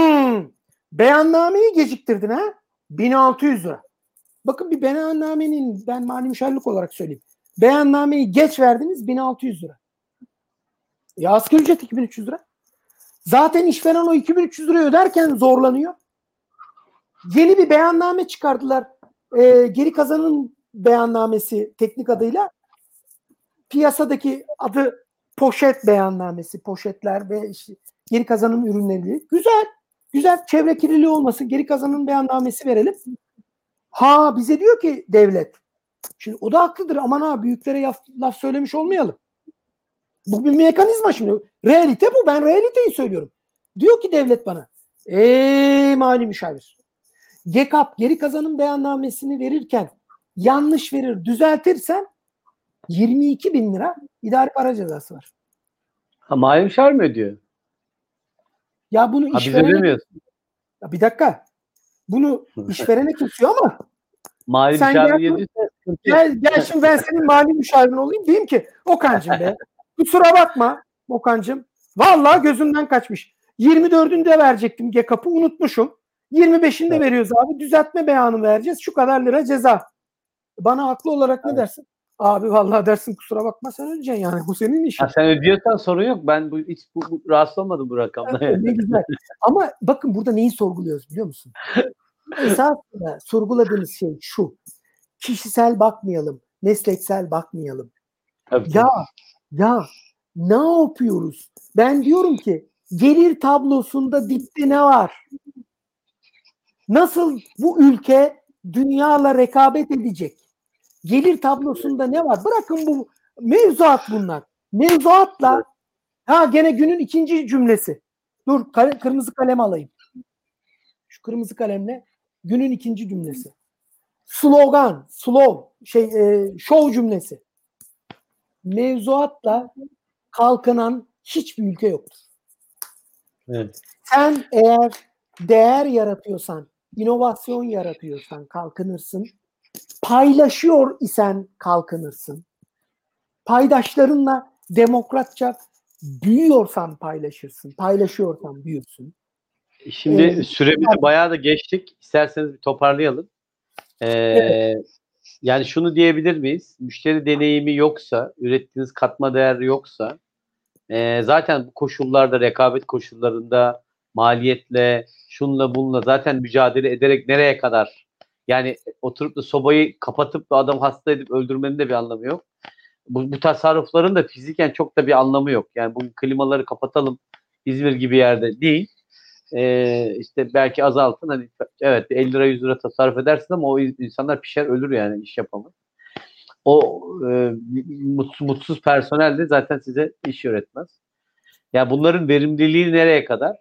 Speaker 3: Beyannameyi geciktirdin ha? 1600 lira. Bakın bir beyannamenin, ben mali müşavirlik olarak söyleyeyim. Beyannameyi geç verdiniz 1600 lira. Asgari ücret 2300 lira. Zaten işveren o 2300 lirayı öderken zorlanıyor. Yeni bir beyanname çıkardılar. Geri kazanım beyannamesi teknik adıyla. Piyasadaki adı poşet beyannamesi. Poşetler ve işte geri kazanım ürünleri. Güzel. Güzel. Çevre kirliliği olmasın. Geri kazanım beyannamesi verelim. Bize diyor ki devlet. Şimdi o da haklıdır. Aman ha büyüklere laf söylemiş olmayalım. Bu bir mekanizma şimdi. Realite bu. Ben realiteyi söylüyorum. Diyor ki devlet bana. Mali müşavir. GEKAP geri kazanım beyannamesini verirken yanlış verir, düzeltirsen 22.000 lira idari para cezası var.
Speaker 2: Mali müşavir mi ödüyor?
Speaker 3: Ya bunu işverene... Ya bir dakika. Bunu işverene kimsiyor ama
Speaker 2: mali
Speaker 3: müşavir gel şimdi ben senin mali müşavirin olayım diyeyim ki Okan'cığım be. Kusura bakma Okan'cığım. Vallahi gözümden kaçmış. 24'ünde verecektim GEKAP'ı unutmuşum. 25'inde veriyoruz abi. Düzeltme beyanı vereceğiz. Şu kadar lira ceza. Bana haklı olarak ne dersin? Abi vallahi dersin kusura bakma sen ödeyeceksin yani. Bu senin işin.
Speaker 2: Sen ödüyorsan sorun yok. Ben hiç rahatsız olmadım bu rakamda.
Speaker 3: Ne güzel. Ama bakın burada neyi sorguluyoruz biliyor musun? Esasında sorguladığımız şey şu. Kişisel bakmayalım. Mesleksel bakmayalım.
Speaker 2: Tabii.
Speaker 3: Ya ne yapıyoruz? Ben diyorum ki gelir tablosunda dipte ne var? Nasıl bu ülke dünyayla rekabet edecek? Gelir tablosunda ne var? Bırakın bu mevzuat bunlar. Mevzuatla gene günün ikinci cümlesi. Dur kırmızı kalem alayım. Şu kırmızı kalemle günün ikinci cümlesi. Slogan, şov cümlesi. Mevzuatla kalkınan hiçbir ülke yoktur.
Speaker 2: Evet.
Speaker 3: Sen eğer değer yaratıyorsan, inovasyon yaratıyorsan kalkınırsın. Paylaşıyor isen kalkınırsın. Paydaşlarınla demokratça büyüyorsan paylaşırsın. Paylaşıyorsan büyürsün.
Speaker 2: Şimdi süremizi bayağı da geçtik. İsterseniz bir toparlayalım.
Speaker 3: Evet.
Speaker 2: Yani şunu diyebilir miyiz? Müşteri deneyimi yoksa, ürettiğiniz katma değer yoksa, zaten bu koşullarda, rekabet koşullarında maliyetle, şunla bununla zaten mücadele ederek nereye kadar? Yani oturup da sobayı kapatıp da adam hasta edip öldürmenin de bir anlamı yok. Bu tasarrufların da fiziken çok da bir anlamı yok. Yani bugün klimaları kapatalım İzmir gibi yerde değil. İşte belki azaltın. Hani evet 50 lira 100 lira tasarruf edersin ama o insanlar pişer ölür yani iş yapamaz. O mutsuz personel de zaten size iş öğretmez. Yani bunların verimliliği nereye kadar?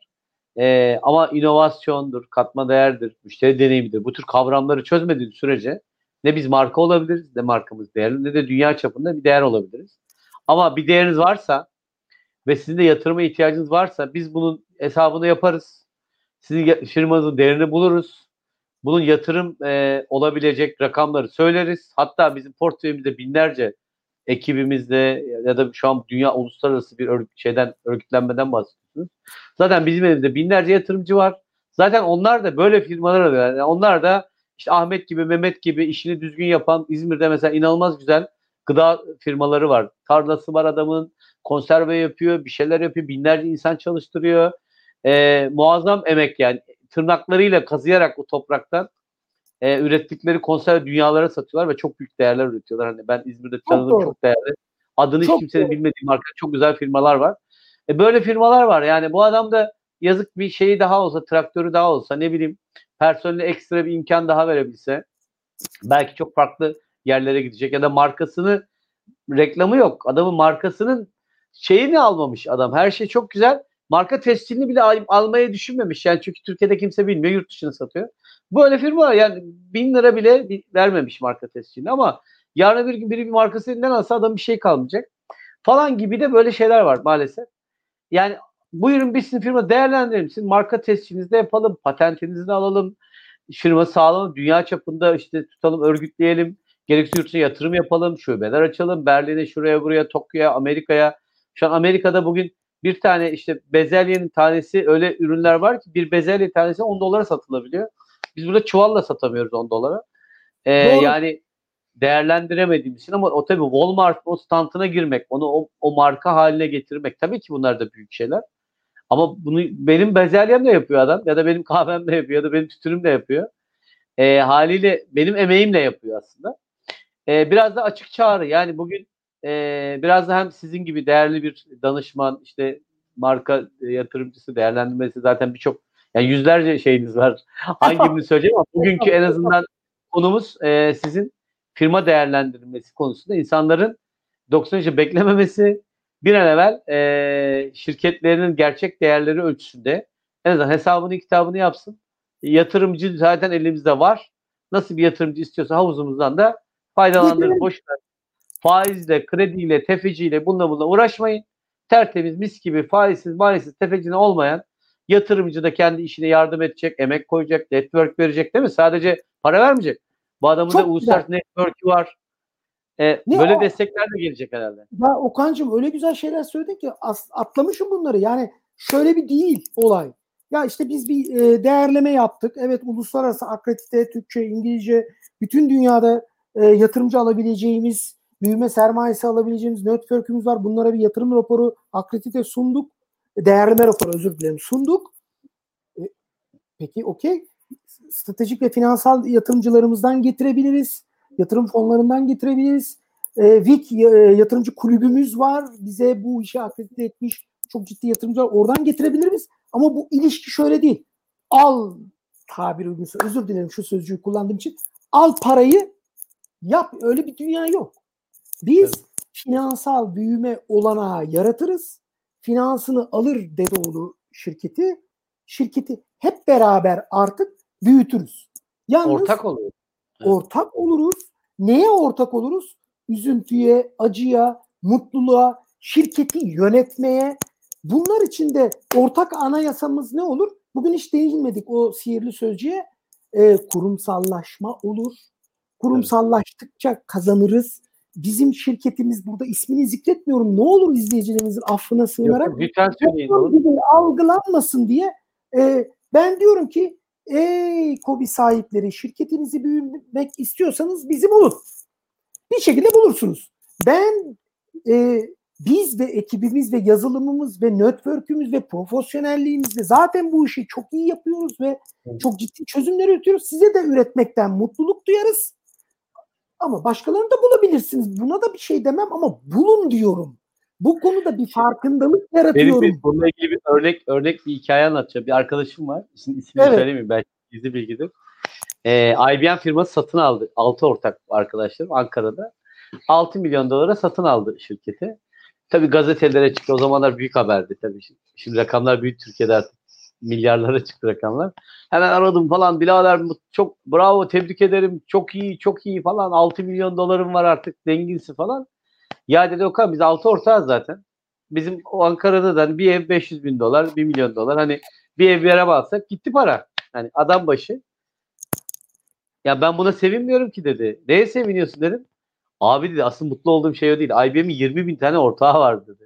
Speaker 2: Ama inovasyondur, katma değerdir, müşteri deneyimidir. Bu tür kavramları çözmediğiniz sürece ne biz marka olabiliriz, ne markamız değerli, ne de dünya çapında bir değer olabiliriz. Ama bir değeriniz varsa ve sizin de yatırıma ihtiyacınız varsa biz bunun hesabını yaparız. Sizin firmanızın değerini buluruz. Bunun yatırım olabilecek rakamları söyleriz. Hatta bizim portföyümüzde binlerce ekibimizde ya da şu an dünya uluslararası bir örgütlenmeden bahsediyorsunuz. Zaten bizim elimizde binlerce yatırımcı var. Zaten onlar da böyle firmalar alıyor. Yani onlar da işte Ahmet gibi, Mehmet gibi işini düzgün yapan İzmir'de mesela inanılmaz güzel gıda firmaları var. Tarlası var adamın, konserve yapıyor, bir şeyler yapıyor, binlerce insan çalıştırıyor. Muazzam emek yani tırnaklarıyla kazıyarak o topraktan ürettikleri konserve dünyalara satıyorlar ve çok büyük değerler üretiyorlar. Hani ben İzmir'de tanıdığım çok değerli, adını hiç kimsenin bilmediği marka çok güzel firmalar var. Böyle firmalar var. Yani bu adam da yazık bir şeyi daha olsa, traktörü daha olsa, ne bileyim personeline ekstra bir imkan daha verebilse belki çok farklı yerlere gidecek ya da markasını reklamı yok. Adamın markasının şeyini almamış adam. Her şey çok güzel. Marka tescilini bile almayı düşünmemiş. Yani çünkü Türkiye'de kimse bilmiyor. Yurt dışına satıyor. Böyle firma var. Yani 1000 lira bile vermemiş marka tescilini ama yarın bir gün biri bir markası elinden alsa adam bir şey kalmayacak. Falan gibi de böyle şeyler var maalesef. Yani buyurun biz sizin firma değerlendirelim. Sizin marka tescilinizi de yapalım. Patentinizi de alalım. Firma sağlayalım. Dünya çapında işte tutalım, örgütleyelim. Gerekirse yurt dışına yatırım yapalım. Şubeler açalım. Berlin'e, şuraya, buraya, Tokyo'ya, Amerika'ya. Şu an Amerika'da bugün bir tane işte bezelyenin tanesi öyle ürünler var ki bir bezelye tanesi 10 dolara satılabiliyor. Biz burada çuvalla satamıyoruz 10 dolara. Yani değerlendiremediğimiz için ama o tabii Walmart o standına girmek, onu o marka haline getirmek tabii ki bunlar da büyük şeyler. Ama bunu benim bezelyem de yapıyor adam ya da benim kahvem de yapıyor ya da benim tütünüm de yapıyor. Haliyle benim emeğimle yapıyor aslında. Biraz da açık çağrı yani bugün biraz da hem sizin gibi değerli bir danışman işte marka yatırımcısı değerlendirmesi zaten birçok yani yüzlerce şeyiniz var. Hangi söyleyeceğim ama bugünkü en azından konumuz sizin firma değerlendirilmesi konusunda insanların 93'e beklememesi bir an evvel şirketlerinin gerçek değerleri ölçüsünde en azından hesabını kitabını yapsın. Yatırımcı zaten elimizde var. Nasıl bir yatırımcı istiyorsa havuzumuzdan da faydalandırın. Boşver. Faizle, krediyle, tefeciyle bununla uğraşmayın. Tertemiz, mis gibi faizsiz, tefecine olmayan yatırımcı da kendi işine yardım edecek, emek koyacak, network verecek değil mi? Sadece para vermeyecek. Bu adamın da uluslararası network'ü var. Böyle destekler de gelecek herhalde.
Speaker 3: Ya Okan'cığım öyle güzel şeyler söyledin ki atlamışım bunları. Yani şöyle bir değil olay. Ya işte biz bir değerleme yaptık. Evet uluslararası akredite, Türkçe, İngilizce bütün dünyada yatırımcı alabileceğimiz, büyüme sermayesi alabileceğimiz network'ümüz var. Bunlara bir yatırım raporu, akredite sunduk. Değerleme raporu özür dilerim sunduk. Peki okey. Stratejik ve finansal yatırımcılarımızdan getirebiliriz. Yatırım fonlarından getirebiliriz. VIK yatırımcı kulübümüz var. Bize bu işi akredite etmiş çok ciddi yatırımcılar oradan getirebiliriz. Ama bu ilişki şöyle değil. Al tabiri uygunsa özür dilerim şu sözcüğü kullandığım için. Al parayı yap. Öyle bir dünya yok. Biz finansal büyüme olanağı yaratırız. Finansını alır Dedeoğlu şirketi hep beraber artık büyütürüz. Yalnız
Speaker 2: ortak oluyoruz.
Speaker 3: Ortak oluruz. Neye ortak oluruz? Üzüntüye, acıya, mutluluğa, şirketi yönetmeye. Bunlar için de ortak anayasamız ne olur? Bugün hiç değinmedik o sihirli sözcüğe. Kurumsallaşma olur. Kurumsallaştıkça kazanırız. Bizim şirketimiz burada ismini zikretmiyorum. Ne olur izleyicilerimizin affına sığınarak
Speaker 2: lütfen söyleyin.
Speaker 3: algılanmasın diye ben diyorum ki Ey KOBİ sahipleri, şirketinizi büyütmek istiyorsanız bizi bulun. Bir şekilde bulursunuz. Biz ve ekibimiz ve yazılımımız ve network'ümüz ve profesyonelliğimizle zaten bu işi çok iyi yapıyoruz ve çok ciddi çözümler üretiyoruz. Size de üretmekten mutluluk duyarız. Ama başkalarını da bulabilirsiniz. Buna da bir şey demem ama bulun diyorum. Bu konuda bir farkındalık yaratıyorum.
Speaker 2: Benim bununla ilgili bir örnek bir hikaye anlatacağım. Bir arkadaşım var. İsmini söylemeyeyim. Belki gizli bilgidir. IBM firması satın aldı. 6 ortak arkadaşlarım Ankara'da. 6 milyon dolara satın aldı şirketi. Tabii gazetelere çıktı. O zamanlar büyük haberdi tabii. Şimdi rakamlar büyük Türkiye'de artık. Milyarlara çıktı rakamlar. Hemen aradım falan. Birader çok bravo, tebrik ederim. Çok iyi, çok iyi falan. 6 milyon dolarım var artık. Zenginsin falan. Ya dedi Okan biz 6 ortağız zaten. Bizim o Ankara'da da hani bir ev 500 bin dolar, 1 milyon dolar. Hani bir ev bir araba alsak gitti para. Hani adam başı. Ya ben buna sevinmiyorum ki dedi. Neye seviniyorsun dedim. Abi dedi asıl mutlu olduğum şey o değil. IBM'in 20 bin tane ortağı var dedi.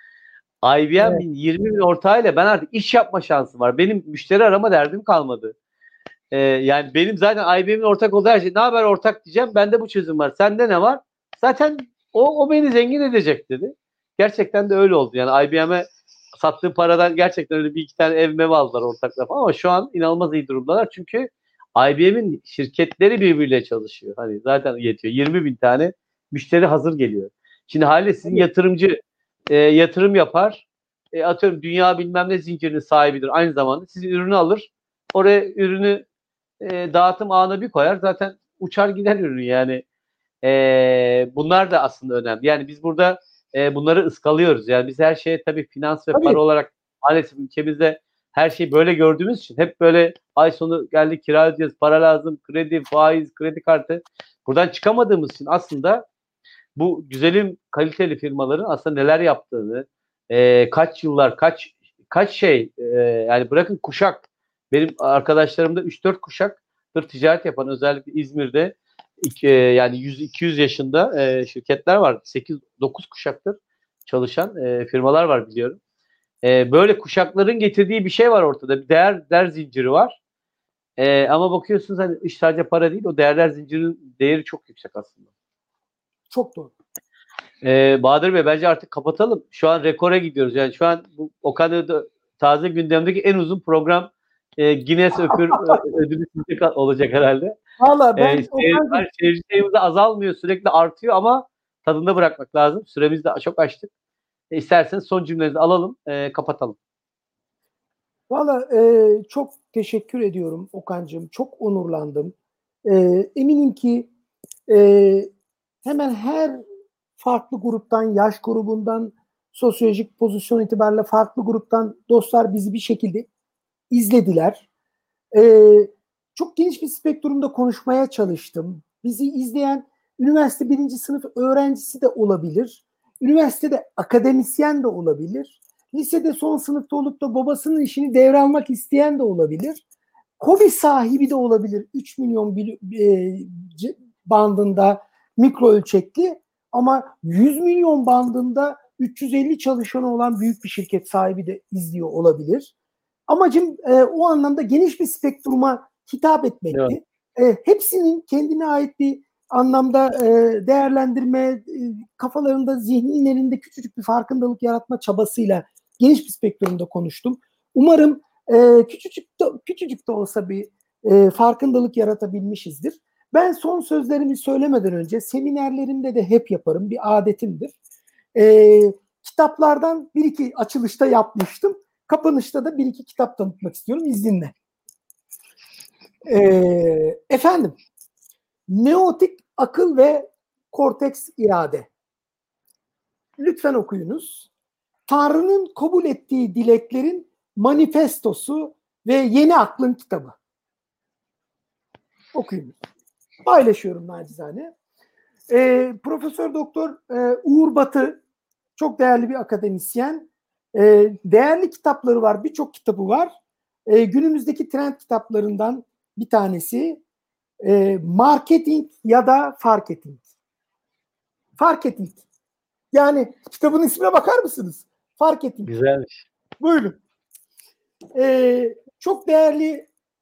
Speaker 2: IBM'in 20 bin ortağıyla ben artık iş yapma şansım var. Benim müşteri arama derdim kalmadı. Yani benim zaten IBM'in ortak olduğu her şey. Ne haber ortak diyeceğim. Bende bu çözüm var. Sende ne var? Zaten o beni zengin edecek dedi. Gerçekten de öyle oldu. Yani IBM'e sattığı paradan gerçekten öyle bir iki tane ev mev aldılar ortaklar falan. Ama şu an inanılmaz iyi durumdalar. Çünkü IBM'in şirketleri birbiriyle çalışıyor. Hani zaten yetiyor. 20 bin tane müşteri hazır geliyor. Şimdi haliyle sizin yatırımcı yatırım yapar. Atıyorum dünya bilmem ne zincirinin sahibidir aynı zamanda. Sizin ürünü alır. Oraya ürünü dağıtım ağına bir koyar. Zaten uçar gider ürün yani. Bunlar da aslında önemli. Yani biz burada bunları ıskalıyoruz. Yani biz her şeye tabii finans ve para olarak maalesef ülkemizde her şeyi böyle gördüğümüz için hep böyle ay sonu geldi kira ödeyeceğiz, para lazım, kredi, faiz, kredi kartı. Buradan çıkamadığımız için aslında bu güzelim kaliteli firmaların aslında neler yaptığını, kaç yıllar, kaç şey yani bırakın kuşak. Benim arkadaşlarımda 3-4 kuşaktır ticaret yapan özellikle İzmir'de yani 100-200 yaşında şirketler var. 8-9 kuşaktır çalışan firmalar var biliyorum. Böyle kuşakların getirdiği bir şey var ortada. Bir değer zinciri var. Ama bakıyorsunuz hani iş sadece para değil. O değerler zincirinin değeri çok yüksek aslında.
Speaker 3: Çok doğru.
Speaker 2: Bahadır Bey bence artık kapatalım. Şu an rekora gidiyoruz. Yani şu an bu Okan'da taze gündemdeki en uzun program Guinness ödülü olacak herhalde.
Speaker 3: Valla ben
Speaker 2: seyirci sayımız da azalmıyor. Sürekli artıyor ama tadında bırakmak lazım. Süremizi de çok açtık. İsterseniz son cümlenizi alalım. Kapatalım.
Speaker 3: Valla çok teşekkür ediyorum Okan'cığım. Çok onurlandım. Eminim ki hemen her farklı gruptan, yaş grubundan, sosyolojik pozisyon itibariyle farklı gruptan dostlar bizi bir şekilde izlediler. Çok geniş bir spektrumda konuşmaya çalıştım. Bizi izleyen üniversite 1. sınıf öğrencisi de olabilir. Üniversitede akademisyen de olabilir. Lisede son sınıfta olup da babasının işini devralmak isteyen de olabilir. KOBİ sahibi de olabilir. 3 milyon bandında mikro ölçekli ama 100 milyon bandında 350 çalışanı olan büyük bir şirket sahibi de izliyor olabilir. Amacım o anlamda geniş bir spektruma hitap etmekti. Hepsinin kendine ait bir anlamda değerlendirme, kafalarında, zihinlerinde küçücük bir farkındalık yaratma çabasıyla geniş bir spektrumda konuştum. Umarım küçücük de olsa bir farkındalık yaratabilmişizdir. Ben son sözlerimi söylemeden önce seminerlerimde de hep yaparım. Bir adetimdir. Kitaplardan bir iki açılışta yapmıştım. Kapanışta da 1-2 kitap tanıtmak istiyorum izninle. Efendim, Neotik Akıl ve Korteks İrade. Lütfen okuyunuz. Tanrı'nın kabul ettiği dileklerin manifestosu ve Yeni Aklın kitabı. Okuyunuz. Paylaşıyorum nacizane. Profesör Doktor Uğur Batı çok değerli bir akademisyen. Değerli kitapları var. Birçok kitabı var. Günümüzdeki trend kitaplarından bir tanesi Marketing ya da Farketing. Farketing. Yani kitabın ismine bakar mısınız? Farketing.
Speaker 2: Güzelmiş.
Speaker 3: Buyurun. Çok değerli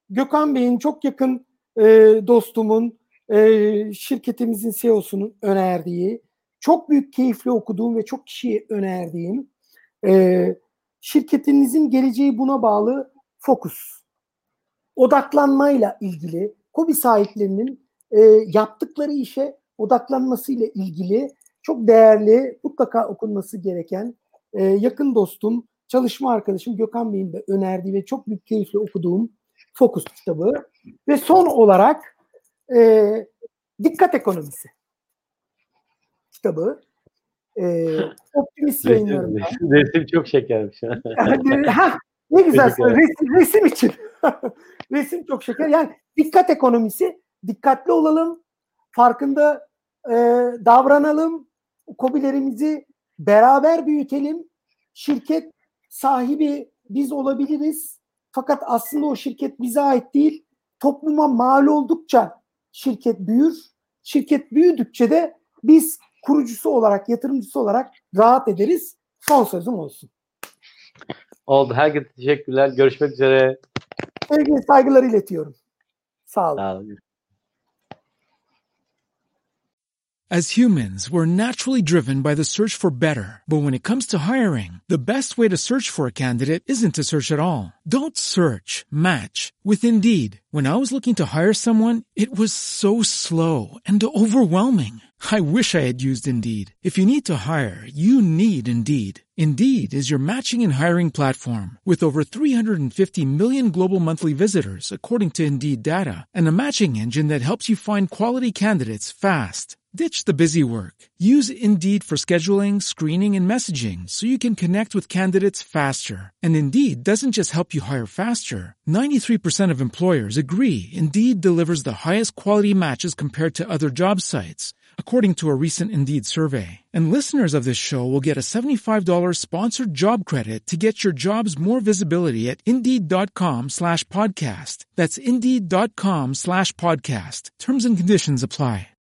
Speaker 3: Gökhan Bey'in çok yakın dostumun, şirketimizin CEO'sunun önerdiği, çok büyük keyifle okuduğum ve çok kişiye önerdiğim, şirketinizin geleceği buna bağlı fokus. Odaklanmayla ilgili, KOBİ sahiplerinin yaptıkları işe odaklanmasıyla ilgili çok değerli, mutlaka okunması gereken, yakın dostum, çalışma arkadaşım Gökhan Bey'in de önerdiği ve çok büyük keyifle okuduğum Fokus kitabı. Ve son olarak Dikkat Ekonomisi kitabı. Optimist yayınlarında.
Speaker 2: Resim çok şekermiş.
Speaker 3: Ne güzel. Resim için. Resim çok şeker. Yani dikkat ekonomisi, dikkatli olalım, farkında davranalım, KOBİ'lerimizi beraber büyütelim. Şirket sahibi biz olabiliriz. Fakat aslında o şirket bize ait değil. Topluma mal oldukça şirket büyür. Şirket büyüdükçe de biz kurucusu olarak, yatırımcısı olarak rahat ederiz. Son sözüm olsun.
Speaker 2: Oldu. Herkese teşekkürler. Görüşmek üzere.
Speaker 3: Sevgili saygılar iletiyorum. Sağ olun.
Speaker 2: Sağ olun.
Speaker 4: As humans, we're naturally driven by the search for better. But when it comes to hiring, the best way to search for a candidate isn't to search at all. Don't search, match with Indeed. When I was looking to hire someone, it was so slow and overwhelming. I wish I had used Indeed. If you need to hire, you need Indeed. Indeed is your matching and hiring platform with over 350 million global monthly visitors, according to Indeed data, and a matching engine that helps you find quality candidates fast. Ditch the busy work. Use Indeed for scheduling, screening, and messaging so you can connect with candidates faster. And Indeed doesn't just help you hire faster. 93% of employers agree Indeed delivers the highest quality matches compared to other job sites, according to a recent Indeed survey. And listeners of this show will get a $75 sponsored job credit to get your jobs more visibility at Indeed.com/podcast. That's Indeed.com/podcast. Terms and conditions apply.